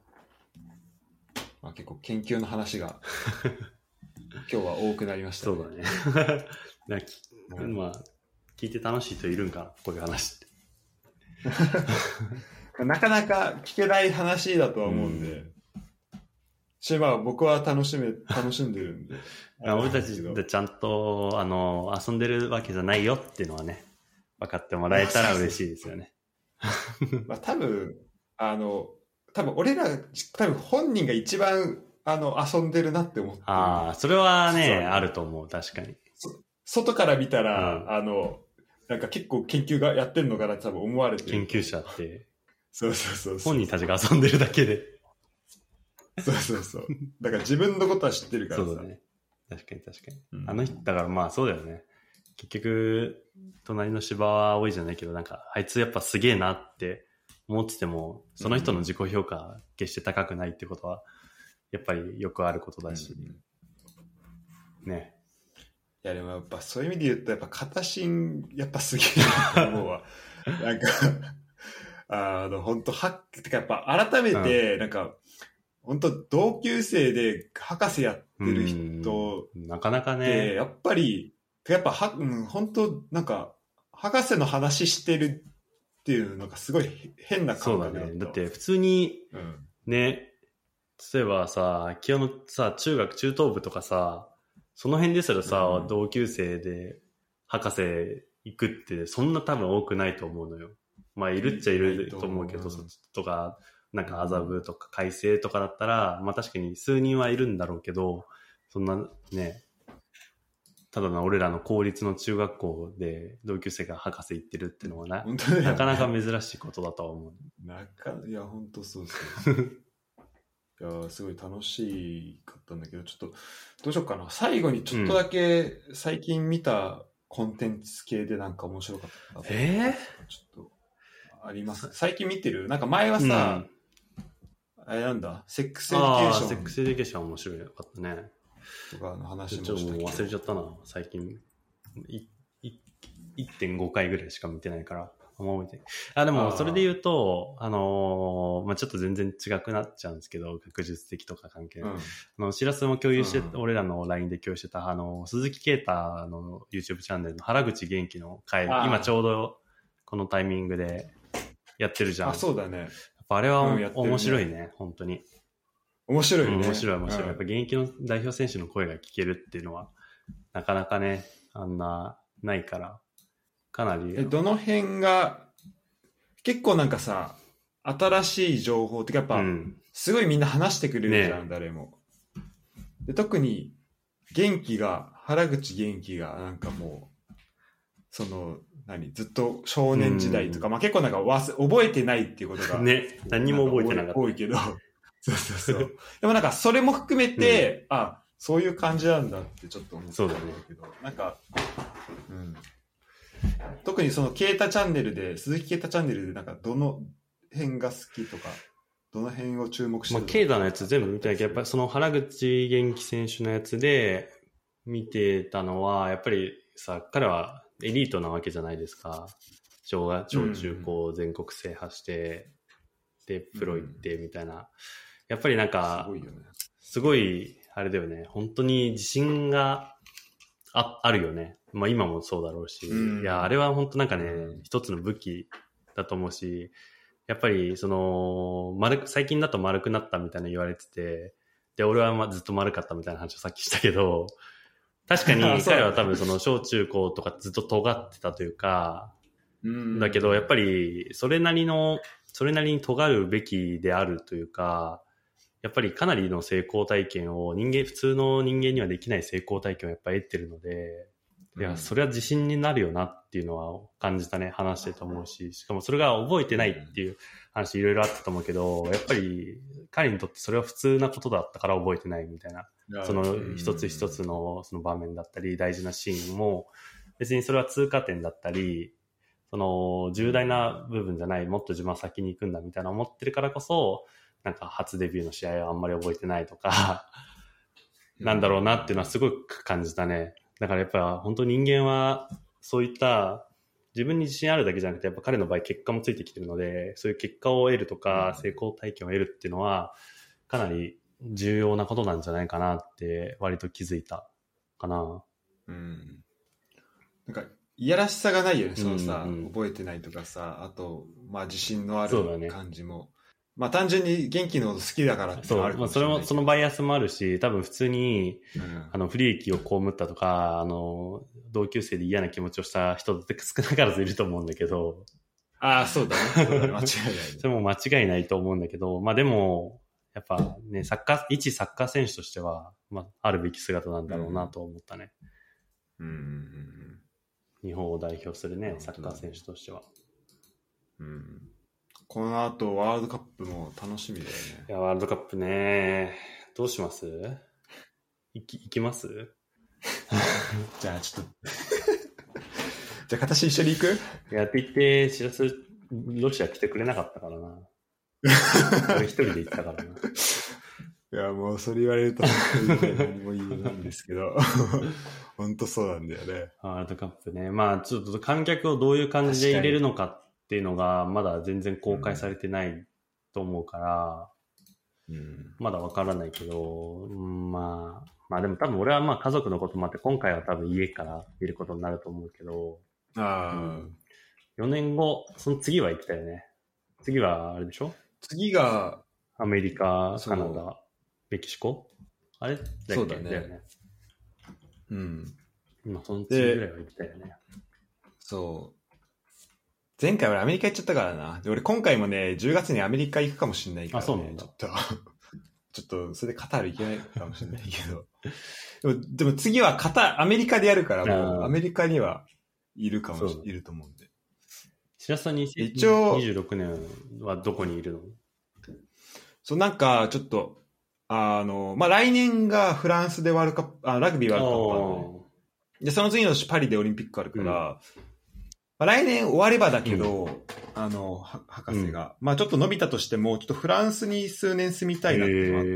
まあ、結構研究の話が今日は多くなりましたね。 そうだね。なき、うん、まあ聞いて楽しい人いるんかなこういう話って。なかなか聞けない話だとは思うんで、うん、しまあ僕は楽しめ楽しんでるんで。 俺たちでちゃんとあの遊んでるわけじゃないよっていうのはね分かってもらえたら嬉しいですよね。 まあ多分。あの多分俺ら多分本人が一番あの遊んでるなって思ってる。 ああそれはねあると思う確かに。 外から見たら、うん、あのなんか結構研究がやってるのかなって多分思われてる。 研究者ってそうそうそうそう本人たちが遊んでるだけで。 そうそうそう。だから自分のことは知ってるからさ。 そうだね。確かに確かに。うん、あの人だからまあそうだよね。結局隣の芝は多いじゃないけどなんかあいつやっぱすげえなって。思っててもその人の自己評価決して高くないってことはやっぱりよくあることだし、うん、ね。 いやでもやっぱそういう意味で言うとやっぱ片心やっぱすげえなと思うわ。なんかあの本当はってかやっぱ改めてなんか、うん、本当同級生で博士やってる人なかなかねやっぱりやっぱは、うん、本当なんか博士の話してるっていうのがすごい変な感覚だった。 そうだね。だって普通に、うん、ね、例えばさ、清野さ、中学中等部とかさ、その辺ですらさ、うん、同級生で博士行くってそんな多分多くないと思うのよ。まあいるっちゃいると思うけど、うん、とか、なんか麻布とか開成とかだったら、まあ確かに数人はいるんだろうけど、そんなね、 ただの俺らの公立の中学校で同級生が博士行ってるっていうのは な,、 本当だよね、 なかなか珍しいことだとは思う。 なかいや本当そうそういやすごい楽しかったんだけど、ちょっとどうしようかな。最後にちょっとだけ最近見たコンテンツ系でなんか面白かった、 うん、えー、 ちょっとあります。最近見てるなんか前はさ、うん、あれなんだセックスエデュケーション。 セックスエデュケーション面白かったね。 とかの話もちょっともう忘れちゃったな。最近いい いってんご 回ぐらいしか見てないからあんま覚えてない。あでもそれで言うとあ、あのーまあ、ちょっと全然違くなっちゃうんですけど、学術的とか関係ない、うん、あのしらすも共有して、うん、俺らの ライン で共有してたあの鈴木啓太の YouTube チャンネルの原口元気の回、今ちょうどこのタイミングでやってるじゃん。 あそうだね。やっぱあれは、うんね、面白いね本当に。 面白いね、 うん、面白い面白い、うん、やっぱ現役の代表選手の声が聞けるっていうのはなかなかねあんなないからかなり。 えどの辺が結構なんかさ新しい情報ってやっぱ、うん、すごいみんな話してくれるじゃん、ね、誰もで特に元気が原口元気がなんかもうその何ずっと少年時代とか、うん、まあ結構なんか忘覚えてないっていうことがね何も覚えてなかった多いけどそうそうそうでもなんかそれも含めて、うん、あそういう感じなんだってちょっと思ったんだけど、ね、なんか、うん、特にそのケイタチャンネルで鈴木ケイタチャンネルでなんかどの辺が好きとかどの辺を注目してるのか、 まあ、ケイタのやつ全部見てないけどやっぱりその原口元気選手のやつで見てたのはやっぱりさ彼はエリートなわけじゃないですか。小学小中高全国制覇して、うん、でプロ行ってみたいな、うん、やっぱりなんかすごいよね。すごいあれだよね。本当に自信が あ, あるよね。まあ今もそうだろうし、うん、いやあれは本当なんかね一つの武器だと思うし、やっぱりその丸最近だと丸くなったみたいな言われてて、で俺はまずっと丸かったみたいな話をさっきしたけど、確かに彼は多分その小中高とかずっと尖ってたというか、うんだけどやっぱりそれなりのそれなりに尖るべきであるというか。やっぱりかなりの成功体験を人間普通の人間にはできない成功体験をやっぱり得てるので、いやそれは自信になるよなっていうのは感じたね。話してると思うし、しかもそれが覚えてないっていう話いろいろあったと思うけど、やっぱり彼にとってそれは普通なことだったから覚えてないみたいな、その一つ一つのその場面だったり大事なシーンも別にそれは通過点だったり、その重大な部分じゃない、もっと自分は先に行くんだみたいな思ってるからこそ、なんか初デビューの試合はあんまり覚えてないとかなんだろうなっていうのはすごく感じたね。だからやっぱ本当人間はそういった自分に自信あるだけじゃなくて、やっぱ彼の場合結果もついてきてるので、そういう結果を得るとか成功体験を得るっていうのはかなり重要なことなんじゃないかなって割と気づいたかな。 うん。なんかいやらしさがないよね、そのさ、うんうん、覚えてないとかさ、あとまあ自信のある感じも。まあ単純に元気のこと好きだからっていうのはあるかもしれない。そう、まあ、それもそのバイアスもあるし、多分普通に、うん、あの不利益を被ったとか、あの同級生で嫌な気持ちをした人って少なからずいると思うんだけど。 ああ、そうだね。そうだね、間違いない。 それも間違いないと思うんだけど、まあでもやっぱね、サッカー一サッカー選手としては、まああるべき姿なんだろうなと思ったね。 うん。うんうんうん、 日本を代表するね、サッカー選手としては。 うん。この後ワールドカップも楽しみだよね。 いやワールドカップね、どうします？行き行きます？ じゃあちょっとじゃあ形一緒に行く？ やっていって知らすロシア来てくれなかったからな。俺一人で行ったからな。いやもうそれ言われると何も言えないんですけど本当そうなんだよね。 ワールドカップね、まあちょっと観客をどういう感じで入れるのかっていうのがまだ全然公開されてないと思うから、うん、まだわからないけど、うん、まあまあでも多分俺はまあ家族のこともあって今回は多分家から見ることになると思うけど、 あ、うん、 よねんごその次は行きたいよね。次はあれでしょ？ 次がアメリカ、カナダ、メキシコ？あれだっけ？ そうだね。 だよね。 うん。 今その次ぐらいは行きたいよね。 そう。前回俺アメリカ行っちゃったからな。で俺今回もね、じゅうがつにアメリカ行くかもしれないから、ね。 あ、そうなんだ。 ちょっとそれでカタール行けないかもしれないけどでも、でも次はカタールアメリカでやるからもうアメリカにはいるかもしいると思うんで。 白洲さんにせんにじゅうろくねんはどこにいるの？ そうなんかちょっとあのまあ来年がフランスでワールドカップあラグビーワールドカップあるのね。でその次の年パリでオリンピックあるから、うんまあ、来年終わればだけど、うん、あの博士が、うん、まあちょっと伸びたとしてもちょっとフランスに数年住みたいなってのがあって、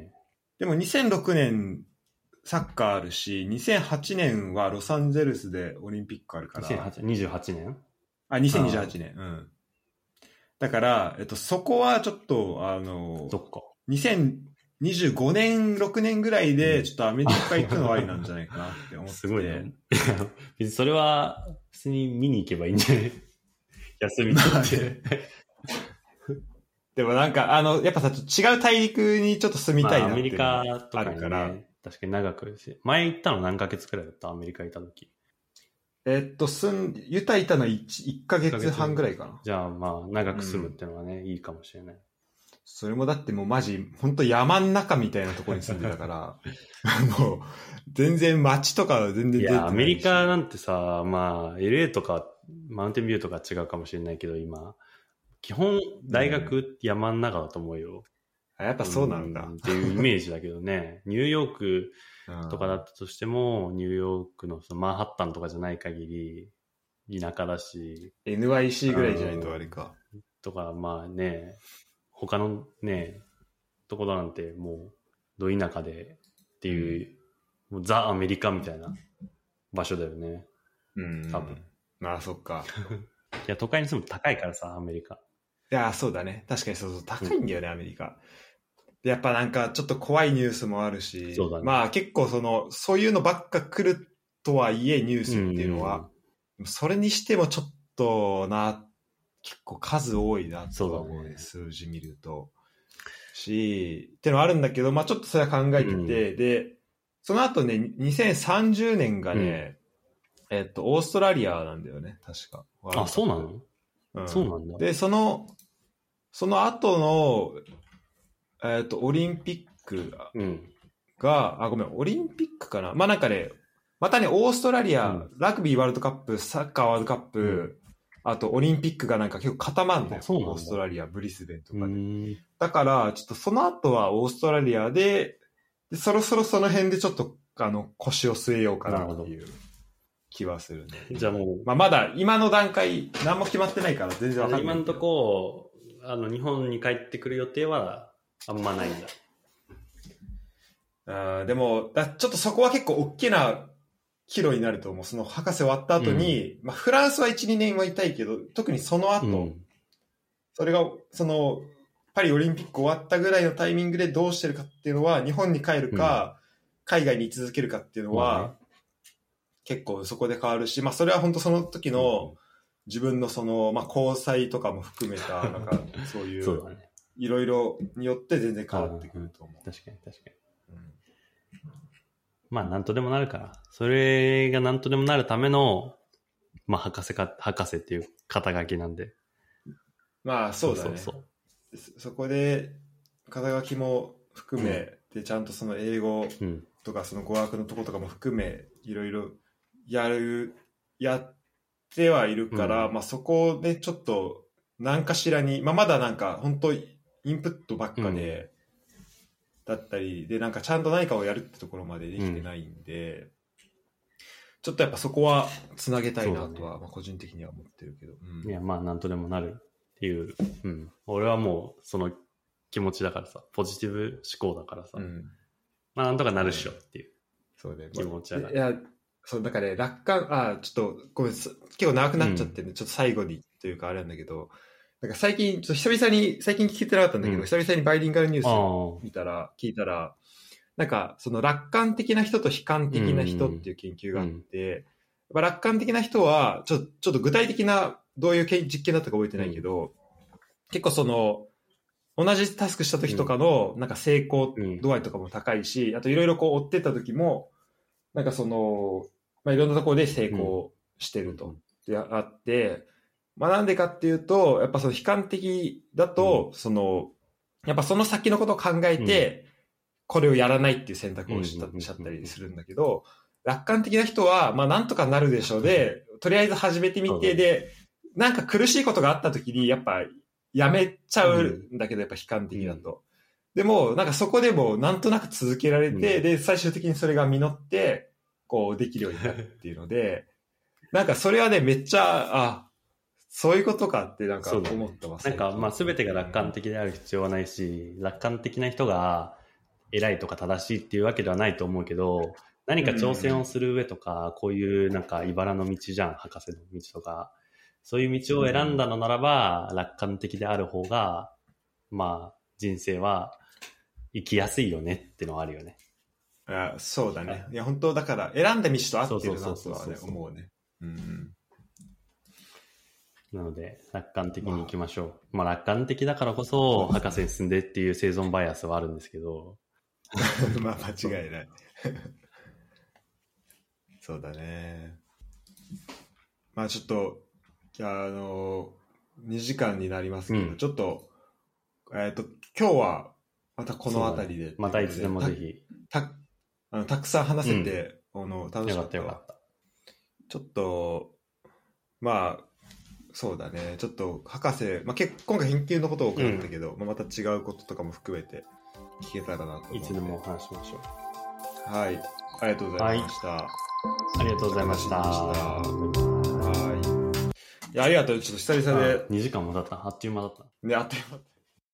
でもにせんろくねんサッカーあるしにせんはちねんはロサンゼルスでオリンピックあるからにじゅうはちねんあにせんにじゅうはちねんうんだから、えっと、そこはちょっとあのどっかにせんにじゅうごねんろくねんぐらいでちょっとアメリカ行くのはありなんじゃないかなって思ってすごいね別にそれは普通に見に行けばいいんじゃない休み取ってでもなんかあのやっぱさ違う大陸にちょっと住みたいなっていうのがあるから、まあ、アメリカとかにね確かに長く前行ったの何ヶ月くらいだったアメリカ行った時えー、っと住んユタいたのは 1, いっかげつはんぐらいかな。 じゃあまあ長く住むっていうのはね、うん、いいかもしれない。 それもだってもうマジ本当山ん中みたいなところに住んでたからもう全然街とか全然出てないし。 いやアメリカなんてさまあ エルエー とかマウンテンビューとか違うかもしれないけど今基本大学山ん中だと思うよ、 うん、やっぱそうなんだ、 うん、っていうイメージだけどねニューヨークとかだったとしても、うん、ニューヨークのそのマンハッタンとかじゃない限り田舎だしエヌワイシー ぐらいじゃないとあれかとかまあね他のねところなんてもうど田舎でっていう、うん、もうザ・アメリカみたいな場所だよねうん多分まあそっかいや都会に住むと高いからさアメリカいやそうだね確かにそうそう高いんだよね、うん、アメリカでやっぱなんかちょっと怖いニュースもあるしそうだね、 まあ結構そのそういうのばっか来るとはいえニュースっていうのは、うん、それにしてもちょっとな結構数多いなとは思うね、数字見るとしってのはあるんだけど、まあ、ちょっとそれは考えてて、うん、でその後ねにせんさんじゅうねんがね、うん、えっとオーストラリアなんだよね確かあそうなの、うん、そうなんだでそのその後のえっとオリンピックが、うん、あごめんオリンピックかなまあなんかねまたねオーストラリア、うん、ラグビーワールドカップサッカーワールドカップ、うんあとオリンピックがなんか結構固まるんだよ。オーストラリア、ブリスベンとかで。だからちょっとその後はオーストラリアで、でそろそろその辺でちょっとあの腰を据えようかなっていう気はするね。 じゃあもう、 まあ、まだ今の段階何も決まってないから全然わかんない。 今のとこあの日本に帰ってくる予定はあんまないんだ。あでもだちょっとそこは結構大きな岐路になると思う。その博士終わった後に、うんまあ、フランスはいち、にねんはいたいけど、特にその後、うん、それが、その、パリオリンピック終わったぐらいのタイミングでどうしてるかっていうのは、日本に帰るか、うん、海外に居続けるかっていうのは、うん、結構そこで変わるし、まあそれは本当その時の自分のその、まあ交際とかも含めた、なんかそういう、いろいろによって全然変わってくると思う。 確かに確かに。まあ、なんとでもなるから。それがなんとでもなるための、まあ、博士か、博士っていう肩書きなんで。 まあ、そうだね。そうそうそう。そこで、肩書きも含め、うん、で、ちゃんとその英語とか、その語学のとことかも含め、いろいろやる、やってはいるから、うん、まあ、そこでちょっと、何かしらに、まあ、まだなんか、本当インプットばっかで、うんだったりでなんかちゃんと何かをやるってところまでできてないんで、うん、ちょっとやっぱそこはつなげたいなとは、ねまあ、個人的には思ってるけど、 うん、いやまあなんとでもなるっていう、うん、俺はもうその気持ちだからさポジティブ思考だからさ、うん、まあなんとかなるっしょっていう気持ちだから、 いやそうだからね楽観あちょっとごめん結構長くなっちゃってね、うん、ちょっと最後にというかあれなんだけどなんか最近、ちょっと久々に、最近聞けてなかったんだけど、うん、久々にバイリンガルニュースを見たら、聞いたら、なんか、その楽観的な人と悲観的な人っていう研究があって、うん、楽観的な人は、ちょ、ちょっと具体的な、どういう実験だったか覚えてないけど、うん、結構その、同じタスクした時とかの、なんか成功度合いとかも高いし、あといろいろこう追ってった時も、なんかその、まあ、いろんなところで成功してると。であって、まあ、なんでかっていうと、やっぱその悲観的だと、うん、その、 やっぱその先のことを考えて、うん、これをやらないっていう選択をし た,、しちゃったりするんだけど、楽観的な人は、まあなんとかなるでしょうで、とりあえず始めてみて、で、なんか苦しいことがあった時に、やっぱやめちゃうんだけど、やっぱ悲観的だと。うん、でも、なんかそこでもなんとなく続けられて、うん、で、最終的にそれが実って、こうできるようになるっていうので、なんかそれはね、めっちゃ、あ、そういうことかってなんか思ってます、 ね。なんかまあ全てが楽観的である必要はないし、うん、楽観的な人が偉いとか正しいっていうわけではないと思うけど、何か挑戦をする上とか、うん、こういうなんか茨の道じゃん、博士の道とか、そういう道を選んだのならば、うん、楽観的である方が、まあ人生は生きやすいよねってのはあるよね。 あ、そうだね。いや本当だから選んだ道と合ってるなとはね思うね。うん。 なので楽観的にいきましょう。まあ、まあ、楽観的だからこそ博士に進んでっていう生存バイアスはあるんですけど。 まあ間違いない。そうだね。まあちょっとあのにじかんになりますけど、うん、ちょっとえっと今日はまたこの辺りで、 ね、またいつでもぜひたあのたくさん話せて、うん、あの楽しかった。 よかったよかった。 ちょっとまあそうだね。ちょっと博士、まあ、結今回研究のことを多くなったけど、うん、まあ、また違うこととかも含めて聞けたらなと思って。 いつでもお話しましょう。はい、ありがとうございました。はい、 ありがとうございました。 はい。いや、ありがとう。ちょっと久々で。 にじかんも経った。あっという間だった。 ね、あっという間。